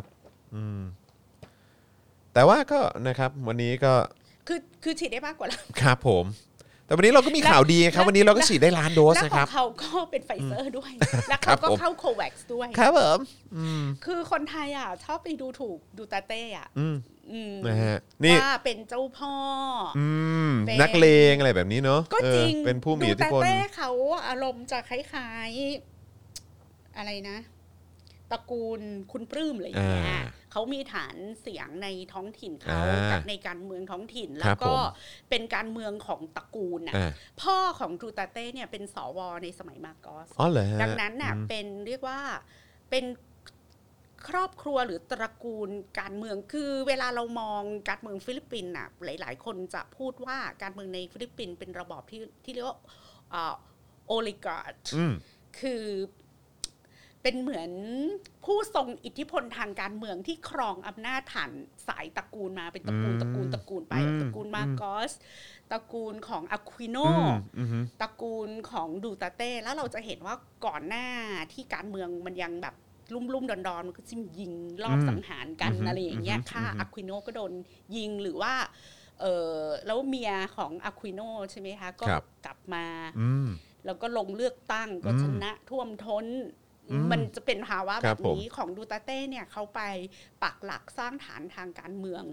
แต่ว่าก็นะครับวันนี้ก็คือฉีดได้มากกว่าแล้วครับผม แต่วันนี้เราก็มีข่าวดีครับวันนี้เราก็ฉีดได้ล้านโดสแล้วนะขคอรับงเขาก็เป็นไฟเซอร์ด้วย แล้วครัเขาบก็ผมเข้าโควัคซ์ด้วยครับผมคือคนไทยชอบไปดูถูกดูตาเต้นะฮะนี่ว่าเป็นเจ้าพ่ออ เป็นนักเลงอะไรแบบนี้เนาะก็จริงเป็นผู้มีอิทธิพลดูตาเต้เขาอารมณ์จะคล้ายๆอะไรนะ ตระกูลคุณปลื้มอะไรอย่างเงี้ยเขามีฐานเสียงในท้องถิ่นเขากับในการเมืองท้องถิ่น แล้วก็เป็นการเมืองของตระกูลพ่อของดูตาเต้เนี่ยเป็นสวในสมัยมาโกสอ๋อเหรอฮะดังนั้นน่ะเป็นเรียกว่าเป็นครอบครัวหรือตระกูลการเมืองคือเวลาเรามองการเมืองฟิลิปปินส์น่ะหลายๆคนจะพูดว่าการเมืองในฟิลิปปินส์เป็นระบอบที่เรียกว่าโอลิการ์ชคือเป็นเหมือนผู้ทรงอิทธิพลทางการเมืองที่ครองอำนาจฐานสายตระกูลมาเป็นตระกูลไปตระกูลมาโกสตระกูลของอะควิโนตระกูลของดูตาเต้แล้วเราจะเห็นว่าก่อนหน้าที่การเมืองมันยังแบบลุ่มๆดอนๆมันก็จะยิงรอบสังหารกันอะไรอย่างเงี้ยค่ะอะควิโนก็โดนยิงหรือว่าแล้วเมียของอะควิโนใช่ไหมคะก็กลับมาแล้วก็ลงเลือกตั้งก็ชนะท่วมท้นมันจะเป็นภาวะแบบนี้ของดูตาเต้เนี่ยเขาไปปักหลักสร้างฐานทางการเมือง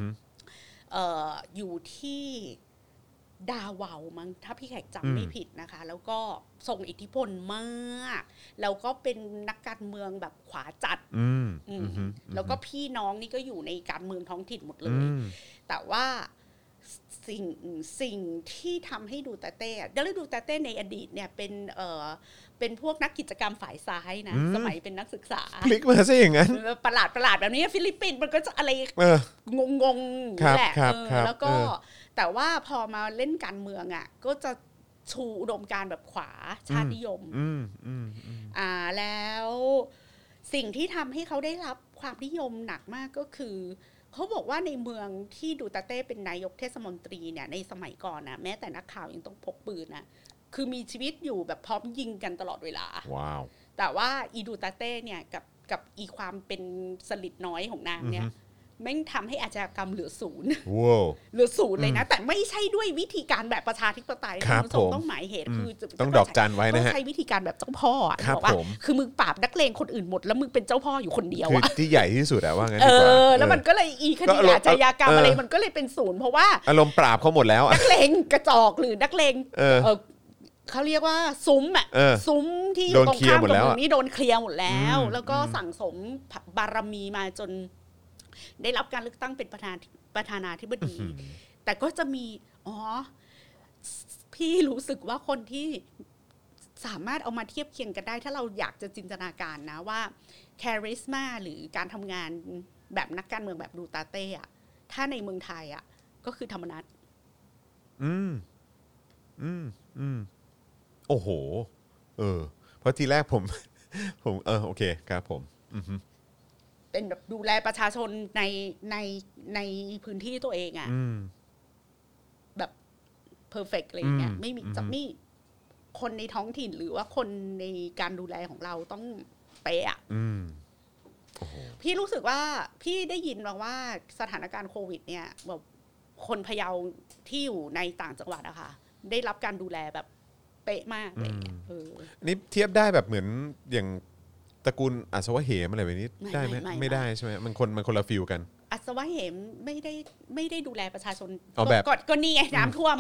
อยู่ที่ดาวาวมั้งถ้าพี่แขกจำไม่ผิดนะคะแล้วก็ทรงอิทธิพลมากแล้วก็เป็นนักการเมืองแบบขวาจัดแล้วก็พี่น้องนี่ก็อยู่ในการเมืองท้องถิ่นหมดเลยแต่ว่าสิ่งที่ทำให้ดูเตเต้แล้วดูเตเต้ในอดีตเนี่ยเป็นพวกนักกิจกรรมฝ่ายซ้ายนะสมัยเป็นนักศึกษาพลิกมาซะอย่างนั้นประหลาดแบบนี้ฟิลิปปินส์มันก็จะอะไรงงแหละแล้วก็แต่ว่าพอมาเล่นการเมืองอ่ะก็จะชูอุดมการณ์แบบขวาชาตินิยมแล้วสิ่งที่ทำให้เขาได้รับความนิยมหนักมากก็คือเขาบอกว่าในเมืองที่ดูเตเต้เป็นนายกเทศมนตรีเนี่ยในสมัยก่อนนะแม้แต่นักข่าวยังต้องพกปืนนะคือมีชีวิตอยู่แบบพร้อมยิงกันตลอดเวลาว้าวแต่ว่าอีดูเตเต้เนี่ยกับอีความเป็นสลิดน้อยของนางเนี่ยแม่งทำให้อาชญากรรมเหลือศูนย์เหลือศูนย์เลยนะแต่ไม่ใช่ด้วยวิธีการแบบประชาธิปไตยคุณผู้ชมต้องหมายเหตุคือต้องดอกจันไว้นะฮะต้องใช้วิธีการแบบเจ้าพ่อบอกว่าคือมึงปราบนักเลงคนอื่นหมดแล้วมึงเป็นเจ้าพ่ออยู่คนเดียวคือที่ใหญ่ที่สุดอะว่างั้นดีกว่าแล้วมันก็เลยอีคดีอาชญากรรมอะไรมันก็เลยเป็นศูนย์เพราะว่าอารมณ์ปราบเขาหมดแล้วนักเลงกระจอกหรือนักเลงเขาเรียกว่าซุ้มซุ้มที่อยู่ตรงข้ามตรงนี้โดนเคลียร์หมดแล้วก็สั่งสมบารมีมาจนได้รับการเลือกตั้งเป็นประธานาธิบดีแต่ก็จะมีพี่รู้สึกว่าคนที่สามารถเอามาเทียบเคียงกันได้ถ้าเราอยากจะจินตนาการนะว่าคาริสมาหรือการทำงานแบบนักการเมืองแบบดูเตเต้อะถ้าในเมืองไทยอะก็คือธรรมนัสโอ้โหเพราะทีแรกผมโอเคครับผมเป็นแบบดูแลประชาชนในพื้นที่ตัวเองอ่ะแบบเพอร์เฟกต์อะไรเงี้ยไม่มีจะมีคนในท้องถิ่นหรือว่าคนในการดูแลของเราต้องเป๊ะอ่ะพี่รู้สึกว่าพี่ได้ยินมาว่าสถานการณ์โควิดเนี่ยแบบคนพะเยาที่อยู่ในต่างจังหวัดอะค่ะได้รับการดูแลแบบเป๊ะมากอะไรเงี้ยนี่เทียบได้แบบเหมือนอย่างตระกูลอัศวะเหมอะไรแบบนี้ได้ไหมไม่ได้ใช่ไหมมันคนละฟิลกันอัศวะเหมไม่ได้ดูแลประชาชนก็นี่ไงน้ำท่วม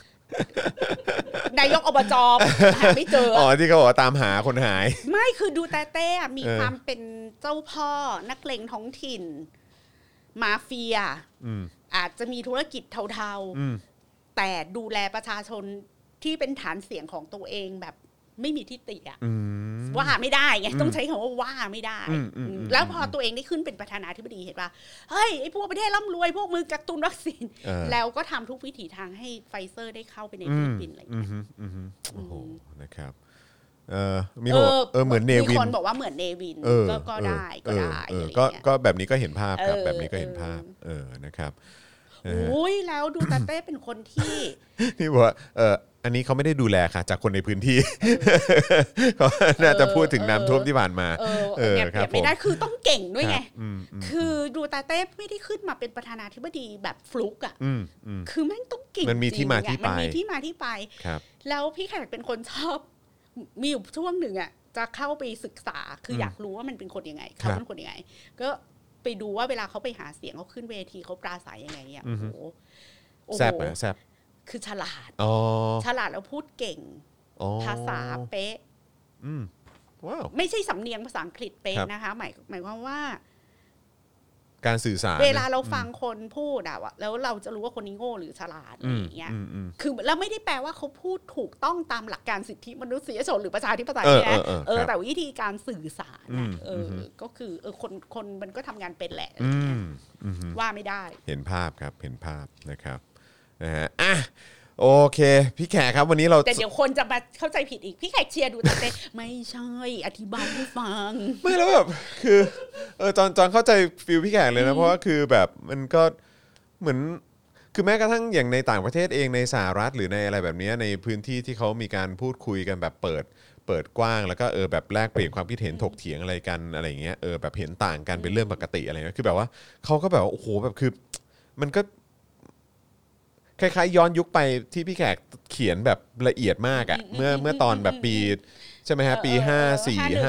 นายกอบจหาไม่เจอที่เขาบอกตามหาคนหายไม่คือดูเตเต้มีความเป็นเจ้าพ่อนักเลงท้องถิ่นมาเฟียอาจจะมีธุรกิจเทาๆแต่ดูแลประชาชนที่เป็นฐานเสียงของตัวเองแบบไม่มีที่ติว่าไม่ได้ไงต้องใช้คำว่าไม่ได้แล้วพอตัวเองได้ขึ้นเป็นประธานาธิบดีเห็นป่ะเฮ้ยไอ้พวกประเทศร่ำรวยพวกมือกักตุนวัคซีนแล้วก็ทำทุกวิถีทางให้ไฟเซอร์ได้เข้าไปในฟิลิปปินส์อะไรอย่างเงี้ยโอ้โหนะครับมีเหมือนเนวินมีคนบอกว่าเหมือนเนวินก็ได้ก็แบบนี้ก็เห็นภาพครับแบบนี้ก็เห็นภาพนะครับโอ้ยแล้วดูเตเต้เป็นคนที่บอกว่าอันนี้เขาไม่ได้ดูแลค่ะจากคนในพื้นที่เขาน่าจะพูดถึงน้ำท่วมที่ผ่านมาครับไม่ได้คือต้องเก่งด้วยไงคือดูเตเต้ไม่ได้ขึ้นมาเป็นประธานาธิบดีแบบฟลุกอ่ะคือแม่งต้องเก่งมันมีที่มาที่ไปแล้วพี่แขกเป็นคนชอบมีอยู่ช่วงหนึ่งอ่ะจะเข้าไปศึกษาคืออยากรู้ว่ามันเป็นคนยังไงเขาเป็นคนยังไงก็ไปดูว่าเวลาเขาไปหาเสียงเขาขึ้นเวทีเขาปราศัยยังไงเนี่ยโอ้โหแซ่บไหมแซ่บคือฉลาดแล้วพูดเก่งภาษาเป๊ะไม่ใช่สำเนียงภาษาอังกฤษเป๊ะนะคะหมายความว่าการสื่อสารเวลาเราฟังคนพูดอะแล้วเราจะรู้ว่าคนนี้โง่หรือฉลาดอะไรอย่างเงี้ยคือแล้วไม่ได้แปลว่าเขาพูดถูกต้องตามหลักการสิทธิมนุษยชนหรือประชาธิปไตยนะแต่วิธีการสื่อสารก็คือคนมันก็ทำงานเป็นแหละว่าไม่ได้เห็นภาพครับเห็นภาพนะครับนะฮะโอเคพี่แขกครับวันนี้เราแต่เดี๋ยวคนจะมาเข้าใจผิดอีกพี่แขกเชียร์ดูแต่ไม่ใช่อธิบายให้ฟังไม่แล้วแบบคือจอนเข้าใจฟีลพี่แขกเลยนะเพราะว่าคือแบบมันก็เหมือนคือแม้กระทั่งอย่างในต่างประเทศเองในสหรัฐหรือในอะไรแบบนี้ในพื้นที่ที่เขามีการพูดคุยกันแบบเปิดกว้างแล้วก็แบบแลกเปลี่ยนความคิดเห็นถกเถียงอะไรกันอะไรอย่างเงี้ยแบบเห็นต่างกันเป็นเรื่องปกติอะไรเงี้ยคือแบบว่าเขาก็แบบโอ้โหแบบคือมันก็คล้ายๆย้อนยุคไปที่พี่แขกเขียนแบบละเอียดมากอ่ะเมื่อตอนแบบปีใช่ไหมฮะปี54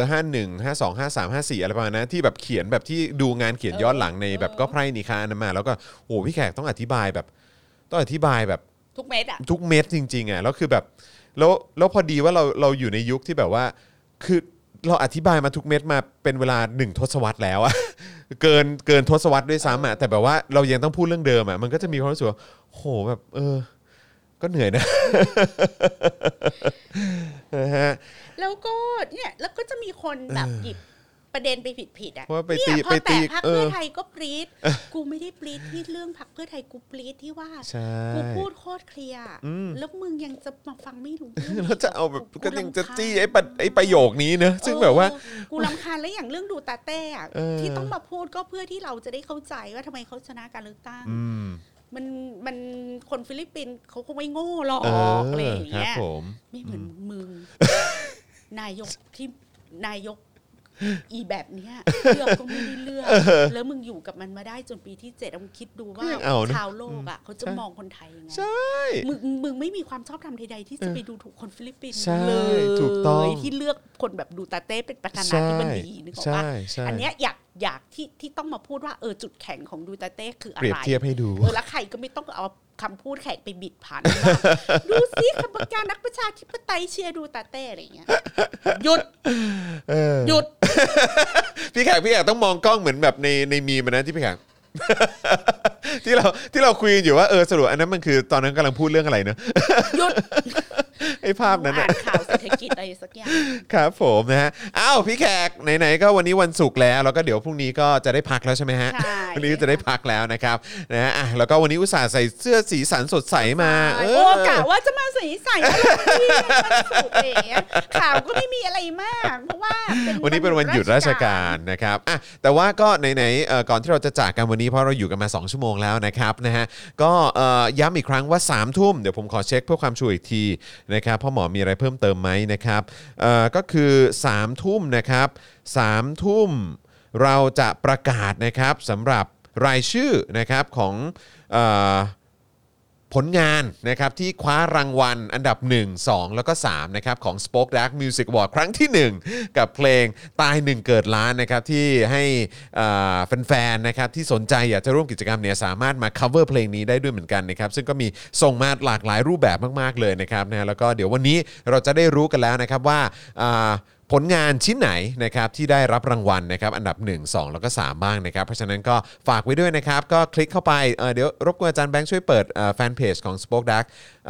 51 52 53 54อะไรประมาณนั้นที่แบบเขียนแบบที่ดูงานเขียนย้อนหลังในแบบก็ไพร่นิคาอันนั้นมาแล้วก็โอ้พี่แขกต้องอธิบายแบบทุกเม็ดอ่ะทุกเม็ดจริงๆอ่ะแล้วคือแบบแล้วพอดีว่าเราอยู่ในยุคที่แบบว่าคือเราอธิบายมาทุกเม็ดมาเป็นเวลา1 ทศวรรษแล้วอ่ะเกินทศวรรษด้วยซ้ำอ่ะแต่แบบว่าเรายังต้องพูดเรื่องเดิมอ่ะมันก็จะมีความรู้สึกว่าโหแบบก็เหนื่อยนะนะฮะแล้วก็เนี่ยแล้วก็จะมีคนแบบหยิบประเด็นไปผิดอ่ะว่าไปตีเนี่ยพอแต่พรรคเพื่อไทยก็ปรี๊ดเออกูไม่ได้ปรี๊ดที่เรื่องพรรคเพื่อไทยกูปรี๊ดที่ว่าใช่กูพูดโคตรเคลียร์แล้วมึงยังจะมาฟังไม่รู้แล้วจะเอาแบบก็ยังจะจี้ไอ้ประโยคนี้เนอะซึ่งแบบว่ากูรำคาญแล้วอย่างเรื่องดูตาเต้อะที่ต้องมาพูดก็เพื่อที่เราจะได้เข้าใจว่าทำไมเขาชนะการเลือกตั้งมันคนฟิลิปปินส์เขาคงไม่โง่หรอกอะไรอย่างเงี้ยไม่เหมือนมึงนายกอีแบบเนี้ยเลือกก็ไม่ได้เลือกแล้วมึงอยู่กับมันมาได้จนปีที่7มึงคิดดูว่าชาวโลกอ่ะเขาจะมองคนไทยยังไงใช่มึงไม่มีความชอบธรรมใดๆที่จะไปดูถูกคนฟิลิปปินส์เลยถูกต้องที่เลือกคนแบบดูตาเต้เป็นประธานาธิบดีนึกออกป่ะอันเนี้ยอยากที่ต้องมาพูดว่าจุดแข็งของดูตาเต้คืออะไรเปรียบเทียบให้ดูแล้วใครก็ไม่ต้องเอาคำพูดแขกไปบิดผันดูซิกรรมการนักประชาธิปไตยเชียร์ดูตาเต้อะไรอย่างเงี้ยหยุดพี่แขกต้องมองกล้องเหมือนแบบในมีมนะที่พี่แขก ที่เราคุยอยู่ว่าสรุปอันนั้นมันคือตอนนั้นกำลังพูดเรื่องอะไรเนอะหยุดไอ้ภาพนั้นอ่านข่าวเศรษฐกิจอะไรสักอย่างครับผมนะฮะอ้าวพี่แขกไหนๆก็วันนี้วันศุกร์แล้วก็เดี๋ยวพรุ่งนี้ก็จะได้พักแล้วใช่ไหมฮะวันนี้จะได้พักแล้วนะครับนะฮะแล้วก็วันนี้อุตส่าห์ใส่เสื้อสีสันสดใสมากะว่าจะมาสีใสอะไรที่วันศุกร์เองข่าวก็ไม่มีอะไรมากเพราะว่าวันนี้เป็นวันหยุดราชการนะครับแต่ว่าก็ไหนๆก่อนที่เราจะจากกันวันนี้เพราะเราอยู่กันมา2ชั่วโมงแล้วนะครับนะฮะก็ย้ำอีกครั้งว่า3 ทุ่มเดี๋ยวผมขอเช็คเพื่อความชัวร์อีกทีนะครับพ่อหมอมีอะไรเพิ่มเติมไหมนะครับก็คือ3 ทุ่มนะครับ3 ทุ่มเราจะประกาศนะครับสำหรับรายชื่อนะครับของผลงานนะครับที่คว้ารางวัลอันดับ1 2แล้วก็3นะครับของ Spoke Dark Music Award ครั้งที่1กับเพลงตาย1เกิดล้านนะครับที่ให้แฟนๆนะครับที่สนใจอยากจะร่วมกิจกรรมเนี่ยสามารถมา cover เพลงนี้ได้ด้วยเหมือนกันนะครับซึ่งก็มีส่งมาหลากหลายรูปแบบมากๆเลยนะครับนะแล้วก็เดี๋ยววันนี้เราจะได้รู้กันแล้วนะครับว่าผลงานชิ้นไหนนะครับที่ได้รับรางวัลนะครับอันดับ1 2แล้วก็3บ้างนะครับเพราะฉะนั้นก็ฝากไว้ด้วยนะครับก็คลิกเข้าไปเดี๋ยวรบกวนอาจารย์แบงค์ช่วยเปิดแฟนเพจของ Spoke Dark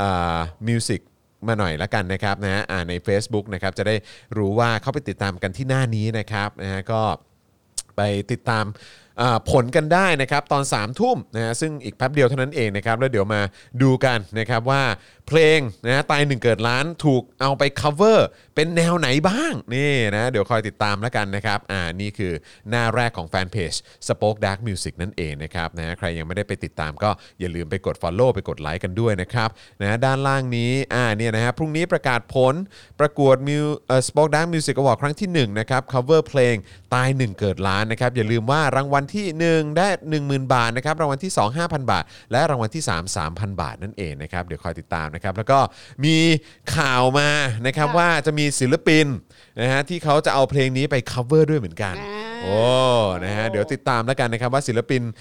Music มาหน่อยละกันนะครับนะใน Facebook นะครับจะได้รู้ว่าเข้าไปติดตามกันที่หน้านี้นะครับนะฮะก็ไปติดตามผลกันได้นะครับตอน3 ทุ่มนะฮะซึ่งอีกแป๊บเดียวเท่านั้นเองนะครับแล้วเดี๋ยวมาดูกันนะครับว่าเพลงนะตาย1เกิดล้านถูกเอาไป cover เป็นแนวไหนบ้างนี่นะเดี๋ยวคอยติดตามแล้วกันนะครับนี่คือหน้าแรกของแฟนเพจ Spoke Dark Music นั่นเองนะครับนะใครยังไม่ได้ไปติดตามก็อย่าลืมไปกด follow ไปกดไลค์กันด้วยนะครับนะด้านล่างนี้เนี่ยนะฮะพรุ่งนี้ประกาศผลประกวดSpoke Dark Music Award ครั้งที่1นะครับ cover เพลงตาย1เกิดล้านนะครับอย่าลืมว่ารางวัลที่1ได้ 10,000 บาทนะครับรางวัลที่2 5,000 บาทและรางวัลที่3 3,000 บาทนั่นเองนะครับเดี๋ยวคอยติดตามนะครับแล้วก็มีข่าวมานะครับว่าจะมีศิลปินนะฮะที่เขาจะเอาเพลงนี้ไป cover ด้วยเหมือนกันนะฮะเดี๋ยวติดตามแล้วกันนะครับว่าศิลปิน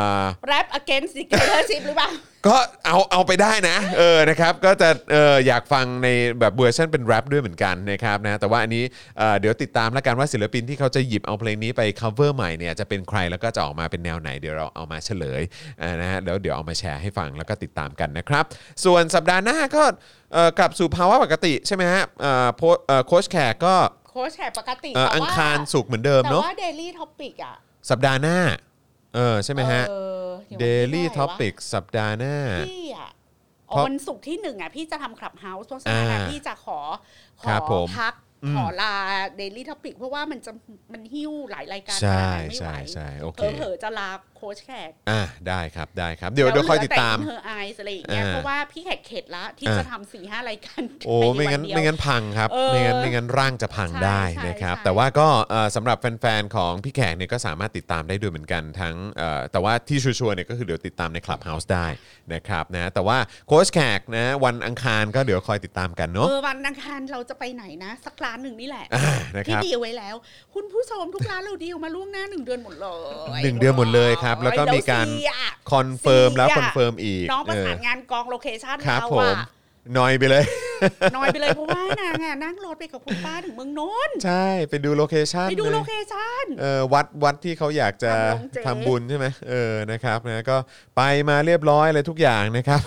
Rap Against Dictatorship หรือเปล่าก็เอาไปได้นะนะครับก็จะอยากฟังในแบบเวอร์ชันเป็นแรปด้วยเหมือนกันนะครับนะแต่ว่าอันนี้เดี๋ยวติดตามแล้วกันว่าศิลปินที่เขาจะหยิบเอาเพลงนี้ไป cover ใหม่เนี่ยจะเป็นใครแล้วก็จะออกมาเป็นแนวไหนเดี๋ยวเราเอามาเฉลยนะฮะแล้วเดี๋ยวเอามาแชร์ให้ฟังแล้วก็ติดตามกันนะครับส่วนสัปดาห์หน้าก็กลับสู่ภาวะปกติใช่ไหมฮะโค้ชแขกก็โค้ชแขกปกติอังคารศุกร์เหมือนเดิมเนาะแต่ว่า Daily Topic อ่ะสัปดาห์หน้าใช่ไหมฮะ Daily Topic สัปดาห์หน้าพี่อ่ะวันศุกร์ที่1อ่ะพี่จะทำ Clubhouse เพราะฉะนั้นพี่จะขอพักขอลา Daily Topic เพราะว่ามันหิ้วหลายรายการไม่ไหวโอเคเผลอจะลาโค้ชแขกได้ครับเดี๋ยวคอยติดตามเธอไอซ์อะไรอย่างเงี้ยเพราะว่าพี่แขกเข็ดละที่จะทำ 4-5 รายการโอ้ไม่งั้นพังครับไม่งั้นร่างจะพังได้นะครับแต่ว่าก็สำหรับแฟนๆของพี่แขกเนี่ยก็สามารถติดตามได้ด้วยเหมือนกันทั้งแต่ว่าที่ชัวร์ๆเนี่ยก็คือเดี๋ยวติดตามใน Clubhouse ได้นะครับนะแต่ว่าโค้ชแขกนะวันอังคารก็เดี๋ยวคอยติดตามกันเนาะวันอังคารเราจะไปไหนนะสักร้านนึงนี่แหละที่ดีลไว้แล้วคุณผู้ชมทุกร้านเราดีลมาล่วงหน้า1 เดือนหมดเลย 1 เดือนหมดเลยครับแล้วก็มีการคอนเฟิร์มแล้วคอนเฟิร์มอีกน้องประสานงานกองโลเคชั่นเราอะน้อยไปเลยน้อยไปเลยเพราะว่านางอ่ะนั่งรถไปกับคุณป้าถึงเมืองนนท์ใช่ไปดูโลเคชั่นไปดูเลยโลเคชั่นวัดที่เขาอยากจะทำโรงเจทำบุญใช่ไหมนะครับนะก็ไปมาเรียบร้อยเลยทุกอย่างนะครับ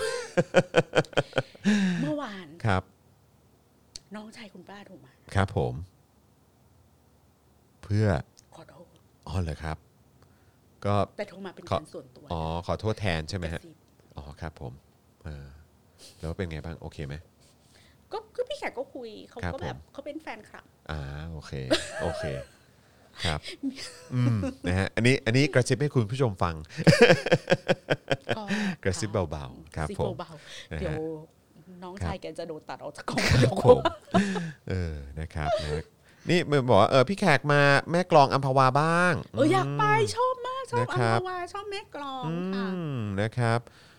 เมื่อวานครับน้องชายคุณป้าโทรมาครับผม เพื่อขอโทษอ๋อเหรอครับ ก็แต่โทรมาเป็นการส่วนตัวอ๋อขอโทษแทนใช่ไหมฮะกระซิบอ๋อครับผมแล้วเป็นไงบ้างโอเคไหมก็คือพี่แขกก็คุยเขาครับก็แบบผมเขาเป็นแฟนคลับโอเคโอเคครับนะฮะอันนี้กระซิบให้คุณผู้ชมฟังก็กระซิบเบาๆครับกะซิบผมเบานะฮะๆเดี๋ยวน้องชายแกจะโดนตัดออกจากกองครับผมนะครับนะนี่มันบอกว่าพี่แขกมาแม่กลองอัมพวาบ้างอยากไปชอบมากชอบนะอัคมรับพวาชอบแม่กลองอืค่ะมนะครับ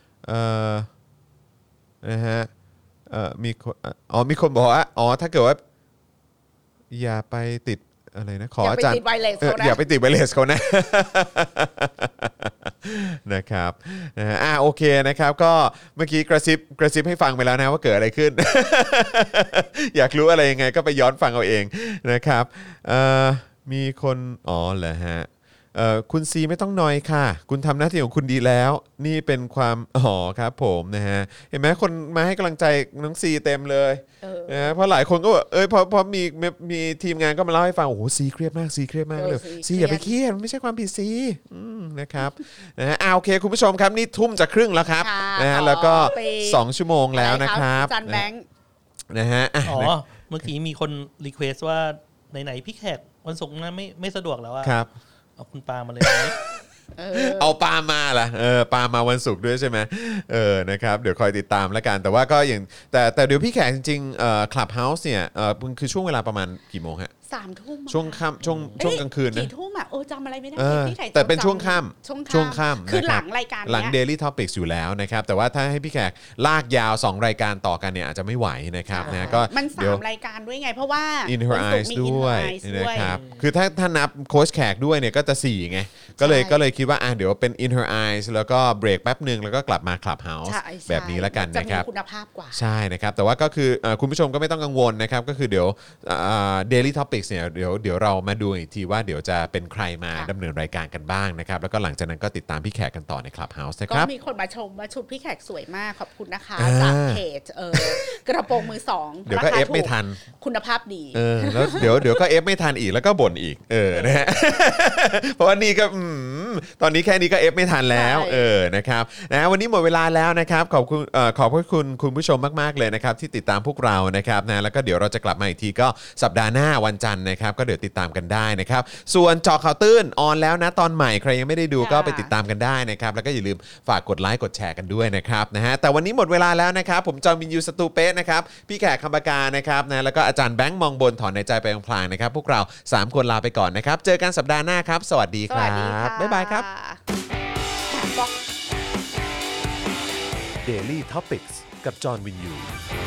นะฮะมีคนมีคนบอกว่าถ้าเกิดว่าอย่าไปติดอะไรนะขออาจารย์อย่าไปติดไวเลสเขานะอย่าไปติดไวเลสเขานะ นะครับนะฮะโอเคนะครับก็เมื่อกี้กระซิบให้ฟังไปแล้วนะว่าเกิดอะไรขึ้น อยากรู้อะไรยังไงก็ไปย้อนฟังเอาเองนะครับมีคนเหรอฮะคุณซีไม่ต้องนอยค่ะคุณทำหน้าที่ของคุณดีแล้วนี่เป็นความครับผมนะฮะเห็นไหมคนมาให้กำลังใจน้องซีเต็มเลยนะเพราะหลายคนก็แบบพอมีทีมงานก็มาเล่าให้ฟังโอ้โหซีเครียดมากซีเครียดมากเลยซีอย่าไปเครียดมันไม่ใช่ความผิดซีนะครับนะฮะโอเคคุณผู้ชมครับนี่ทุ่มจะครึ่งแล้วครับนะฮะแล้วก็2ชั่วโมงแล้วนะครับจันแบงค์นะฮะเมื่อกี้มีคนรีเควสว่าไหนๆพี่แขกวันศุกร์นั้นไม่สะดวกแล้วอะครับเอาคุณปามาเลยไหมเอาปาล์มมาล่ะปาล์มมาวันศุกร์ด้วยใช่ไหมนะครับเดี๋ยวคอยติดตามแล้วกันแต่ว่าก็อย่างแต่เดี๋ยวพี่แขกจริงๆคลับเฮาส์เนี่ยคือช่วงเวลาประมาณกี่โมงฮะ 3 ทุ่มช่วงค่ำช่วงกลางคืนนะกี่ทุ่มอ่ะจำอะไรไม่ได้พี่ไข่แต่เป็นช่วงค่ำช่วงค่ำคือนะหรัลับงรายการหลังเนี้ย Daily Topics อยู่แล้วนะครับแต่ว่าถ้าให้พี่แขกลากยาว2รายการต่อกันเนี่ยอาจจะไม่ไหวนะครับนะก็มันเดี๋ยว 3 รายการด้วยไงเพราะว่า In Her วันศุก Eyes ร์มีด้วย In Her Eyes นะครับคือถ้านับโค้ชแขกด้วยเนี่ยก็จะ4ไงก็เลยคิดว่าเดี๋ยวเป็น In Her Eyes แล้วก็เบรกแป๊บนึงแล้วก็กลับมา Clubhouse ใช่แบบนี้ละกันจะนะครับมีคุณภาพกว่าใช่นะครับแต่ว่าก็คือคุณผู้ชมก็ไม่ต้องกังวลนะครับก็คือเดี๋ยวDaily Topics เนี่ยเดี๋ยวเรามาดูอีกทีว่าเดี๋ยวจะเป็นใครมาค่ะดำเนินรายการกันบ้างนะครับแล้วก็หลังจากนั้นก็ติดตามพี่แขกกันต่อใน Clubhouse นะคก็รับมีคนมาชมว่าชุดพี่แขกสวยมากขอบคุณนะคะอ่าจากเพจกระโปรงมือสองเดี๋ยวก็ราคาเอฟไม่ถูทันคุณภาพดีแล้วเดี๋ยวก็เอฟไม่ทันอีกแล้วก็บ่นอีกนะฮะ เพราะว่านี่ก็ตอนนี้แค่นี้ก็เอฟไม่ทันแล้วใช่นะครับนะวันนี้หมดเวลาแล้วนะครับขอบคุณคุณผู้ชมมากๆเลยนะครับที่ติดตามพวกเรานะครับนะแล้วก็เดี๋ยวเราจะกลับมาอีกทีก็สัปดาห์หน้าวันจันทร์นะครับก็เดี๋ยวติดตามกันได้นะครับส่วนเจาะข่าวตื้นออนแล้วนะตอนใหม่ใครยังไม่ได้ดูก็ไปติดตามกันได้นะครับแล้วก็อย่าลืมฝากกดไลค์กดแชร์กันด้วยนะครับนะฮะแต่วันนี้หมดเวลาแล้วนะครับผมจอมินยูสตูเป้นะครับพี่แขกคำปากานะครับนะแล้วก็อาจารย์แบงค์มองบนถอนในใจไปพลางๆนะครับพวกเรา3คนลาไปก่อนนะครับเจอกันสัปดาห์หน้าครับสวัสดีสควัรัสดีค่ะบบ๊ายบายครับ Daily Topics กับจอห์นวินยู